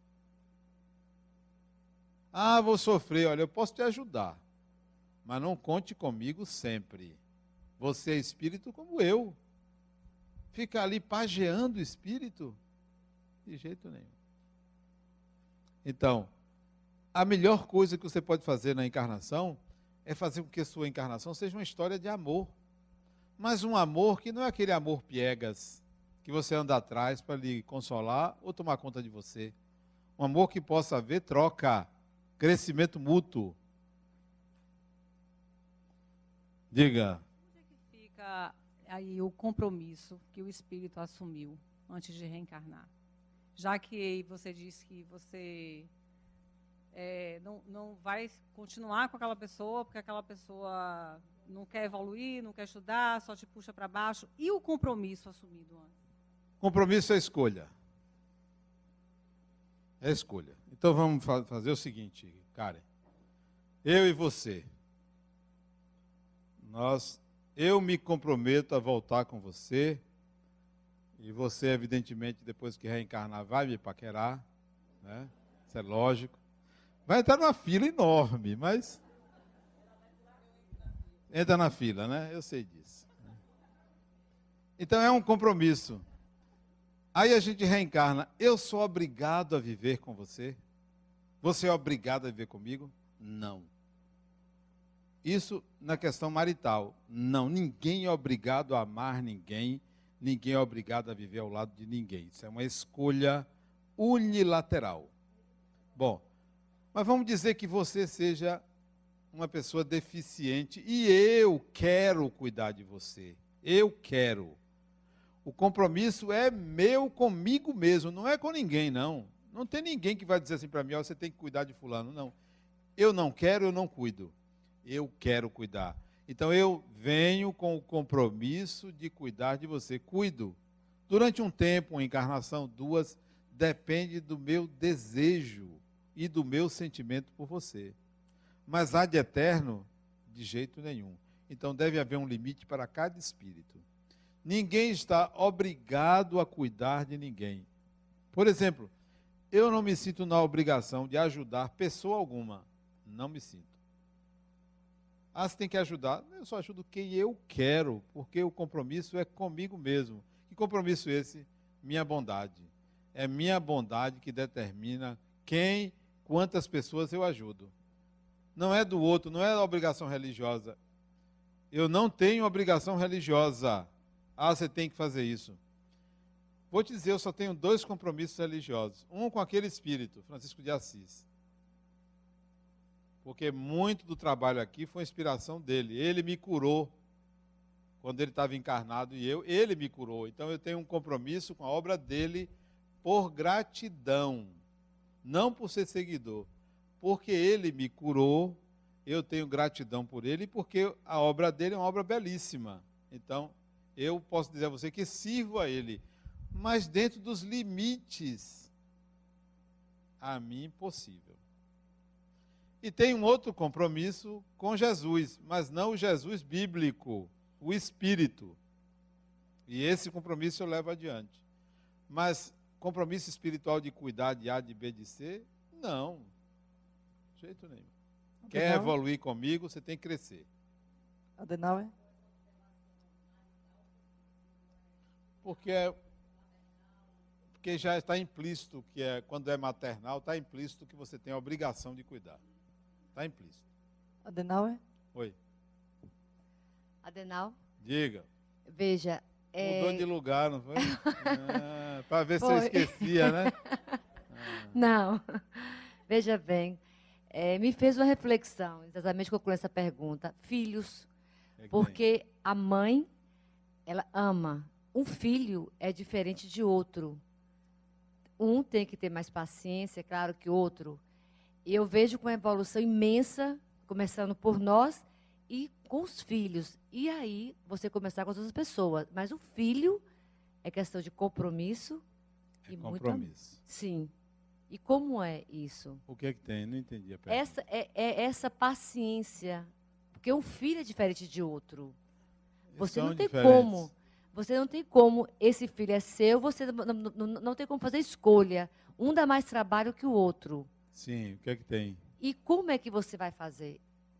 Ah, vou sofrer, olha, eu posso te ajudar, mas não conte comigo sempre. Você é espírito como eu. Fica ali pageando o espírito? De jeito nenhum. Então, a melhor coisa que você pode fazer na encarnação é fazer com que a sua encarnação seja uma história de amor. Mas um amor que não é aquele amor piegas, que você anda atrás para lhe consolar ou tomar conta de você. Um amor que possa haver troca, crescimento mútuo. Diga. Onde é que fica aí o compromisso que o espírito assumiu antes de reencarnar? Já que você disse que você não vai continuar com aquela pessoa, porque aquela pessoa não quer evoluir, não quer estudar, só te puxa para baixo. E o compromisso assumido antes? Compromisso é escolha. É escolha. Então vamos fazer o seguinte, Karen. Eu e você. Eu me comprometo a voltar com você. E você, evidentemente, depois que reencarnar, vai me paquerar. Né? Isso é lógico. Vai entrar numa fila enorme, mas... Entra na fila, né? Eu sei disso. Então é um compromisso. Aí a gente reencarna. Eu sou obrigado a viver com você? Você é obrigado a viver comigo? Não. Isso na questão marital. Não, ninguém é obrigado a amar ninguém. Ninguém é obrigado a viver ao lado de ninguém. Isso é uma escolha unilateral. Bom, mas vamos dizer que você seja uma pessoa deficiente e eu quero cuidar de você. Eu quero. O compromisso é meu comigo mesmo, não é com ninguém, não. Não tem ninguém que vai dizer assim para mim, você tem que cuidar de fulano, não. Eu não quero, eu não cuido. Eu quero cuidar. Então eu venho com o compromisso de cuidar de você. Cuido. Durante um tempo, uma encarnação, 2, depende do meu desejo e do meu sentimento por você. Mas há de eterno, de jeito nenhum. Então deve haver um limite para cada espírito. Ninguém está obrigado a cuidar de ninguém. Por exemplo, eu não me sinto na obrigação de ajudar pessoa alguma. Não me sinto. Ah, você tem que ajudar? Eu só ajudo quem eu quero, porque o compromisso é comigo mesmo. Que compromisso esse? Minha bondade. É minha bondade que determina quem, quantas pessoas eu ajudo. Não é do outro, não é obrigação religiosa. Eu não tenho obrigação religiosa. Ah, você tem que fazer isso. Vou te dizer, eu só tenho 2 compromissos religiosos. Um com aquele espírito, Francisco de Assis. Porque muito do trabalho aqui foi inspiração dele. Ele me curou quando ele estava encarnado e ele me curou. Então eu tenho um compromisso com a obra dele por gratidão, não por ser seguidor. Porque ele me curou, eu tenho gratidão por ele, porque a obra dele é uma obra belíssima. Então, eu posso dizer a você que sirvo a ele, mas dentro dos limites a mim possível. E tem um outro compromisso com Jesus, mas não o Jesus bíblico, o Espírito. E esse compromisso eu levo adiante. Mas compromisso espiritual de cuidar de A, de B, de C, não. De jeito nenhum. Quer evoluir comigo, você tem que crescer. Adenauer? Porque já está implícito que quando é maternal, está implícito que você tem a obrigação de cuidar. Está implícito. Adenauer? Oi. Adenal? Diga. Veja. Mudou de lugar, não foi? Para ver se eu esquecia, né? Não. Veja bem. Me fez uma reflexão, exatamente concluindo essa pergunta. Filhos. Porque a mãe, ela ama. Um filho é diferente de outro. Um tem que ter mais paciência, é claro que outro. E eu vejo com uma evolução imensa, começando por nós e com os filhos. E aí, você começar com as outras pessoas. Mas o filho é questão de compromisso. É compromisso. Sim. E como é isso? O que é que tem? Não entendi a pergunta. Essa paciência. Porque um filho é diferente de outro. Você não tem diferentes. como. Você não tem como, esse filho é seu, você não tem como fazer escolha. Um dá mais trabalho que o outro. Sim, o que é que tem? E como é que você vai fazer?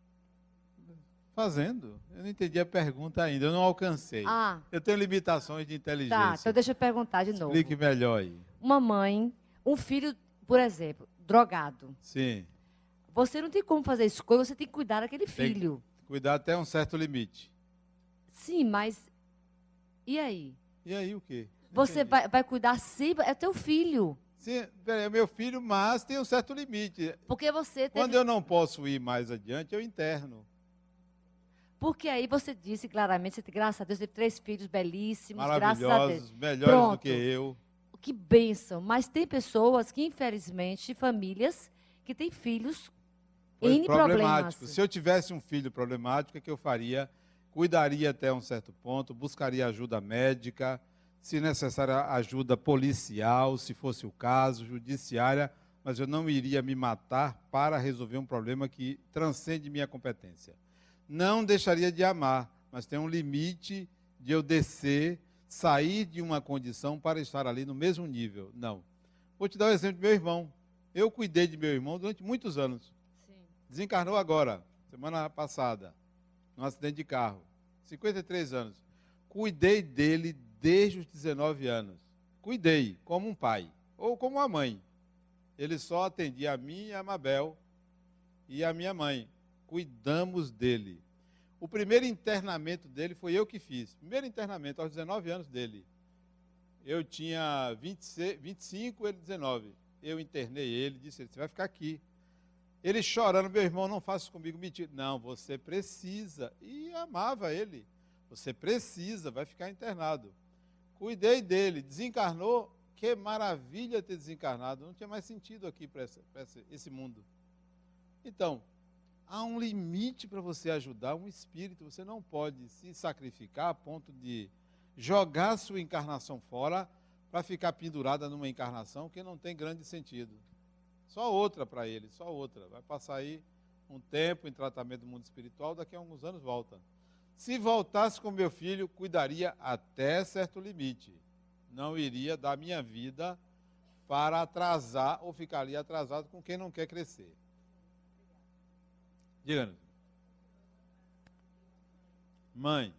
Fazendo. Eu não entendi a pergunta ainda, eu não alcancei. Eu tenho limitações de inteligência. Tá, então deixa eu perguntar de novo. Explique melhor aí. Uma mãe, um filho, por exemplo, drogado. Sim. Você não tem como fazer escolha, você tem que cuidar daquele filho. Tem que cuidar até um certo limite. Sim, mas e aí? E aí o quê? Você vai cuidar sempre, é teu filho. Sim, é meu filho, mas tem um certo limite. Porque você Quando eu não posso ir mais adiante, eu interno. Porque aí você disse claramente, você, graças a Deus, teve 3 filhos belíssimos, maravilhosos, graças a Deus. Melhores do que eu. Que bênção. Mas tem pessoas que, infelizmente, famílias que têm filhos N problemas. Se eu tivesse um filho problemático, o que eu faria? Cuidaria até um certo ponto, buscaria ajuda médica, se necessária ajuda policial, se fosse o caso, judiciária, mas eu não iria me matar para resolver um problema que transcende minha competência. Não deixaria de amar, mas tem um limite de eu descer, sair de uma condição para estar ali no mesmo nível. Não. Vou te dar o exemplo do meu irmão. Eu cuidei de meu irmão durante muitos anos. Sim. Desencarnou agora, semana passada, num acidente de carro. 53 anos. Cuidei dele desde os 19 anos. Cuidei, como um pai, ou como uma mãe. Ele só atendia a mim, a Mabel e a minha mãe. Cuidamos dele. O primeiro internamento dele foi eu que fiz. Primeiro internamento, aos 19 anos dele. Eu tinha 25, ele 19. Eu internei ele, disse, você vai ficar aqui. Ele chorando, meu irmão, não faça comigo mentira. Não, você precisa. E amava ele. Você precisa, vai ficar internado. Cuidei dele, desencarnou. Que maravilha ter desencarnado. Não tinha mais sentido aqui para esse mundo. Então, há um limite para você ajudar um espírito. Você não pode se sacrificar a ponto de jogar a sua encarnação fora para ficar pendurada numa encarnação que não tem grande sentido. Só outra para ele, só outra. Vai passar aí um tempo em tratamento do mundo espiritual, daqui a alguns anos volta. Se voltasse com meu filho, cuidaria até certo limite. Não iria dar minha vida para atrasar ou ficaria atrasado com quem não quer crescer. Diga-nos. Mãe,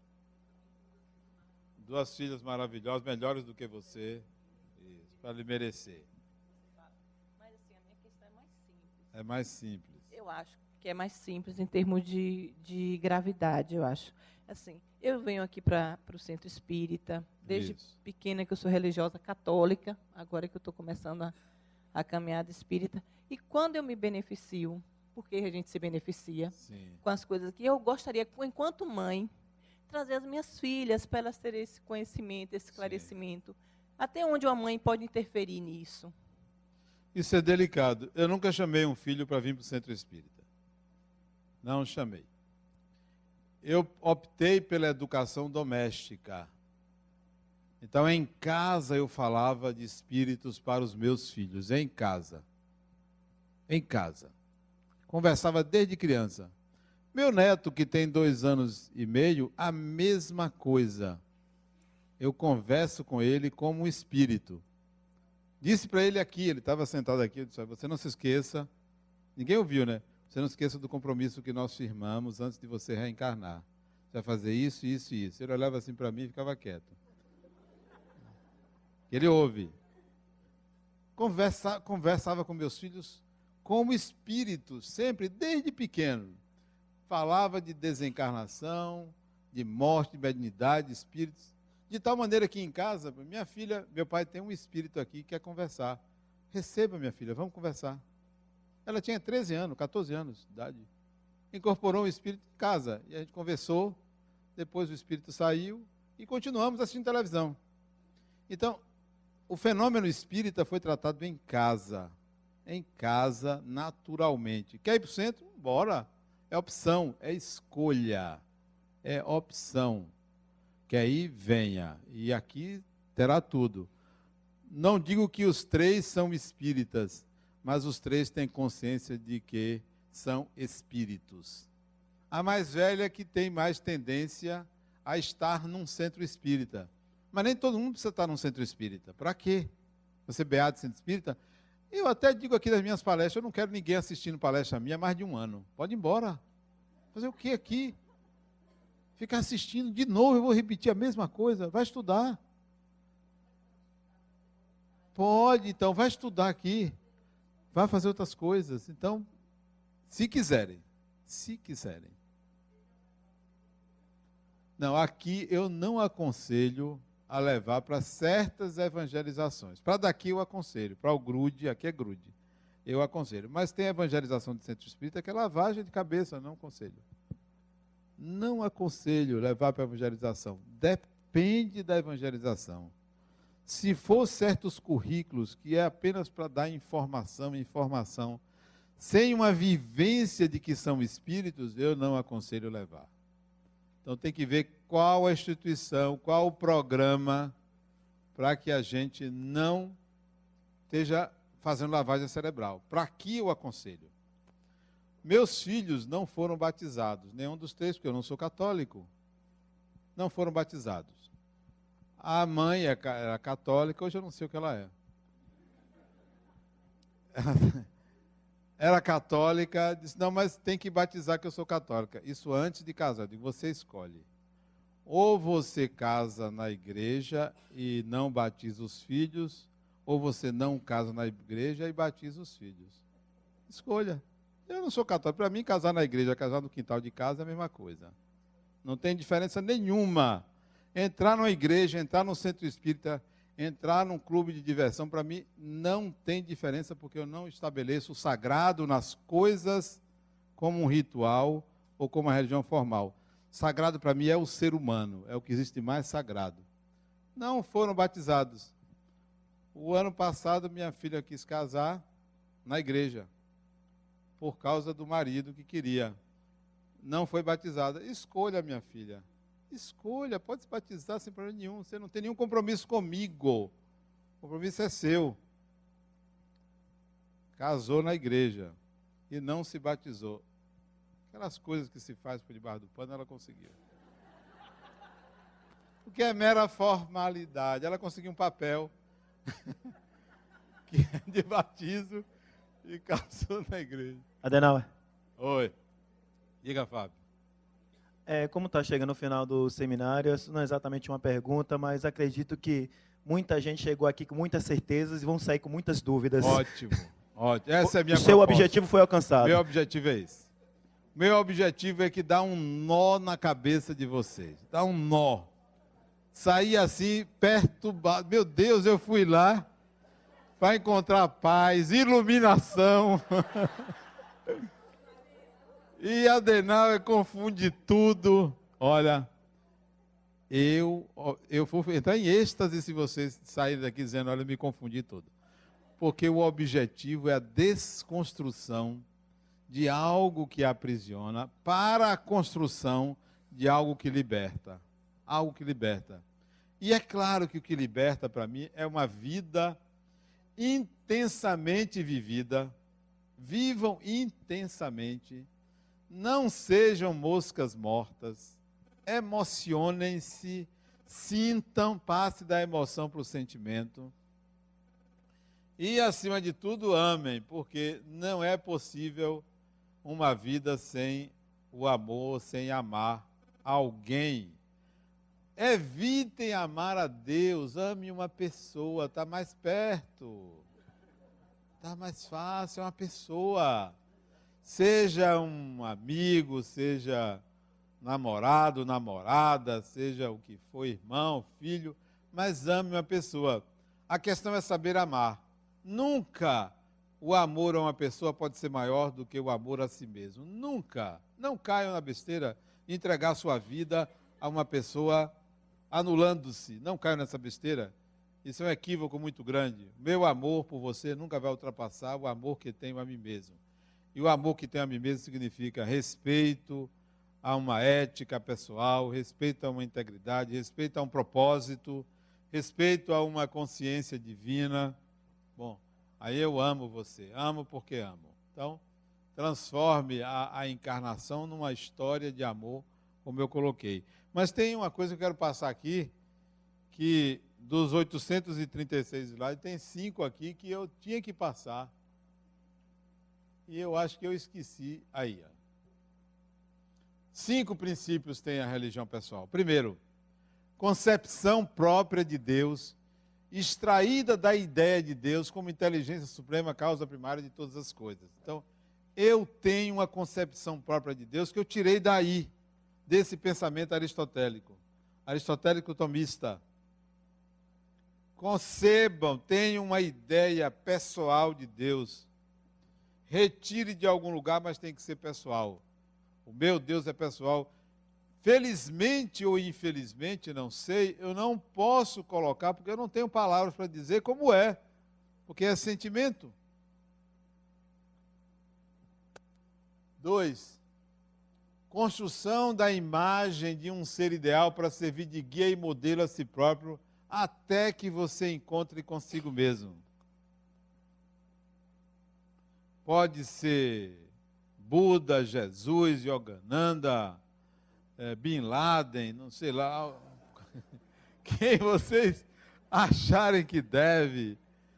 2 filhas maravilhosas, melhores do que você, para lhe merecer. Mas assim, a minha questão é mais simples. É mais simples. Eu acho que é mais simples em termos de gravidade, eu acho. Assim, eu venho aqui para o centro espírita, desde pequena que eu sou religiosa católica, agora que eu estou começando a caminhada espírita, e quando eu me beneficio, porque a gente se beneficia com as coisas que eu gostaria, enquanto mãe, trazer as minhas filhas para elas terem esse conhecimento, esse esclarecimento. Até onde uma mãe pode interferir nisso? Isso é delicado. Eu nunca chamei um filho para vir para o centro espírita. Não chamei. Eu optei pela educação doméstica. Então, em casa, eu falava de espíritos para os meus filhos. Em casa. Em casa. Conversava desde criança. Meu neto, que tem 2 anos e meio, a mesma coisa. Eu converso com ele como um espírito. Disse para ele aqui, ele estava sentado aqui, eu disse, você não se esqueça, ninguém ouviu, né? Você não se esqueça do compromisso que nós firmamos antes de você reencarnar. Você vai fazer isso, isso e isso. Ele olhava assim para mim e ficava quieto. Ele ouve. Conversava com meus filhos como espíritos, sempre, desde pequeno. Falava de desencarnação, de morte, de mediunidade, de espíritos. De tal maneira que em casa, minha filha, meu pai tem um espírito aqui que quer conversar. Receba, minha filha, vamos conversar. Ela tinha 13 anos, 14 anos de idade. Incorporou um espírito em casa. E a gente conversou, depois o espírito saiu e continuamos assistindo televisão. Então, o fenômeno espírita foi tratado em casa, naturalmente. Quer ir para o centro? Bora. É opção, é escolha, é opção. Quer ir? Venha. E aqui terá tudo. Não digo que os 3 são espíritas, mas os 3 têm consciência de que são espíritos. A mais velha que tem mais tendência a estar num centro espírita. Mas nem todo mundo precisa estar num centro espírita. Para quê? Você beado centro espírita? Eu até digo aqui nas minhas palestras, eu não quero ninguém assistindo palestra minha há mais de 1 ano. Pode ir embora. Fazer o quê aqui? Ficar assistindo de novo, eu vou repetir a mesma coisa. Vai estudar. Pode, então, vai estudar aqui. Vai fazer outras coisas. Então, se quiserem. Se quiserem. Não, aqui eu não aconselho a levar para certas evangelizações. Para daqui eu aconselho. Para o grude, aqui é grude. Eu aconselho. Mas tem evangelização de centro espírita que é lavagem de cabeça, não aconselho. Não aconselho levar para a evangelização. Depende da evangelização. Se for certos currículos que é apenas para dar informação, sem uma vivência de que são espíritos, eu não aconselho levar. Então tem que ver qual a instituição, qual o programa, para que a gente não esteja fazendo lavagem cerebral. Para aqui eu aconselho. Meus filhos não foram batizados, nenhum dos 3, porque eu não sou católico. Não foram batizados. A mãe era católica, hoje eu não sei o que ela é. Era católica, disse, não, mas tem que batizar que eu sou católica. Isso antes de casar, eu digo, você escolhe. Ou você casa na igreja e não batiza os filhos, ou você não casa na igreja e batiza os filhos. Escolha. Eu não sou católico. Para mim, casar na igreja, casar no quintal de casa é a mesma coisa. Não tem diferença nenhuma. Entrar numa igreja, entrar no centro espírita Entrar num clube de diversão, para mim, não tem diferença, porque eu não estabeleço o sagrado nas coisas como um ritual ou como uma religião formal. Sagrado, para mim, é o ser humano, é o que existe de mais sagrado. Não foram batizados. O ano passado, minha filha quis casar na igreja, por causa do marido que queria. Não foi batizada. Escolha, minha filha. Escolha, pode se batizar sem problema nenhum. Você não tem nenhum compromisso comigo. O compromisso é seu. Casou na igreja e não se batizou. Aquelas coisas que se faz por debaixo do pano, ela conseguiu. O que é mera formalidade. Ela conseguiu um papel que é de batismo e casou na igreja. Adenauer. Oi. Diga, Fábio. Como está chegando no final do seminário, isso não é exatamente uma pergunta, mas acredito que muita gente chegou aqui com muitas certezas e vão sair com muitas dúvidas. Ótimo, ótimo. Essa é a minha proposta. O seu objetivo foi alcançado. Meu objetivo é esse. Meu objetivo é que dá um nó na cabeça de vocês. Dá um nó. Sair assim, perturbado. Meu Deus, eu fui lá para encontrar paz, iluminação. E Adenauer confunde tudo. Olha, eu vou entrar em êxtase se vocês saírem daqui dizendo, olha, eu me confundi todo. Porque o objetivo é a desconstrução de algo que aprisiona para a construção de algo que liberta. Algo que liberta. E é claro que o que liberta para mim é uma vida intensamente vivida. Vivam intensamente. Não sejam moscas mortas, emocionem-se, sintam, passe da emoção para o sentimento. E, acima de tudo, amem, porque não é possível uma vida sem o amor, sem amar alguém. Evitem amar a Deus, ame uma pessoa, está mais perto, está mais fácil, é uma pessoa. Seja um amigo, seja namorado, namorada, seja o que for, irmão, filho, mas ame uma pessoa. A questão é saber amar. Nunca o amor a uma pessoa pode ser maior do que o amor a si mesmo. Nunca. Não caiam na besteira de entregar sua vida a uma pessoa anulando-se. Não caiam nessa besteira. Isso é um equívoco muito grande. Meu amor por você nunca vai ultrapassar o amor que tenho a mim mesmo. E o amor que tenho a mim mesmo significa respeito a uma ética pessoal, respeito a uma integridade, respeito a um propósito, respeito a uma consciência divina. Bom, aí eu amo você, amo porque amo. Então, transforme a encarnação numa história de amor, como eu coloquei. Mas tem uma coisa que eu quero passar aqui, que dos 836 slides, tem 5 aqui que eu tinha que passar. E eu acho que eu esqueci aí. 5 princípios tem a religião pessoal. Primeiro, concepção própria de Deus, extraída da ideia de Deus como inteligência suprema, causa primária de todas as coisas. Então, eu tenho uma concepção própria de Deus que eu tirei daí, desse pensamento aristotélico tomista. Concebam, tenham uma ideia pessoal de Deus. Retire de algum lugar, mas tem que ser pessoal. O meu Deus é pessoal. Felizmente ou infelizmente, não sei, eu não posso colocar, porque eu não tenho palavras para dizer como é, porque é sentimento. 2. Construção da imagem de um ser ideal para servir de guia e modelo a si próprio, até que você encontre consigo mesmo. Pode ser Buda, Jesus, Yogananda, Bin Laden, não sei lá, quem vocês acharem que deve.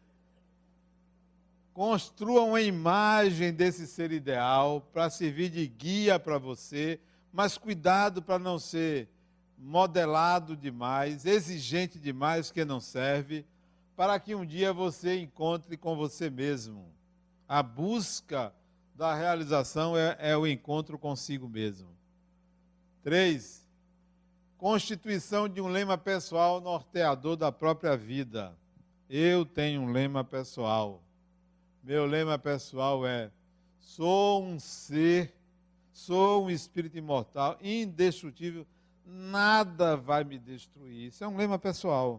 Construam uma imagem desse ser ideal para servir de guia para você, mas cuidado para não ser modelado demais, exigente demais que não serve, para que um dia você encontre com você mesmo. A busca da realização é o encontro consigo mesmo. 3. Constituição de um lema pessoal norteador da própria vida. Eu tenho um lema pessoal. Meu lema pessoal é: sou um ser, sou um espírito imortal, indestrutível, nada vai me destruir. Isso é um lema pessoal.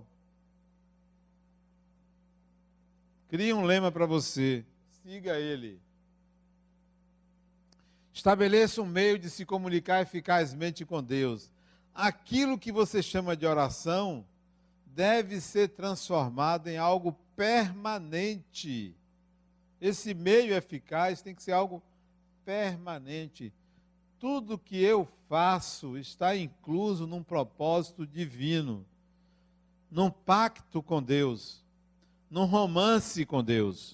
Crie um lema para você, siga ele. Estabeleça um meio de se comunicar eficazmente com Deus. Aquilo que você chama de oração deve ser transformado em algo permanente. Esse meio eficaz tem que ser algo permanente. Tudo que eu faço está incluso num propósito divino, num pacto com Deus, num romance com Deus.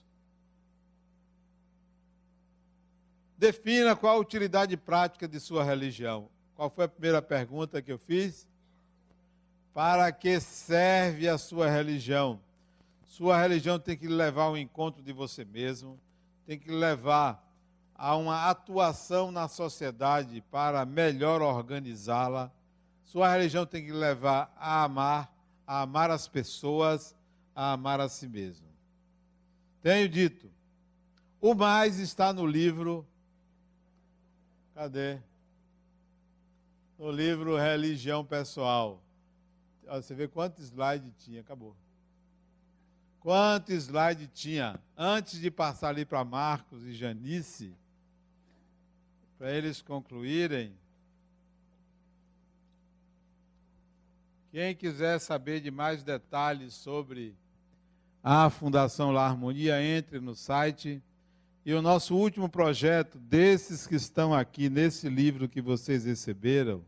Defina qual a utilidade prática de sua religião. Qual foi a primeira pergunta que eu fiz? Para que serve a sua religião? Sua religião tem que levar ao encontro de você mesmo, tem que levar a uma atuação na sociedade para melhor organizá-la. Sua religião tem que levar a amar as pessoas, a amar a si mesmo. Tenho dito, o mais está no livro. Cadê? No livro Religião Pessoal. Você vê quantos slides tinha, acabou. Quantos slides tinha? Antes de passar ali para Marcos e Janice, para eles concluírem, quem quiser saber de mais detalhes sobre a Fundação Lar Harmonia, entre no site. E o nosso último projeto, desses que estão aqui nesse livro que vocês receberam,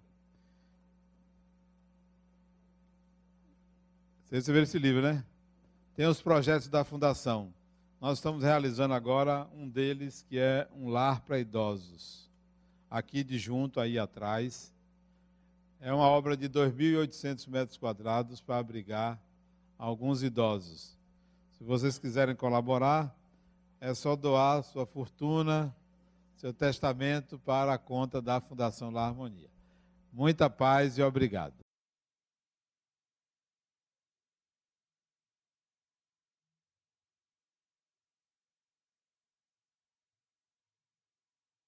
vocês receberam esse livro, né? Tem os projetos da Fundação. Nós estamos realizando agora um deles, que é um lar para idosos. Aqui de junto, aí atrás. É uma obra de 2.800 metros quadrados para abrigar alguns idosos. Se vocês quiserem colaborar, é só doar sua fortuna, seu testamento para a conta da Fundação Lar Harmonia. Muita paz e obrigado.